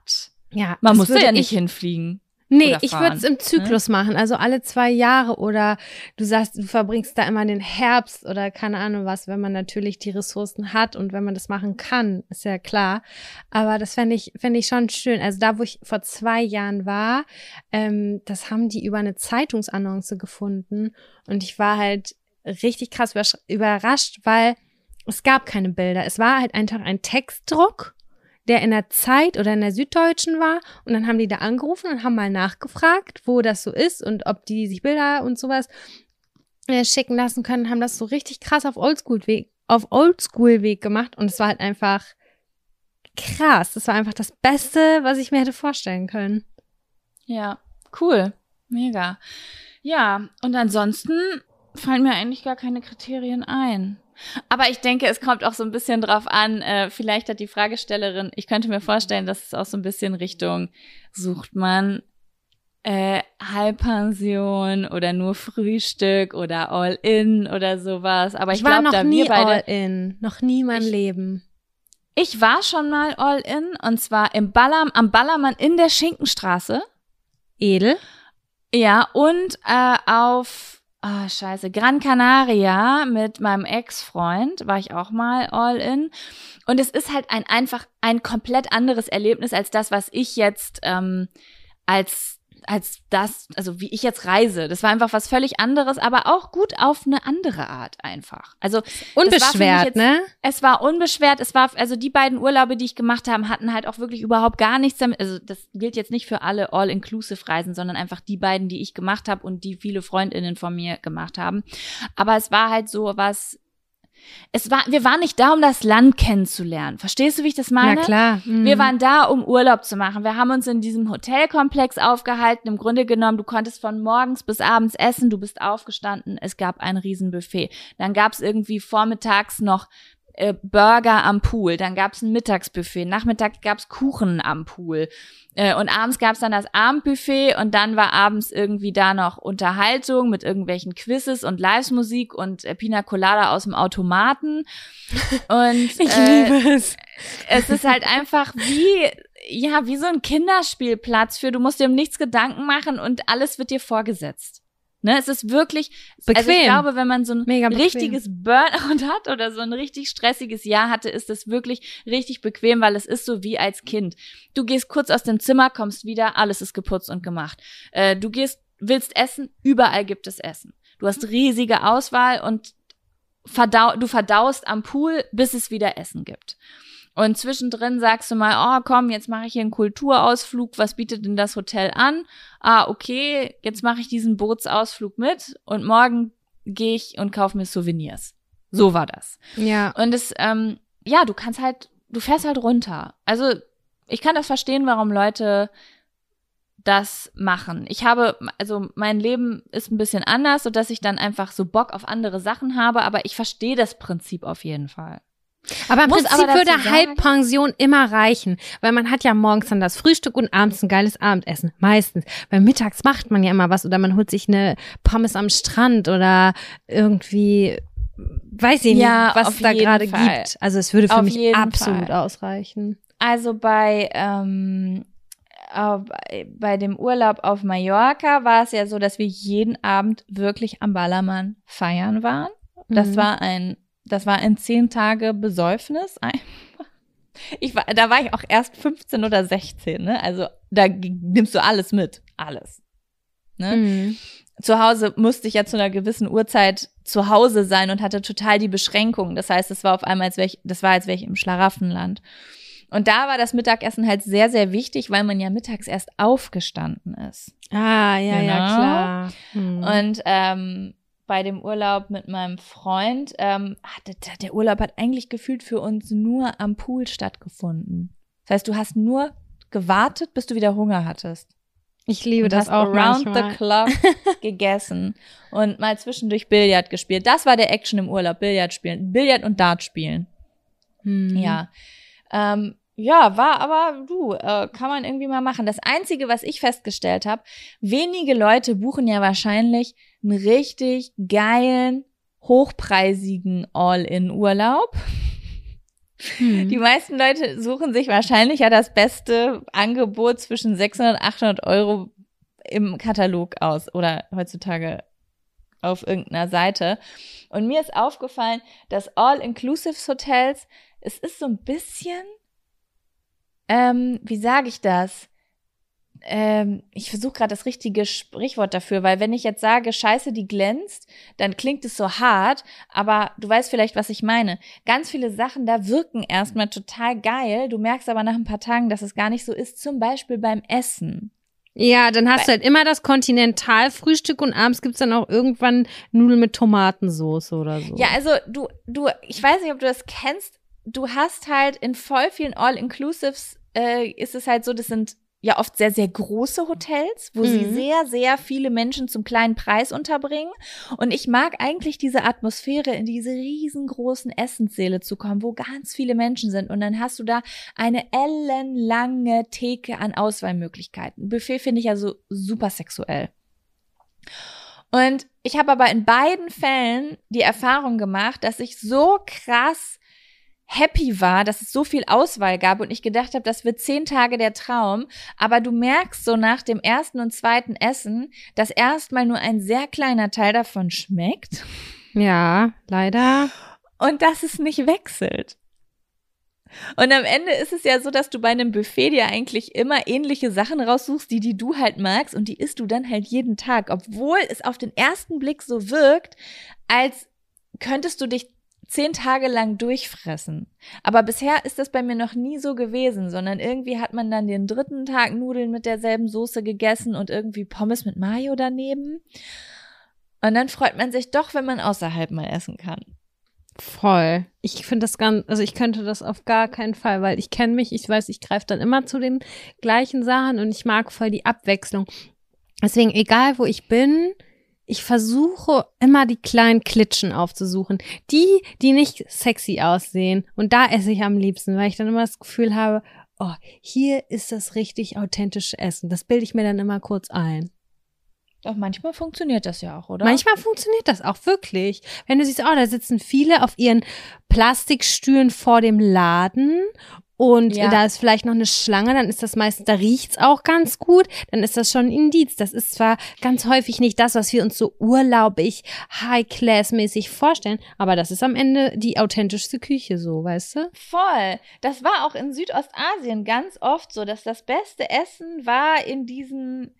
Ja, Man das muss da würde ja nicht ich- hinfliegen. Nee, oder ich fahren, würde es im Zyklus machen, also alle zwei Jahre oder du sagst, du verbringst da immer den Herbst oder keine Ahnung was, wenn man natürlich die Ressourcen hat und wenn man das machen kann, ist ja klar. Aber das fände ich, fände ich schon schön. Also da, wo ich vor zwei Jahren war, ähm, das haben die über eine Zeitungsannonce gefunden und ich war halt richtig krass überrasch- überrascht, weil es gab keine Bilder. Es war halt einfach ein Textdruck, der in der Zeit oder in der Süddeutschen war und dann haben die da angerufen und haben mal nachgefragt, wo das so ist und ob die sich Bilder und sowas äh, schicken lassen können, haben das so richtig krass auf Oldschool-Weg, auf Oldschool-Weg gemacht und es war halt einfach krass. Das war einfach das Beste, was ich mir hätte vorstellen können. Ja, cool. Mega. Ja, und ansonsten fallen mir eigentlich gar keine Kriterien ein. Aber ich denke, es kommt auch so ein bisschen drauf an, äh, vielleicht hat die Fragestellerin, ich könnte mir vorstellen, dass es auch so ein bisschen Richtung, sucht man äh, Halbpension oder nur Frühstück oder All-In oder sowas. Aber ich, Ich war glaube, noch da nie wir beide, All-In, noch nie mein Ich- Leben. ich war schon mal All-In und zwar im Baller, am Ballermann in der Schinkenstraße. Edel? Ja, und äh, auf Ah, scheiße. Gran Canaria mit meinem Ex-Freund war ich auch mal all in. Und es ist halt ein einfach ein komplett anderes Erlebnis als das, was ich jetzt ähm, als als das, also wie ich jetzt reise. Das war einfach was völlig anderes, aber auch gut auf eine andere Art einfach. Also das war für mich Unbeschwert, jetzt, ne? Es war unbeschwert, es war, also die beiden Urlaube, die ich gemacht habe, hatten halt auch wirklich überhaupt gar nichts damit, also das gilt jetzt nicht für alle All-Inclusive-Reisen, sondern einfach die beiden, die ich gemacht habe und die viele FreundInnen von mir gemacht haben. Aber es war halt so was, es war, wir waren nicht da, um das Land kennenzulernen. Verstehst du, wie ich das meine? Na klar. Mhm. Wir waren da, um Urlaub zu machen. Wir haben uns in diesem Hotelkomplex aufgehalten. Im Grunde genommen, du konntest von morgens bis abends essen. Du bist aufgestanden. Es gab ein Riesenbuffet. Dann gab es irgendwie vormittags noch äh, Burger am Pool. Dann gab es ein Mittagsbuffet. Nachmittags gab es Kuchen am Pool. Äh, und abends gab es dann das Abendbuffet. Und dann war abends irgendwie da noch Unterhaltung mit irgendwelchen Quizzes und Live-Musik und äh, Pina Colada aus dem Automaten. Und Ich äh, liebe es. es ist halt einfach wie, ja, wie so ein Kinderspielplatz für, du musst dir um nichts Gedanken machen und alles wird dir vorgesetzt. Ne, es ist wirklich, Bequem. also ich glaube, wenn man so ein Mega bequem. richtiges Burnout hat oder so ein richtig stressiges Jahr hatte, ist es wirklich richtig bequem, weil es ist so wie als Kind. Du gehst kurz aus dem Zimmer, kommst wieder, alles ist geputzt und gemacht. Äh, du gehst, willst essen, überall gibt es Essen. Du hast riesige Auswahl und verdau du verdaust am Pool, bis es wieder Essen gibt. Und zwischendrin sagst du mal, oh komm, jetzt mache ich hier einen Kulturausflug, was bietet denn das Hotel an? Ah, okay, jetzt mache ich diesen Bootsausflug mit und morgen gehe ich und kaufe mir Souvenirs. So war das. Ja. Und es, ähm, ja, du kannst halt, du fährst halt runter. Also ich kann das verstehen, warum Leute das machen. Ich habe, also mein Leben ist ein bisschen anders, sodass ich dann einfach so Bock auf andere Sachen habe, aber ich verstehe das Prinzip auf jeden Fall. Aber im Muss Prinzip aber dazu würde sagen- Halbpension immer reichen, weil man hat ja morgens dann das Frühstück und abends ein geiles Abendessen, meistens. Weil mittags macht man ja immer was oder man holt sich eine Pommes am Strand oder irgendwie, weiß ich Ja, nicht, was auf es da jeden gerade Fall. gibt. Also es würde für Auf mich jeden absolut Fall. ausreichen. Also bei, ähm, äh, bei- bei dem Urlaub auf Mallorca war es ja so, dass wir jeden Abend wirklich am Ballermann feiern waren. Das Mhm. war ein, das war ein zehn Tage Besäufnis. Ich war, da war ich auch erst fünfzehn oder sechzehn, ne? Also da g- nimmst du alles mit, alles. Ne? Mhm. Zu Hause musste ich ja zu einer gewissen Uhrzeit zu Hause sein und hatte total die Beschränkungen. Das heißt, es war auf einmal, als wäre ich, das war, als wäre ich im Schlaraffenland. Und da war das Mittagessen halt sehr, sehr wichtig, weil man ja mittags erst aufgestanden ist. Ah, ja, ja, Genau. klar. Mhm. Und ähm, bei dem Urlaub mit meinem Freund, ähm, hat, der Urlaub hat eigentlich gefühlt für uns nur am Pool stattgefunden. Das heißt, du hast nur gewartet, bis du wieder Hunger hattest. Ich liebe Und das hast auch around manchmal. the clock gegessen und mal zwischendurch Billard gespielt. Das war der Action im Urlaub, Billard spielen. Billard und Dart spielen. Mhm. Ja. Ähm, ja, war aber, du, äh, kann man irgendwie mal machen. Das Einzige, was ich festgestellt habe, wenige Leute buchen ja wahrscheinlich einen richtig geilen, hochpreisigen All-in-Urlaub. Hm. Die meisten Leute suchen sich wahrscheinlich ja das beste Angebot zwischen sechshundert und achthundert Euro im Katalog aus oder heutzutage auf irgendeiner Seite. Und mir ist aufgefallen, dass All-Inclusive-Hotels, es ist so ein bisschen, ähm, wie sage ich das? Ähm, ich versuche gerade das richtige Sprichwort dafür, weil wenn ich jetzt sage, Scheiße, die glänzt, dann klingt es so hart, aber du weißt vielleicht, was ich meine. Ganz viele Sachen da wirken erstmal total geil, du merkst aber nach ein paar Tagen, dass es gar nicht so ist, zum Beispiel beim Essen. Ja, dann hast du halt immer das Kontinentalfrühstück und abends gibt's dann auch irgendwann Nudeln mit Tomatensauce oder so. Ja, also du, du, ich weiß nicht, ob du das kennst, du hast halt in voll vielen All-Inclusives äh, ist es halt so, das sind ja oft sehr, sehr große Hotels, wo mhm. sie sehr, sehr viele Menschen zum kleinen Preis unterbringen. Und ich mag eigentlich diese Atmosphäre, in diese riesengroßen Essenssäle zu kommen, wo ganz viele Menschen sind. Und dann hast du da eine ellenlange Theke an Auswahlmöglichkeiten. Buffet finde ich ja so super sexuell. Und ich habe aber in beiden Fällen die Erfahrung gemacht, dass ich so krass happy war, dass es so viel Auswahl gab und ich gedacht habe, das wird zehn Tage der Traum, aber du merkst so nach dem ersten und zweiten Essen, dass erstmal nur ein sehr kleiner Teil davon schmeckt. Ja, leider. Und dass es nicht wechselt. Und am Ende ist es ja so, dass du bei einem Buffet dir eigentlich immer ähnliche Sachen raussuchst, die, die du halt magst und die isst du dann halt jeden Tag, obwohl es auf den ersten Blick so wirkt, als könntest du dich zehn Tage lang durchfressen. Aber bisher ist das bei mir noch nie so gewesen, sondern irgendwie hat man dann den dritten Tag Nudeln mit derselben Soße gegessen und irgendwie Pommes mit Mayo daneben. Und dann freut man sich doch, wenn man außerhalb mal essen kann. Voll. Ich finde das ganz, also ich könnte das auf gar keinen Fall, weil ich kenne mich, ich weiß, ich greife dann immer zu den gleichen Sachen und ich mag voll die Abwechslung. Deswegen, egal wo ich bin, ich versuche immer die kleinen Klitschen aufzusuchen. Die, die nicht sexy aussehen. Und da esse ich am liebsten, weil ich dann immer das Gefühl habe, oh, hier ist das richtig authentische Essen. Das bilde ich mir dann immer kurz ein. Doch manchmal funktioniert das ja auch, oder? Manchmal funktioniert das auch wirklich. Wenn du siehst, oh, da sitzen viele auf ihren Plastikstühlen vor dem Laden und ja. da ist vielleicht noch eine Schlange, dann ist das meistens, da riecht's auch ganz gut, dann ist das schon ein Indiz. Das ist zwar ganz häufig nicht das, was wir uns so urlaubig, high-class-mäßig vorstellen, aber das ist am Ende die authentischste Küche so, weißt du? Voll. Das war auch in Südostasien ganz oft so, dass das beste Essen war in diesen,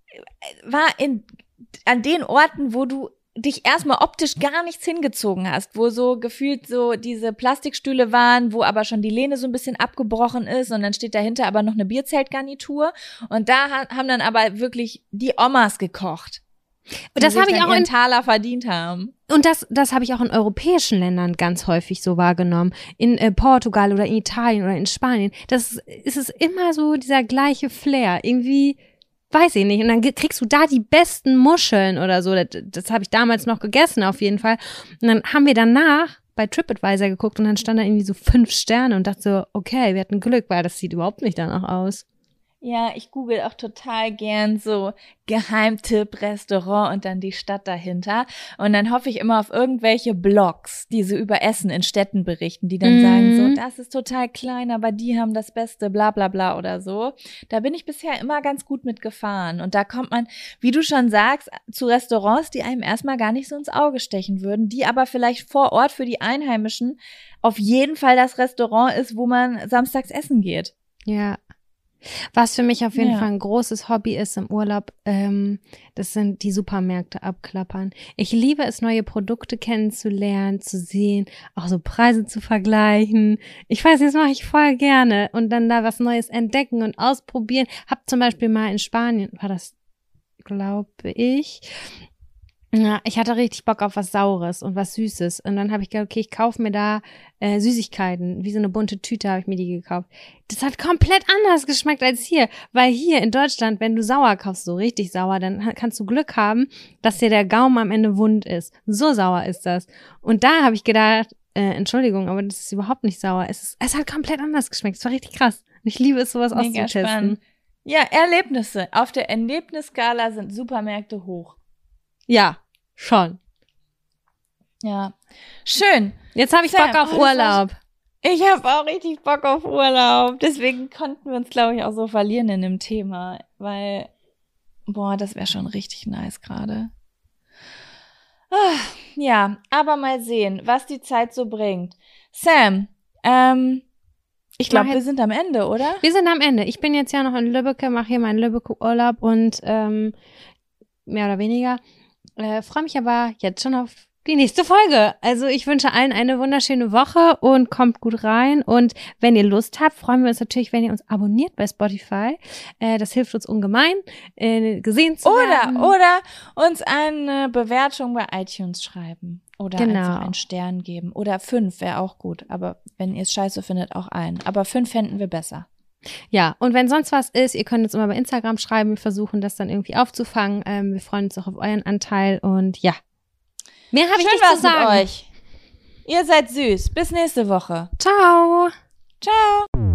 war in, an den Orten, wo du dich erstmal optisch gar nichts hingezogen hast, wo so gefühlt so diese Plastikstühle waren, wo aber schon die Lehne so ein bisschen abgebrochen ist und dann steht dahinter aber noch eine Bierzeltgarnitur und da haben dann aber wirklich die Omas gekocht. Und das habe ich auch in Taler verdient haben. Und das, das habe ich auch in europäischen Ländern ganz häufig so wahrgenommen. In äh, Portugal oder in Italien oder in Spanien. Das ist es immer so dieser gleiche Flair. Irgendwie, weiß ich nicht. Und dann kriegst du da die besten Muscheln oder so. Das, das habe ich damals noch gegessen auf jeden Fall. Und dann haben wir danach bei TripAdvisor geguckt und dann stand da irgendwie so fünf Sterne und dachte so, okay, wir hatten Glück, weil das sieht überhaupt nicht danach aus. Ja, ich google auch total gern so Geheimtipp, Restaurant und dann die Stadt dahinter. Und dann hoffe ich immer auf irgendwelche Blogs, die so über Essen in Städten berichten, die dann mhm. sagen so, das ist total klein, aber die haben das Beste, bla bla bla oder so. Da bin ich bisher immer ganz gut mitgefahren. Und da kommt man, wie du schon sagst, zu Restaurants, die einem erstmal gar nicht so ins Auge stechen würden, die aber vielleicht vor Ort für die Einheimischen auf jeden Fall das Restaurant ist, wo man samstags essen geht. Ja. Was für mich auf jeden ja. Fall ein großes Hobby ist im Urlaub, ähm, das sind die Supermärkte abklappern. Ich liebe es, neue Produkte kennenzulernen, zu sehen, auch so Preise zu vergleichen. Ich weiß, das mache ich voll gerne und dann da was Neues entdecken und ausprobieren. Hab zum Beispiel mal in Spanien, war das, glaube ich, ja, ich hatte richtig Bock auf was Saures und was Süßes. Und dann habe ich gedacht, okay, ich kaufe mir da äh, Süßigkeiten. Wie so eine bunte Tüte habe ich mir die gekauft. Das hat komplett anders geschmeckt als hier. Weil hier in Deutschland, wenn du sauer kaufst, so richtig sauer, dann kannst du Glück haben, dass dir der Gaumen am Ende wund ist. So sauer ist das. Und da habe ich gedacht, äh, Entschuldigung, aber das ist überhaupt nicht sauer. Es ist, es hat komplett anders geschmeckt. Es war richtig krass. Ich liebe es, sowas Mega auszutesten. Spannend. Ja, Erlebnisse. Auf der Erlebnisskala sind Supermärkte hoch. Ja, schon. Ja, schön. Jetzt habe ich Sam, Bock auf oh, Urlaub. Ich habe auch richtig Bock auf Urlaub. Deswegen konnten wir uns, glaube ich, auch so verlieren in dem Thema. Weil, boah, das wäre schon richtig nice gerade. Ah, ja, aber mal sehen, was die Zeit so bringt. Sam, ähm, ich glaube, wir sind am Ende, oder? Wir sind am Ende. Ich bin jetzt ja noch in Lübbecke, mache hier meinen Lübbecke-Urlaub und ähm, mehr oder weniger äh, freue mich aber jetzt schon auf die nächste Folge. Also ich wünsche allen eine wunderschöne Woche und kommt gut rein. Und wenn ihr Lust habt, freuen wir uns natürlich, wenn ihr uns abonniert bei Spotify. Äh, das hilft uns ungemein, äh, gesehen zu werden. Oder, oder uns eine Bewertung bei iTunes schreiben. Oder Genau. einfach einen Stern geben. Oder fünf wäre auch gut. Aber wenn ihr es scheiße findet, auch einen. Aber fünf fänden wir besser. Ja, und wenn sonst was ist, ihr könnt uns immer bei Instagram schreiben. Wir versuchen das dann irgendwie aufzufangen. Ähm, wir freuen uns auch auf euren Anteil. Und ja, mehr habe ich nicht zu sagen. Mit euch. Ihr seid süß. Bis nächste Woche. Ciao. Ciao.